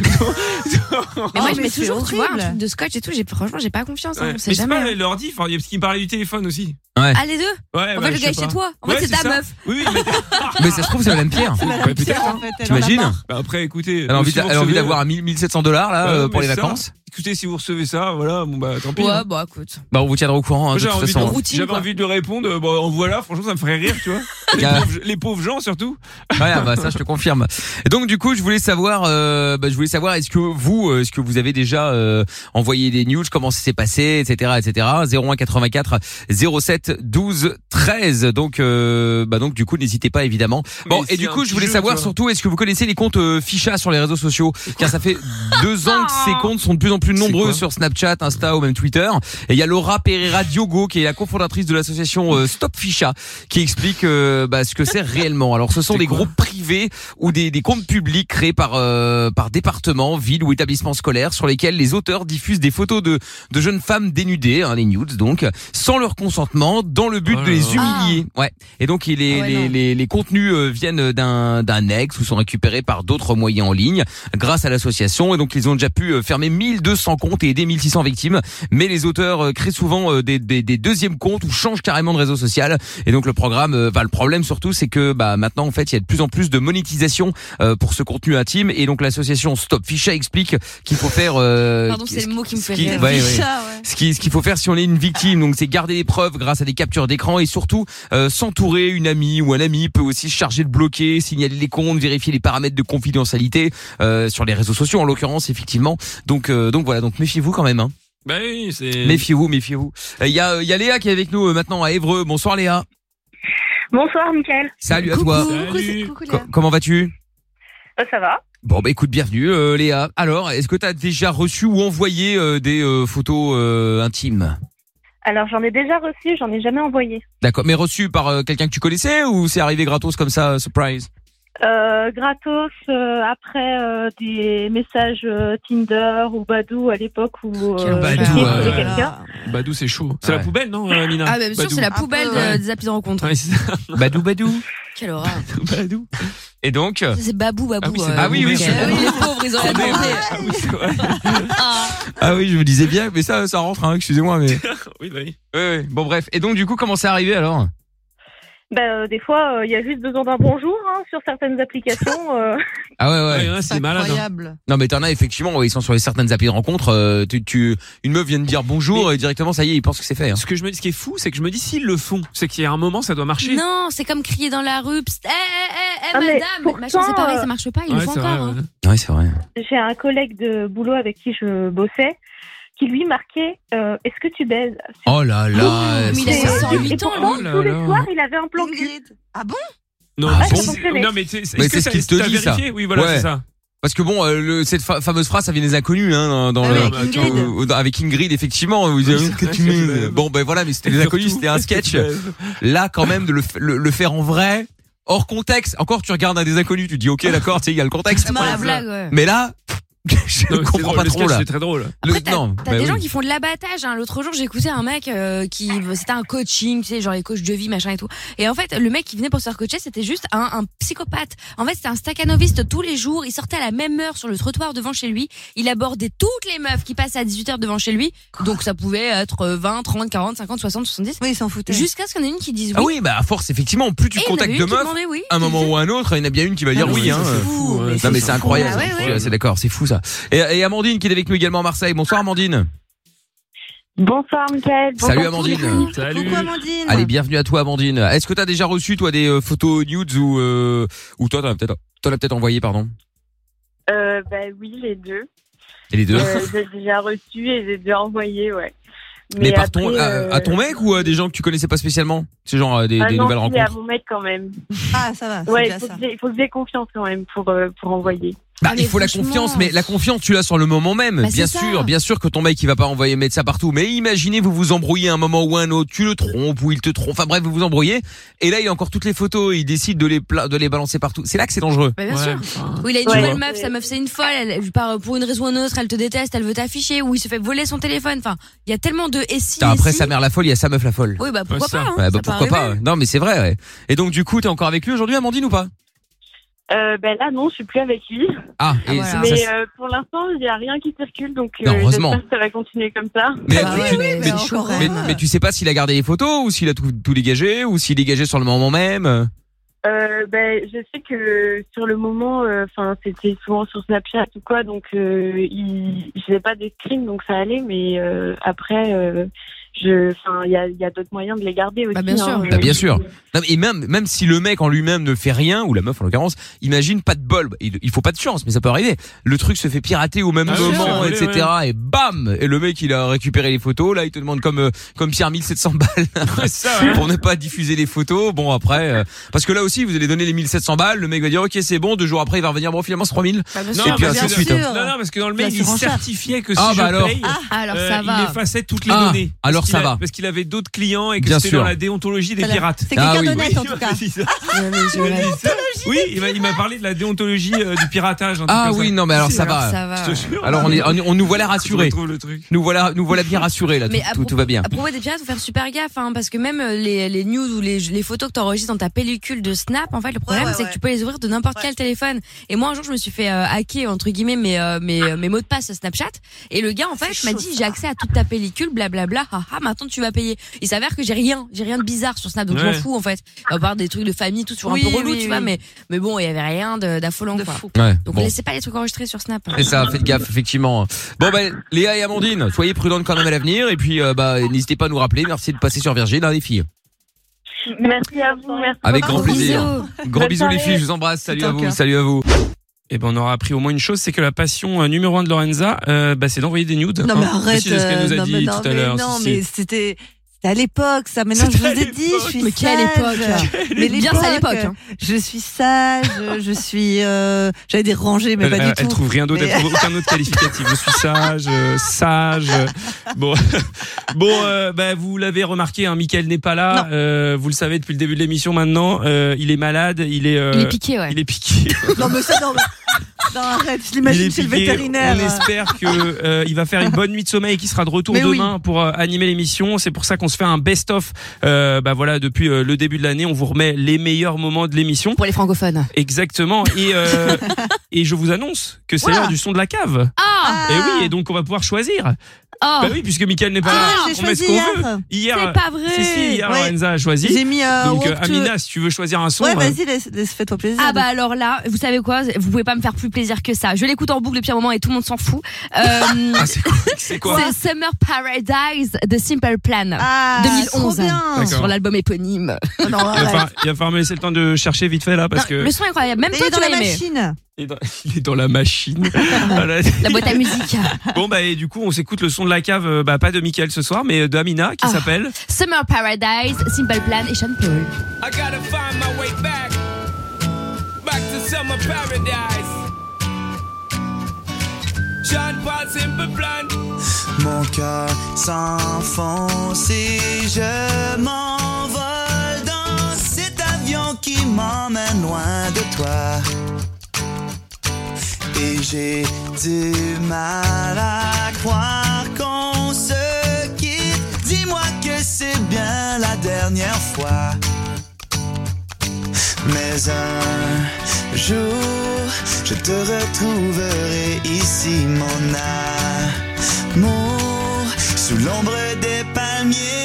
Mais moi, je mets toujours, tu vois, un truc de scotch et tout. Franchement, j'ai pas confiance. Hein. Mais c'est pas l'ordi. Parce qu'il me parlait du téléphone aussi. Ouais. Ah, les deux? Ouais, en fait, le gars est chez toi. En fait, c'est ta meuf. Oui, mais ça se trouve, c'est Madame Pierre. Peut-être. T'imagines? Après, écoutez. Elle a envie d'avoir $1,700 là pour les vacances. Écoutez, si vous recevez ça, voilà, bon bah tant pis. Ouais, bah écoute. Bah on vous tiendra au courant. Hein, de toute façon. J'avais envie de lui répondre. Bon, voilà, franchement, ça me ferait rire, tu vois. Les pauvres gens surtout. Ouais, bah ça, je te confirme. Et donc du coup, je voulais savoir, est-ce que vous avez déjà envoyé des news, comment ça s'est passé, etc., etc. 01 84 07 12 13. Donc du coup, n'hésitez pas évidemment. Bon, et du coup, je voulais savoir surtout, est-ce que vous connaissez les comptes Ficha sur les réseaux sociaux? Car ça fait 2 ans que ces comptes sont de plus en plus nombreux sur Snapchat, Insta ou même Twitter. Et il y a Laura Pereira Diogo qui est la cofondatrice de l'association Stop Ficha qui explique ce que c'est réellement. Alors ce sont des groupes privés ou des comptes publics créés par département, ville ou établissement scolaire sur lesquels les auteurs diffusent des photos de jeunes femmes dénudées, les nudes donc, sans leur consentement dans le but de les humilier. Ouais. Et donc les contenus viennent d'un ex ou sont récupérés par d'autres moyens en ligne grâce à l'association et donc ils ont déjà pu fermer 1200 comptes et aider 1600 victimes, mais les auteurs créent souvent des deuxièmes comptes ou changent carrément de réseau social. Et donc le problème surtout, c'est que maintenant en fait il y a de plus en plus de monétisation pour ce contenu intime. Et donc l'association Stop Ficha explique qu'il faut faire. Pardon, c'est le mot qui me fait rire. Ce qu'il faut faire si on est une victime, donc c'est garder les preuves grâce à des captures d'écran et surtout s'entourer. Une amie ou un ami peut aussi se charger de bloquer, signaler les comptes, vérifier les paramètres de confidentialité sur les réseaux sociaux en l'occurrence effectivement. Donc voilà, donc méfiez-vous quand même. Hein. Bah oui, c'est. Méfiez-vous. Il y a Léa qui est avec nous maintenant à Évreux. Bonsoir Léa. Bonsoir Mickaël. Salut à toi. Coucou Léa. Comment vas-tu? Ça va. Bon écoute, bienvenue Léa. Alors, est-ce que tu as déjà reçu ou envoyé des photos intimes? Alors j'en ai déjà reçu, j'en ai jamais envoyé. D'accord, mais reçu par quelqu'un que tu connaissais ou c'est arrivé gratos comme ça, surprise? Gratos, après des messages Tinder ou Badoo à l'époque où Badoo, quelqu'un. Badoo c'est chaud. C'est la poubelle, non Mina? Ah bien sûr, c'est la poubelle des applis de rencontre. Ouais, c'est ça. Badoo. Quelle horreur. Badoo. Et donc c'est Babou. Ah oui, les pauvres, ils auraient demandé. Ah oui, je me disais bien, mais ça rentre, hein, excusez-moi, mais. Oui. Ouais. Bon bref. Et donc du coup, comment c'est arrivé alors? Des fois, il y a juste besoin d'un bonjour sur certaines applications. Ah ouais, c'est malade. Incroyable. Non mais t'en as effectivement, ils sont sur certaines applis de rencontre. Une meuf vient de dire bonjour et directement ça y est, ils pensent que c'est fait. Hein. Ce qui est fou, c'est que je me dis s'ils le font, c'est qu'il y a un moment ça doit marcher. Non, c'est comme crier dans la rue, madame. Machin, c'est pareil, ça marche pas. Ils le font encore. Ouais, c'est vrai. J'ai un collègue de boulot avec qui je bossais. Qui lui marquait est-ce que tu baises? Oh là là. Mais il a 108 ans. Tous les soirs, il avait un plan cul. Ah bon? Non, mais c'est ce qu'il te dit ça. Oui, voilà, c'est ça. Parce que bon, cette fameuse phrase, ça vient des inconnus, hein, avec Ingrid, effectivement. Vous dites, que tu mets. Bon, voilà, mais c'était des inconnus, c'était un sketch. Là, quand même, de le faire en vrai, hors contexte. Encore, tu regardes un des inconnus, tu dis, ok, d'accord, tu sais, il y a le contexte. C'est la blague, ouais. Mais là, je comprends pas trop là. C'est très drôle. Après, t'as des gens qui font de l'abattage. L'autre jour, j'ai écouté un mec c'était un coaching, tu sais, genre les coachs de vie, machin et tout. Et en fait, le mec qui venait pour se faire coacher, c'était juste un psychopathe. En fait, c'était un stakhanoviste tous les jours. Il sortait à la même heure sur le trottoir devant chez lui. Il abordait toutes les meufs qui passaient à 18h devant chez lui. Donc ça pouvait être 20, 30, 40, 50, 60, 70. Oui, ils s'en foutaient. Jusqu'à ce qu'il y en ait une qui dise oui. Ah oui, à force, effectivement, plus tu contactes de meufs, un moment ou un autre, il y en a bien une qui va dire oui. Non mais c'est incroyable. C'est d'accord, c'est fou ça. Et Amandine qui est avec nous également à Marseille. Bonsoir Amandine. Bonsoir Mickaël. Salut Amandine. Salut. Coucou Amandine. Allez, bienvenue à toi Amandine. Est-ce que tu as déjà reçu toi des photos nudes ou toi t'en as peut-être envoyé, pardon? Oui, les deux. Et les deux? J'ai déjà reçu et j'ai déjà envoyé, ouais. Mais par à ton mec ou à des gens que tu connaissais pas spécialement? C'est genre des nouvelles rencontres. À mon mec quand même. Ah, ça va. Ouais, il faut que j'ai confiance quand même pour envoyer. Bah, il faut la confiance, mais la confiance, tu l'as sur le moment même. Bien sûr que ton mec, il va pas mettre ça partout. Mais imaginez, vous vous embrouillez un moment ou un autre, tu le trompes ou il te trompe. Enfin bref, vous vous embrouillez. Et là, il a encore toutes les photos, il décide de les balancer partout. C'est là que c'est dangereux. Bah, bien sûr. Ou il a une nouvelle meuf, sa meuf c'est une folle, elle part pour une raison ou une autre, elle te déteste, elle veut t'afficher, ou il se fait voler son téléphone. Enfin, il y a tellement de Après sa mère la folle, il y a sa meuf la folle. Oui, bah pourquoi pas. Ouais, bah pourquoi pas. Non, mais c'est vrai. Ouais. Et donc du coup, t'es encore avec lui aujourd'hui, Amandine, ou pas? Ben là non, je suis plus avec lui. Ah, et voilà. Mais pour l'instant, il y a rien qui circule, donc heureusement. j'espère que ça va continuer comme ça. Mais tu sais pas s'il a gardé les photos ou s'il a tout dégagé ou s'il dégageait sur le moment même. Je sais que sur le moment, c'était souvent sur Snapchat ou quoi, donc il faisait pas des screens, donc ça allait, mais après. Il y a d'autres moyens de les garder aussi. Bien sûr. Bien sûr. Non, et même si le mec en lui-même ne fait rien, ou la meuf en l'occurrence, imagine pas de bol. Il faut pas de chance, mais ça peut arriver. Le truc se fait pirater au même moment, etc. Ouais. Et bam! Et le mec, il a récupéré les photos. Là, il te demande comme Pierre 1700 balles pour ne pas diffuser les photos. Bon, après, parce que là aussi, vous allez donner les 1700 balles. Le mec va dire, ok, c'est bon. 2 jours après, il va revenir. Bon, finalement, c'est 3000. Et puis ainsi de suite. Non, parce que dans le mail, il certifiait que si je paye, alors ça va. Il effaçait toutes les données. Alors ça va. Parce qu'il avait d'autres clients et que c'était dans la déontologie des pirates. C'est quelqu'un d'honnête en tout cas. Oui, il m'a parlé de la déontologie du piratage. Oui, non, mais alors ça va. Je te jure. Alors on nous voilà rassurés. Nous voilà bien rassurés là. Tout va bien. À propos des pirates, faut faire super gaffe, parce que même les news ou les photos que t'enregistres dans ta pellicule de Snap, en fait, le problème c'est que tu peux les ouvrir de n'importe quel téléphone. Et moi un jour je me suis fait hacker entre guillemets mes mots de passe Snapchat. Et le gars en fait m'a dit j'ai accès à toute ta pellicule, blablabla. Maintenant tu vas payer. Il s'avère que j'ai rien de bizarre sur Snap, donc je m'en fous en fait. À part des trucs de famille, tout sur un peu relou, tu vois, mais bon, il y avait rien d'affolant quoi. Donc laissez pas les trucs enregistrés sur Snap. C'est ça, faites gaffe effectivement. Bon Léa et Amandine, soyez prudentes quand même à l'avenir et puis n'hésitez pas à nous rappeler. Merci de passer sur Virgin, les filles. Merci à vous, merci. Avec grand plaisir. Gros bisous les filles, je vous embrasse. Salut à vous. Et on aura appris au moins une chose, c'est que la passion numéro 1 de Lorenza, c'est d'envoyer des nudes. Non mais arrête. C'est ce qu'elle nous a dit tout à l'heure. Non mais c'était à l'époque, ça. Maintenant, je vous ai dit, je suis sage. Quelle époque? Mais bien ça à l'époque. Je suis sage, je suis, j'allais dire rangée, mais pas du tout. Elle trouve rien d'autre, elle trouve aucun autre qualificatif. Je suis sage. Bon, vous l'avez remarqué, Mickaël n'est pas là. Vous le savez depuis le début de l'émission maintenant. Il est malade, il est piqué, ouais. Il est piqué. Non, mais ça, non, arrête, je l'imagine chez le vétérinaire. On espère que il va faire une bonne nuit de sommeil et qu'il sera de retour demain pour animer l'émission. C'est pour ça qu'on se fait un best-of. Depuis le début de l'année, on vous remet les meilleurs moments de l'émission. Pour les francophones. Exactement. Et je vous annonce que c'est l'heure du son de la cave. Et oui, et donc on va pouvoir choisir. Bah oui, puisque Mickaël n'est pas là, on met ce qu'on veut. Hier, c'est pas vrai. Hier, Lorenza a choisi. J'ai mis donc Amina, si tu veux choisir un son. Ouais, vas-y, fais-toi plaisir. Alors là, vous savez quoi, vous pouvez pas me faire plus plaisir que ça. Je l'écoute en boucle depuis un moment et tout le monde s'en fout. C'est quoi? C'est Summer Paradise de Simple Plan 2011 sur l'album éponyme. Il va falloir me laisser le temps de chercher vite fait là parce que le son est incroyable. Même toi tu vas aimer. Il est dans la machine. La boîte à musique. Bon et du coup on s'écoute le son de la cave, pas de Mickaël ce soir mais d'Amina qui s'appelle Summer Paradise, Simple Plan et Sean Paul. I gotta find my way back to Summer Paradise. Sean Paul, Simple Plan. Mon cœur s'enfonce et je m'envole dans cet avion qui m'emmène loin de toi. Et j'ai du mal à croire qu'on se quitte. Dis-moi que c'est bien la dernière fois. Mais un jour, je te retrouverai ici, mon amour, sous l'ombre des palmiers.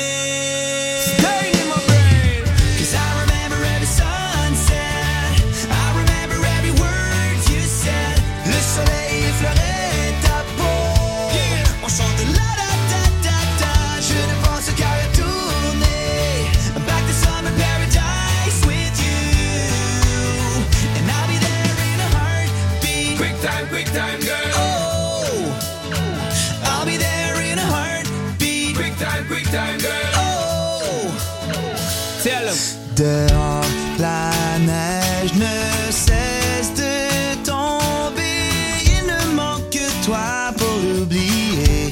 Quick time, girl. Oh, I'll be there in a heartbeat. Quick time, girl. Dehors, la neige ne cesse de tomber. Il ne manque que toi pour l'oublier.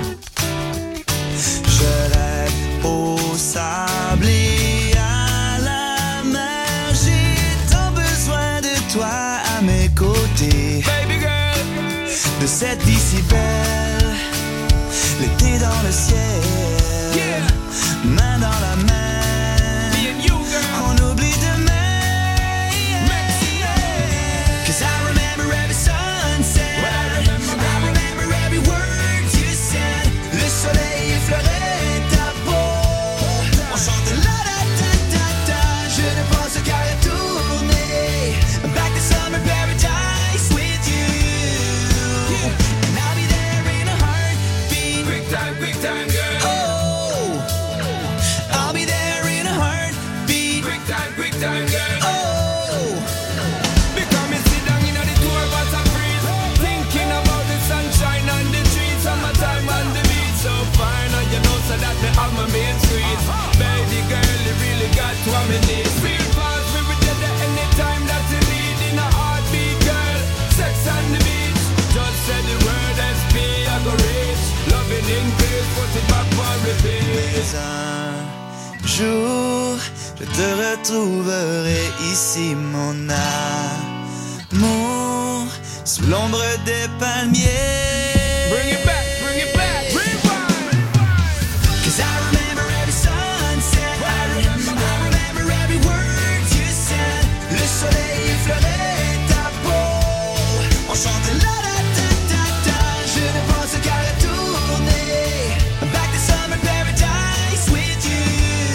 Je rêve au sable et à la mer. J'ai tant besoin de toi à mes côtés. Baby girl, de cette vie si belle, l'été dans le ciel, yeah. Main dans la main. Un jour, je te retrouverai ici, mon amour, sous l'ombre des palmiers. Bring it back, bring it back, rewind. 'Cause I remember every sunset, I remember every word you said. Le soleil effleurait ta peau, on chantait la da da da da. Je ne pense qu'à retourner back to summer paradise with you.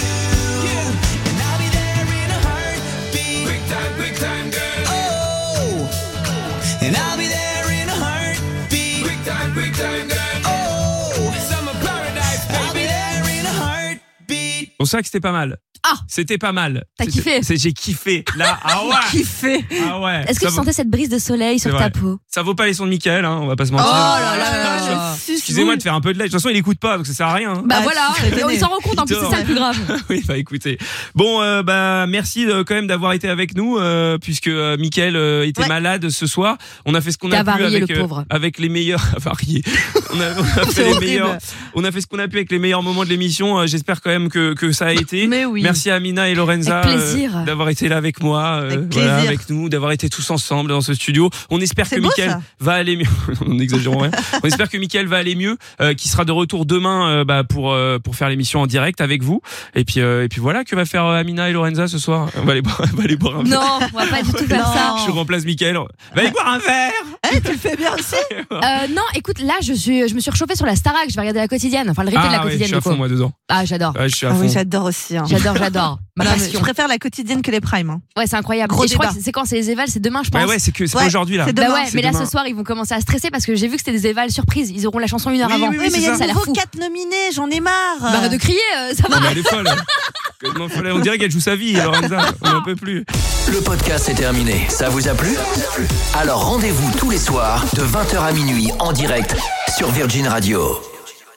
And I'll be there in a heartbeat. Quick time, girl. Oh, and I'll be there in a heartbeat. Quick time, girl. Oh, summer paradise, baby. I'll be there in a heartbeat. On sait que c'était pas mal. Ah, c'était pas mal. T'as kiffé? J'ai kiffé. Là, ah ouais. Kiffé. Ah ouais. Est-ce que tu sentais cette brise de soleil sur ta peau? Ça vaut pas les sons de Mickaël, hein, on va pas se mentir. Oh là là. Excusez-moi de faire un peu de lait. De toute façon, il écoute pas, donc ça sert à rien. Hein. Bah voilà, il s'en rend compte, en plus c'est ça le plus grave. Oui, bah écoutez. Bon, bah merci quand même d'avoir été avec nous, puisque Mickaël était malade ce soir. On a fait ce qu'on a pu avec les meilleurs. Varié. On a fait les meilleurs. On a fait ce qu'on a pu avec les meilleurs moments de l'émission. J'espère quand même que ça a été. Mais oui. Merci à Amina et Lorenza d'avoir été là avec moi, voilà, avec nous, d'avoir été tous ensemble dans ce studio. On espère que Mickaël va aller mieux. On n'exagère rien. On espère que Mickaël va aller mieux, qu'il sera de retour demain pour faire l'émission en direct avec vous. Et puis voilà, que va faire Amina et Lorenza ce soir? On va aller boire un verre. Non, on va pas du tout faire ça. Je remplace Mickaël. Va aller boire un verre. Tu le fais bien aussi. Non, écoute, là je me suis réchauffée sur la Starac. Je vais regarder la quotidienne, enfin le replay de la quotidienne. Je suis à fond moi dedans. Ah, j'adore. Ouais, je suis à fond. Oui, j'adore aussi. Hein. J'adore. Je préfère la quotidienne que les primes. Hein. Ouais, c'est incroyable. Gros et je crois que c'est quand c'est les évals, c'est demain, je pense. Ouais, c'est pas aujourd'hui là. Bah ouais, mais là ce soir ils vont commencer à stresser parce que j'ai vu que c'était des évals surprises. Ils auront la chanson une heure avant. Oui, mais il y a de nouveau 4 nominés, j'en ai marre. Bah de crier, ça va. Mais elle est folle. On dirait qu'elle joue sa vie, Lorenza. On n'en peut plus. Le podcast est terminé. Ça vous a plu? Alors rendez-vous tous les soirs de 20h à minuit en direct sur Virgin Radio.